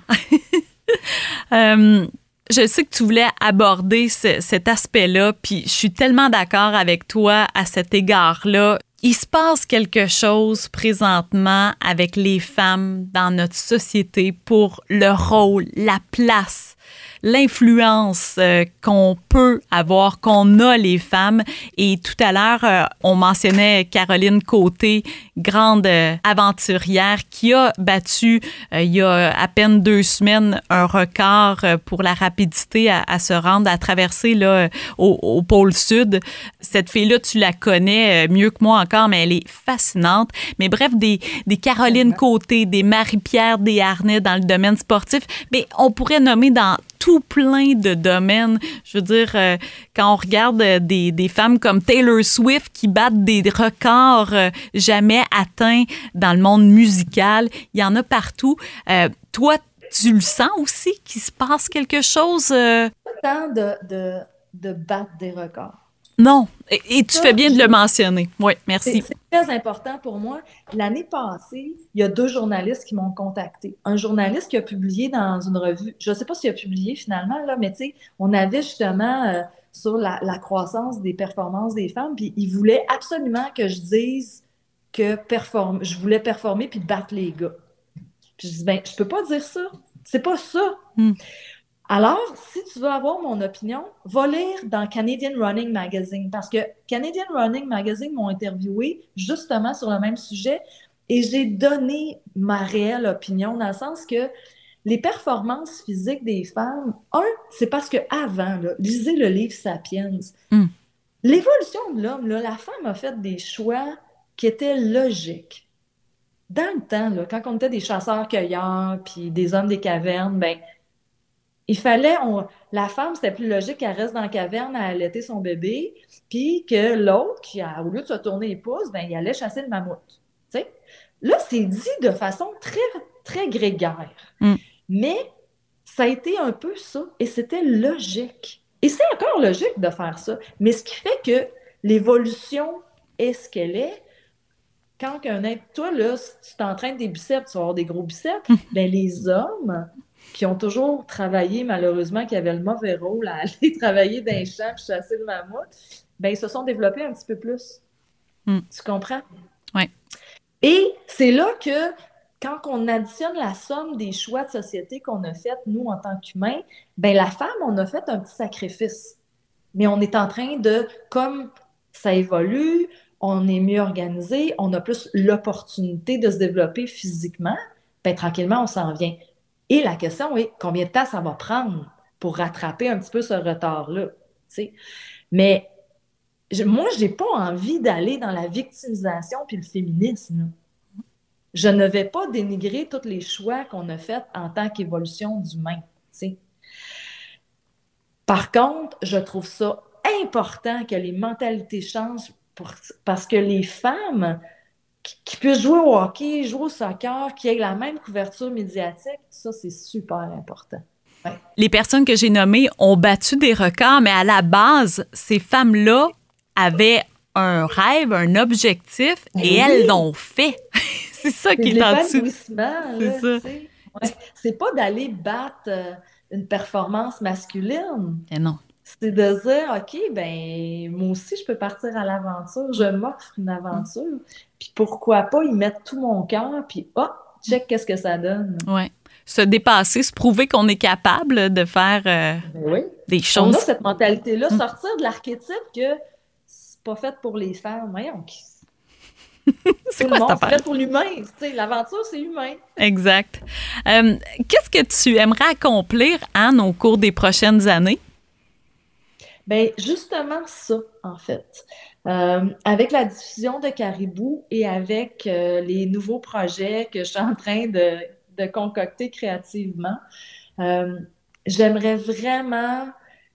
euh, je sais que tu voulais aborder ce, cet aspect-là, puis je suis tellement d'accord avec toi à cet égard-là. Il se passe quelque chose présentement avec les femmes dans notre société pour le rôle, la place, l'influence euh, qu'on peut avoir, qu'on a les femmes. Et tout à l'heure, euh, on mentionnait Caroline Côté, grande euh, aventurière, qui a battu euh, il y a à peine deux semaines un record euh, pour la rapidité à, à se rendre, à traverser là, au, au pôle sud. Cette fille-là, tu la connais euh, mieux que moi encore, mais elle est fascinante. Mais bref, des, des Caroline Côté, des Marie-Pierre Desharnais dans le domaine sportif, mais on pourrait nommer dans tout plein de domaines. Je veux dire, euh, quand on regarde euh, des, des femmes comme Taylor Swift qui battent des records euh, jamais atteints dans le monde musical, il y en a partout. Euh, toi, tu le sens aussi qu'il se passe quelque chose? Euh... Temps de, de, de battre des records. Non, et, et tu ça, fais bien de le mentionner. Oui, merci. C'est, c'est très important pour moi. L'année passée, il y a deux journalistes qui m'ont contacté. Un journaliste qui a publié dans une revue, je ne sais pas s'il a publié finalement, là, mais tu sais, on avait justement euh, sur la, la croissance des performances des femmes, puis il voulait absolument que je dise que perform- je voulais performer puis battre les gars. Puis je dis, ben, je peux pas dire ça. C'est pas ça. Mm. Alors, si tu veux avoir mon opinion, va lire dans Canadian Running Magazine, parce que Canadian Running Magazine m'ont interviewé justement sur le même sujet et j'ai donné ma réelle opinion dans le sens que les performances physiques des femmes, un, c'est parce qu'avant, lisez le livre Sapiens, mm. l'évolution de l'homme, là, la femme a fait des choix qui étaient logiques. Dans le temps, là, quand on était des chasseurs-cueilleurs puis des hommes des cavernes, ben il fallait, on, la femme, c'était plus logique qu'elle reste dans la caverne à allaiter son bébé, puis que l'autre, qui a, au lieu de se tourner les pouces, ben, il allait chasser le mammouth. T'sais? Là, c'est dit de façon très, très grégaire. Mm. Mais ça a été un peu ça, et c'était logique. Et c'est encore logique de faire ça. Mais ce qui fait que l'évolution est ce qu'elle est, quand un être, toi, là, si tu t'entraînes des biceps, tu vas avoir des gros biceps, mm. ben les hommes qui ont toujours travaillé, malheureusement, qui avaient le mauvais rôle à aller travailler dans les champs et chasser le mammouth, ben ils se sont développés un petit peu plus. Mm. Tu comprends? Oui. Et c'est là que, quand on additionne la somme des choix de société qu'on a fait, nous, en tant qu'humains, ben la femme, on a fait un petit sacrifice. Mais on est en train de, comme ça évolue, on est mieux organisé, on a plus l'opportunité de se développer physiquement, ben tranquillement, on s'en vient. Et la question est, combien de temps ça va prendre pour rattraper un petit peu ce retard-là? T'sais? Mais je- moi, j'ai pas envie d'aller dans la victimisation puis le féminisme, là. Je ne vais pas dénigrer tous les choix qu'on a faits en tant qu'évolution d'humain, tu sais. Par contre, je trouve ça important que les mentalités changent pour- parce que les femmes qui, qui puissent jouer au hockey, jouer au soccer, qui aient la même couverture médiatique, ça, c'est super important. Ouais. Les personnes que j'ai nommées ont battu des records, mais à la base, ces femmes-là avaient un rêve, un objectif, Ben et elles oui, l'ont fait. C'est ça c'est qui de est en dessous. l'épanouissement, C'est là, ça. tu sais. Ouais. C'est pas d'aller battre euh, une performance masculine. Mais non. C'est de dire, OK, ben moi aussi, je peux partir à l'aventure. Je m'offre une aventure. Puis pourquoi pas y mettre tout mon cœur, puis oh, check qu'est-ce que ça donne. Ouais. Se dépasser, se prouver qu'on est capable de faire euh, Ben oui. des On choses. a cette mentalité-là, Mm. sortir de l'archétype que c'est pas fait pour les femmes. Voyons, qui- C'est tout quoi le cette monde, c'est affaire? fait pour l'humain. Tu sais, l'aventure, c'est humain. Exact. Euh, qu'est-ce que tu aimerais accomplir, Anne, au cours des prochaines années? Ben justement ça, en fait. Euh, avec la diffusion de Caribou et avec euh, les nouveaux projets que je suis en train de, de concocter créativement, euh, j'aimerais vraiment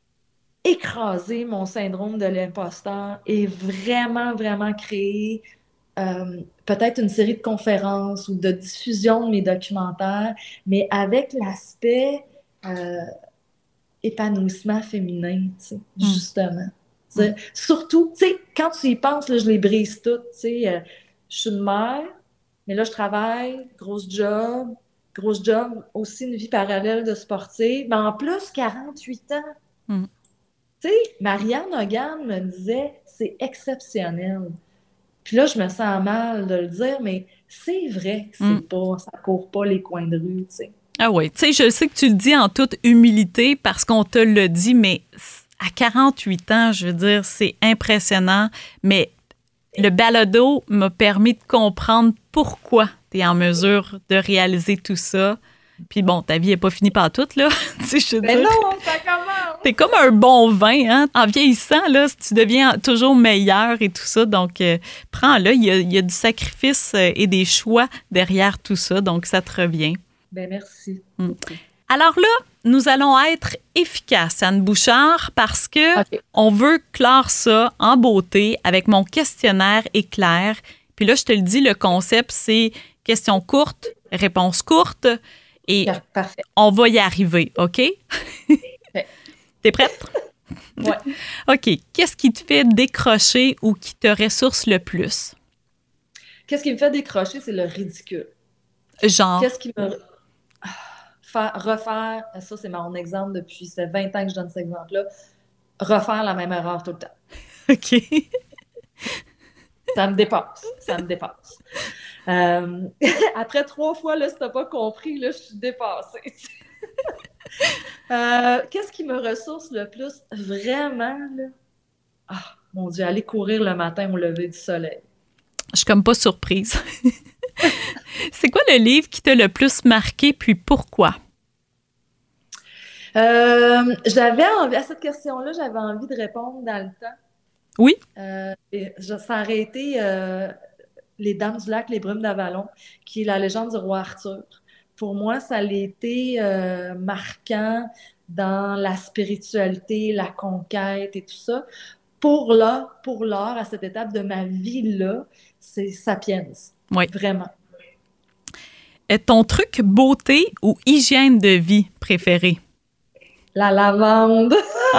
écraser mon syndrome de l'imposteur et vraiment, vraiment créer euh, peut-être une série de conférences ou de diffusion de mes documentaires, mais avec l'aspect euh, épanouissement féminin, tu sais, Mm. justement. Tu Mm. sais, surtout, tu sais, quand tu y penses, là, je les brise toutes, tu sais, euh, je suis une mère, mais là, je travaille, grosse job, grosse job, aussi une vie parallèle de sportive, mais en plus, quarante-huit ans. Mm. Tu sais, Marianne Hogan me disait, c'est exceptionnel. Puis là, je me sens mal de le dire, mais c'est vrai que Mm. c'est pas, ça court pas les coins de rue, tu sais. Ah oui, tu sais, je sais que tu le dis en toute humilité parce qu'on te le dit, mais à quarante-huit ans, je veux dire, c'est impressionnant. Mais le balado m'a permis de comprendre pourquoi tu es en mesure de réaliser tout ça. Puis bon, ta vie n'est pas finie par toute, là. Tu sais, je veux Mais dire, non, ça commence! t'es comme un bon vin, hein. En vieillissant, là, tu deviens toujours meilleur et tout ça. Donc, euh, prends-le. Il y, a, il y a du sacrifice euh, et des choix derrière tout ça. Donc, ça te revient. Ben merci. Mm. Alors là, nous allons être efficaces, Anne Bouchard, parce que OK. on veut clore ça en beauté avec mon questionnaire éclair. Puis là, je te le dis, le concept, c'est questions courtes, réponses courtes, et Par- Parfait. on va y arriver, OK? T'es prête? Ouais. OK. Qu'est-ce qui te fait décrocher ou qui te ressource le plus? Qu'est-ce qui me fait décrocher, c'est le ridicule. Genre, Qu'est-ce qui me... Faire, refaire, ça c'est mon exemple depuis, ça fait vingt ans que je donne cet exemple-là, refaire la même erreur tout le temps. OK. Ça me dépasse, ça me dépasse. Euh, après trois fois, là, si t'as pas compris, là, je suis dépassée. Euh, qu'est-ce qui me ressource le plus? Vraiment, là? Ah, mon Dieu, aller courir le matin au lever du soleil. Je suis comme pas surprise. C'est quoi le livre qui t'a le plus marqué, puis pourquoi? Euh, j'avais envie, à cette question-là, j'avais envie de répondre dans le temps. Oui? Euh, et je- ça aurait été euh, Les Dames du lac, les Brumes d'Avalon, qui est la légende du roi Arthur. Pour moi, ça a été euh, marquant dans la spiritualité, la conquête et tout ça. Pour là, pour l'art, à cette étape de ma vie-là, c'est Sapiens. Oui. Vraiment. Est ton truc beauté ou hygiène de vie préféré? La lavande.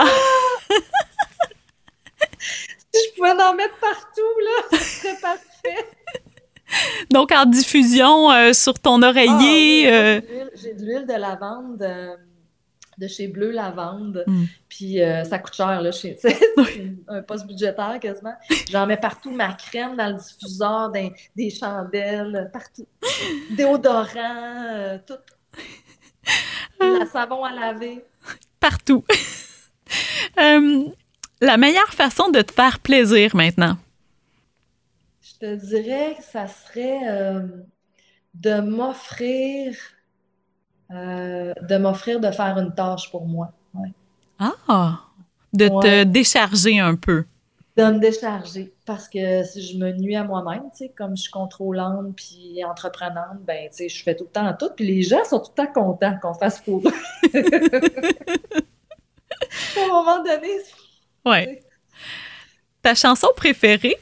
Si je pouvais en mettre partout, là, ce serait parfait. Donc, en diffusion euh, sur ton oreiller. Ah, oui, euh, j'ai de l'huile- j'ai de l'huile de lavande euh, de chez Bleu Lavande. Mm. Puis euh, ça coûte cher, là, chez, c'est un poste budgétaire quasiment. J'en mets partout, ma crème dans le diffuseur, des, des chandelles, partout. Déodorant, euh, tout. La savon à laver. Partout. Euh, la meilleure façon de te faire plaisir maintenant? Je te dirais que ça serait euh, de m'offrir euh, de m'offrir de faire une tâche pour moi. Ouais. Ah! De te Ouais. décharger un peu. de me décharger parce que si je me nuis à moi-même, tu sais, comme je suis contrôlante puis entreprenante, ben, tu sais, je fais tout le temps tout, puis les gens sont tout le temps contents qu'on fasse pour eux. À un moment donné, ouais. Ta chanson préférée?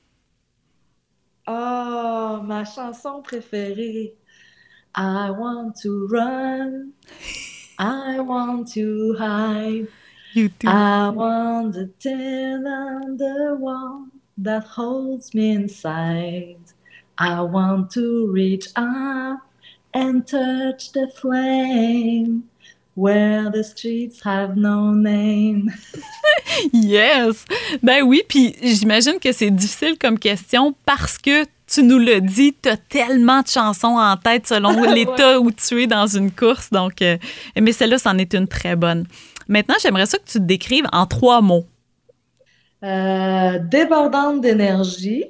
Ah, oh, ma chanson préférée. I want to run, I want to hide. You too. I want to turn on the wall that holds me inside. I want to reach up and touch the flame where the streets have no name. Yes! Ben oui, puis j'imagine que c'est difficile comme question parce que tu nous l'as dit, tu as tellement de chansons en tête selon l'état ouais. où tu es dans une course. Donc, euh, mais celle-là, c'en est une très bonne. Maintenant, j'aimerais ça que tu te décrives en trois mots. Euh, débordante d'énergie,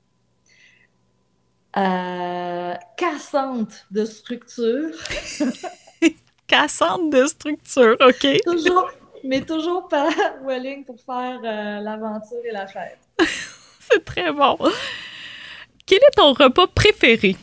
euh, cassante de structure. Cassante de structure, OK. Toujours, mais toujours pas willing pour faire euh, l'aventure et la fête. C'est très bon. Quel est ton repas préféré?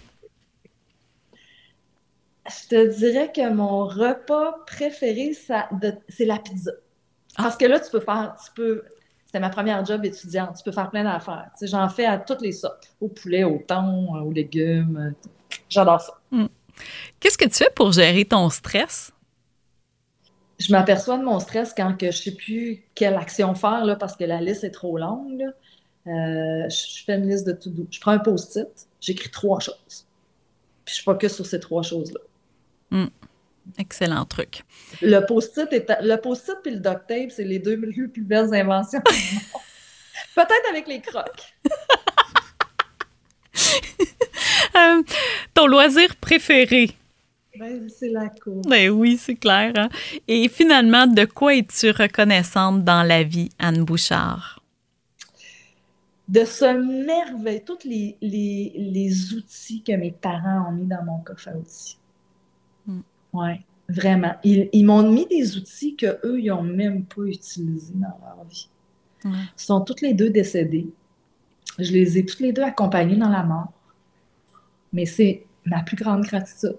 Je te dirais que mon repas préféré, ça, de, c'est la pizza. Ah. Parce que là, tu peux faire, tu peux, c'était ma première job étudiante, tu peux faire plein d'affaires. Tu sais, j'en fais à toutes les sortes, au poulet, au thon, aux légumes. J'adore ça. Mm. Qu'est-ce que tu fais pour gérer ton stress? Je m'aperçois de mon stress quand que je ne sais plus quelle action faire là, parce que la liste est trop longue. Là. Euh, je fais une liste de to-do. Je prends un post-it, j'écris trois choses. Puis je focus sur ces trois choses-là. Mm. Excellent truc. Le post-it est le post-it puis le duct tape, c'est les deux plus belles inventions. Peut-être avec les crocs. euh, ton loisir préféré? Ben, c'est la course. Ben oui, c'est clair. Hein? Et finalement, de quoi es-tu reconnaissante dans la vie, Anne Bouchard? De ce merveille, tous les, les, les outils que mes parents ont mis dans mon coffre à outils. Mm. Oui, vraiment. Ils, ils m'ont mis des outils qu'eux, ils n'ont même pas utilisés dans leur vie. Mm. Ils sont tous les deux décédés. Je les ai tous les deux accompagnés dans la mort. Mais c'est ma plus grande gratitude.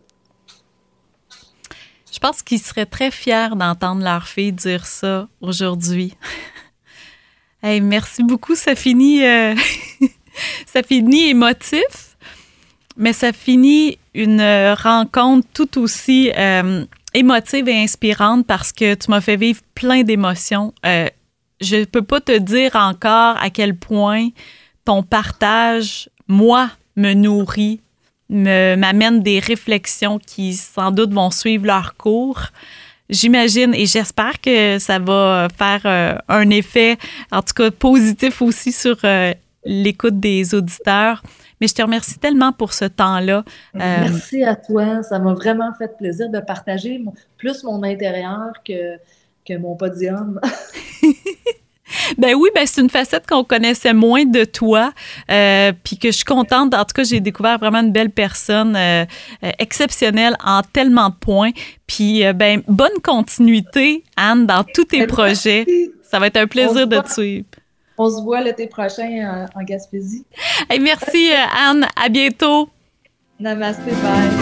Je pense qu'ils seraient très fiers d'entendre leur fille dire ça aujourd'hui. Hey, merci beaucoup. Ça finit, euh, ça finit émotif, mais ça finit une rencontre tout aussi euh, émotive et inspirante parce que tu m'as fait vivre plein d'émotions. Euh, je ne peux pas te dire encore à quel point ton partage, moi, me nourrit, me, m'amène des réflexions qui, sans doute, vont suivre leur cours. J'imagine et j'espère que ça va faire euh, un effet, en tout cas positif aussi sur euh, l'écoute des auditeurs. Mais je te remercie tellement pour ce temps-là. Euh, Merci à toi. Ça m'a vraiment fait plaisir de partager mon, plus mon intérieur que, que mon podium. Ben oui, ben c'est une facette qu'on connaissait moins de toi, euh, puis que je suis contente. En tout cas, j'ai découvert vraiment une belle personne euh, euh, exceptionnelle en tellement de points. Puis, euh, ben bonne continuité, Anne, dans tous tes Merci. projets. Ça va être un plaisir de te suivre. On se voit l'été prochain en, en Gaspésie. Hey, merci, Anne. À bientôt. Namasté, bye.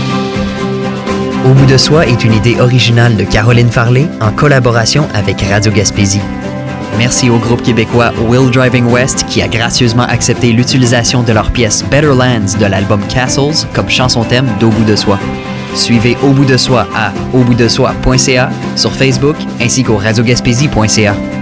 Au bout de soi est une idée originale de Caroline Farley en collaboration avec Radio Gaspésie. Merci au groupe québécois Will Driving West qui a gracieusement accepté l'utilisation de leur pièce Better Lands de l'album Castles comme chanson-thème d'Au bout de soi. Suivez Au bout de soi à au bout de soi point c a sur Facebook ainsi qu'au radio gaspésie point c a.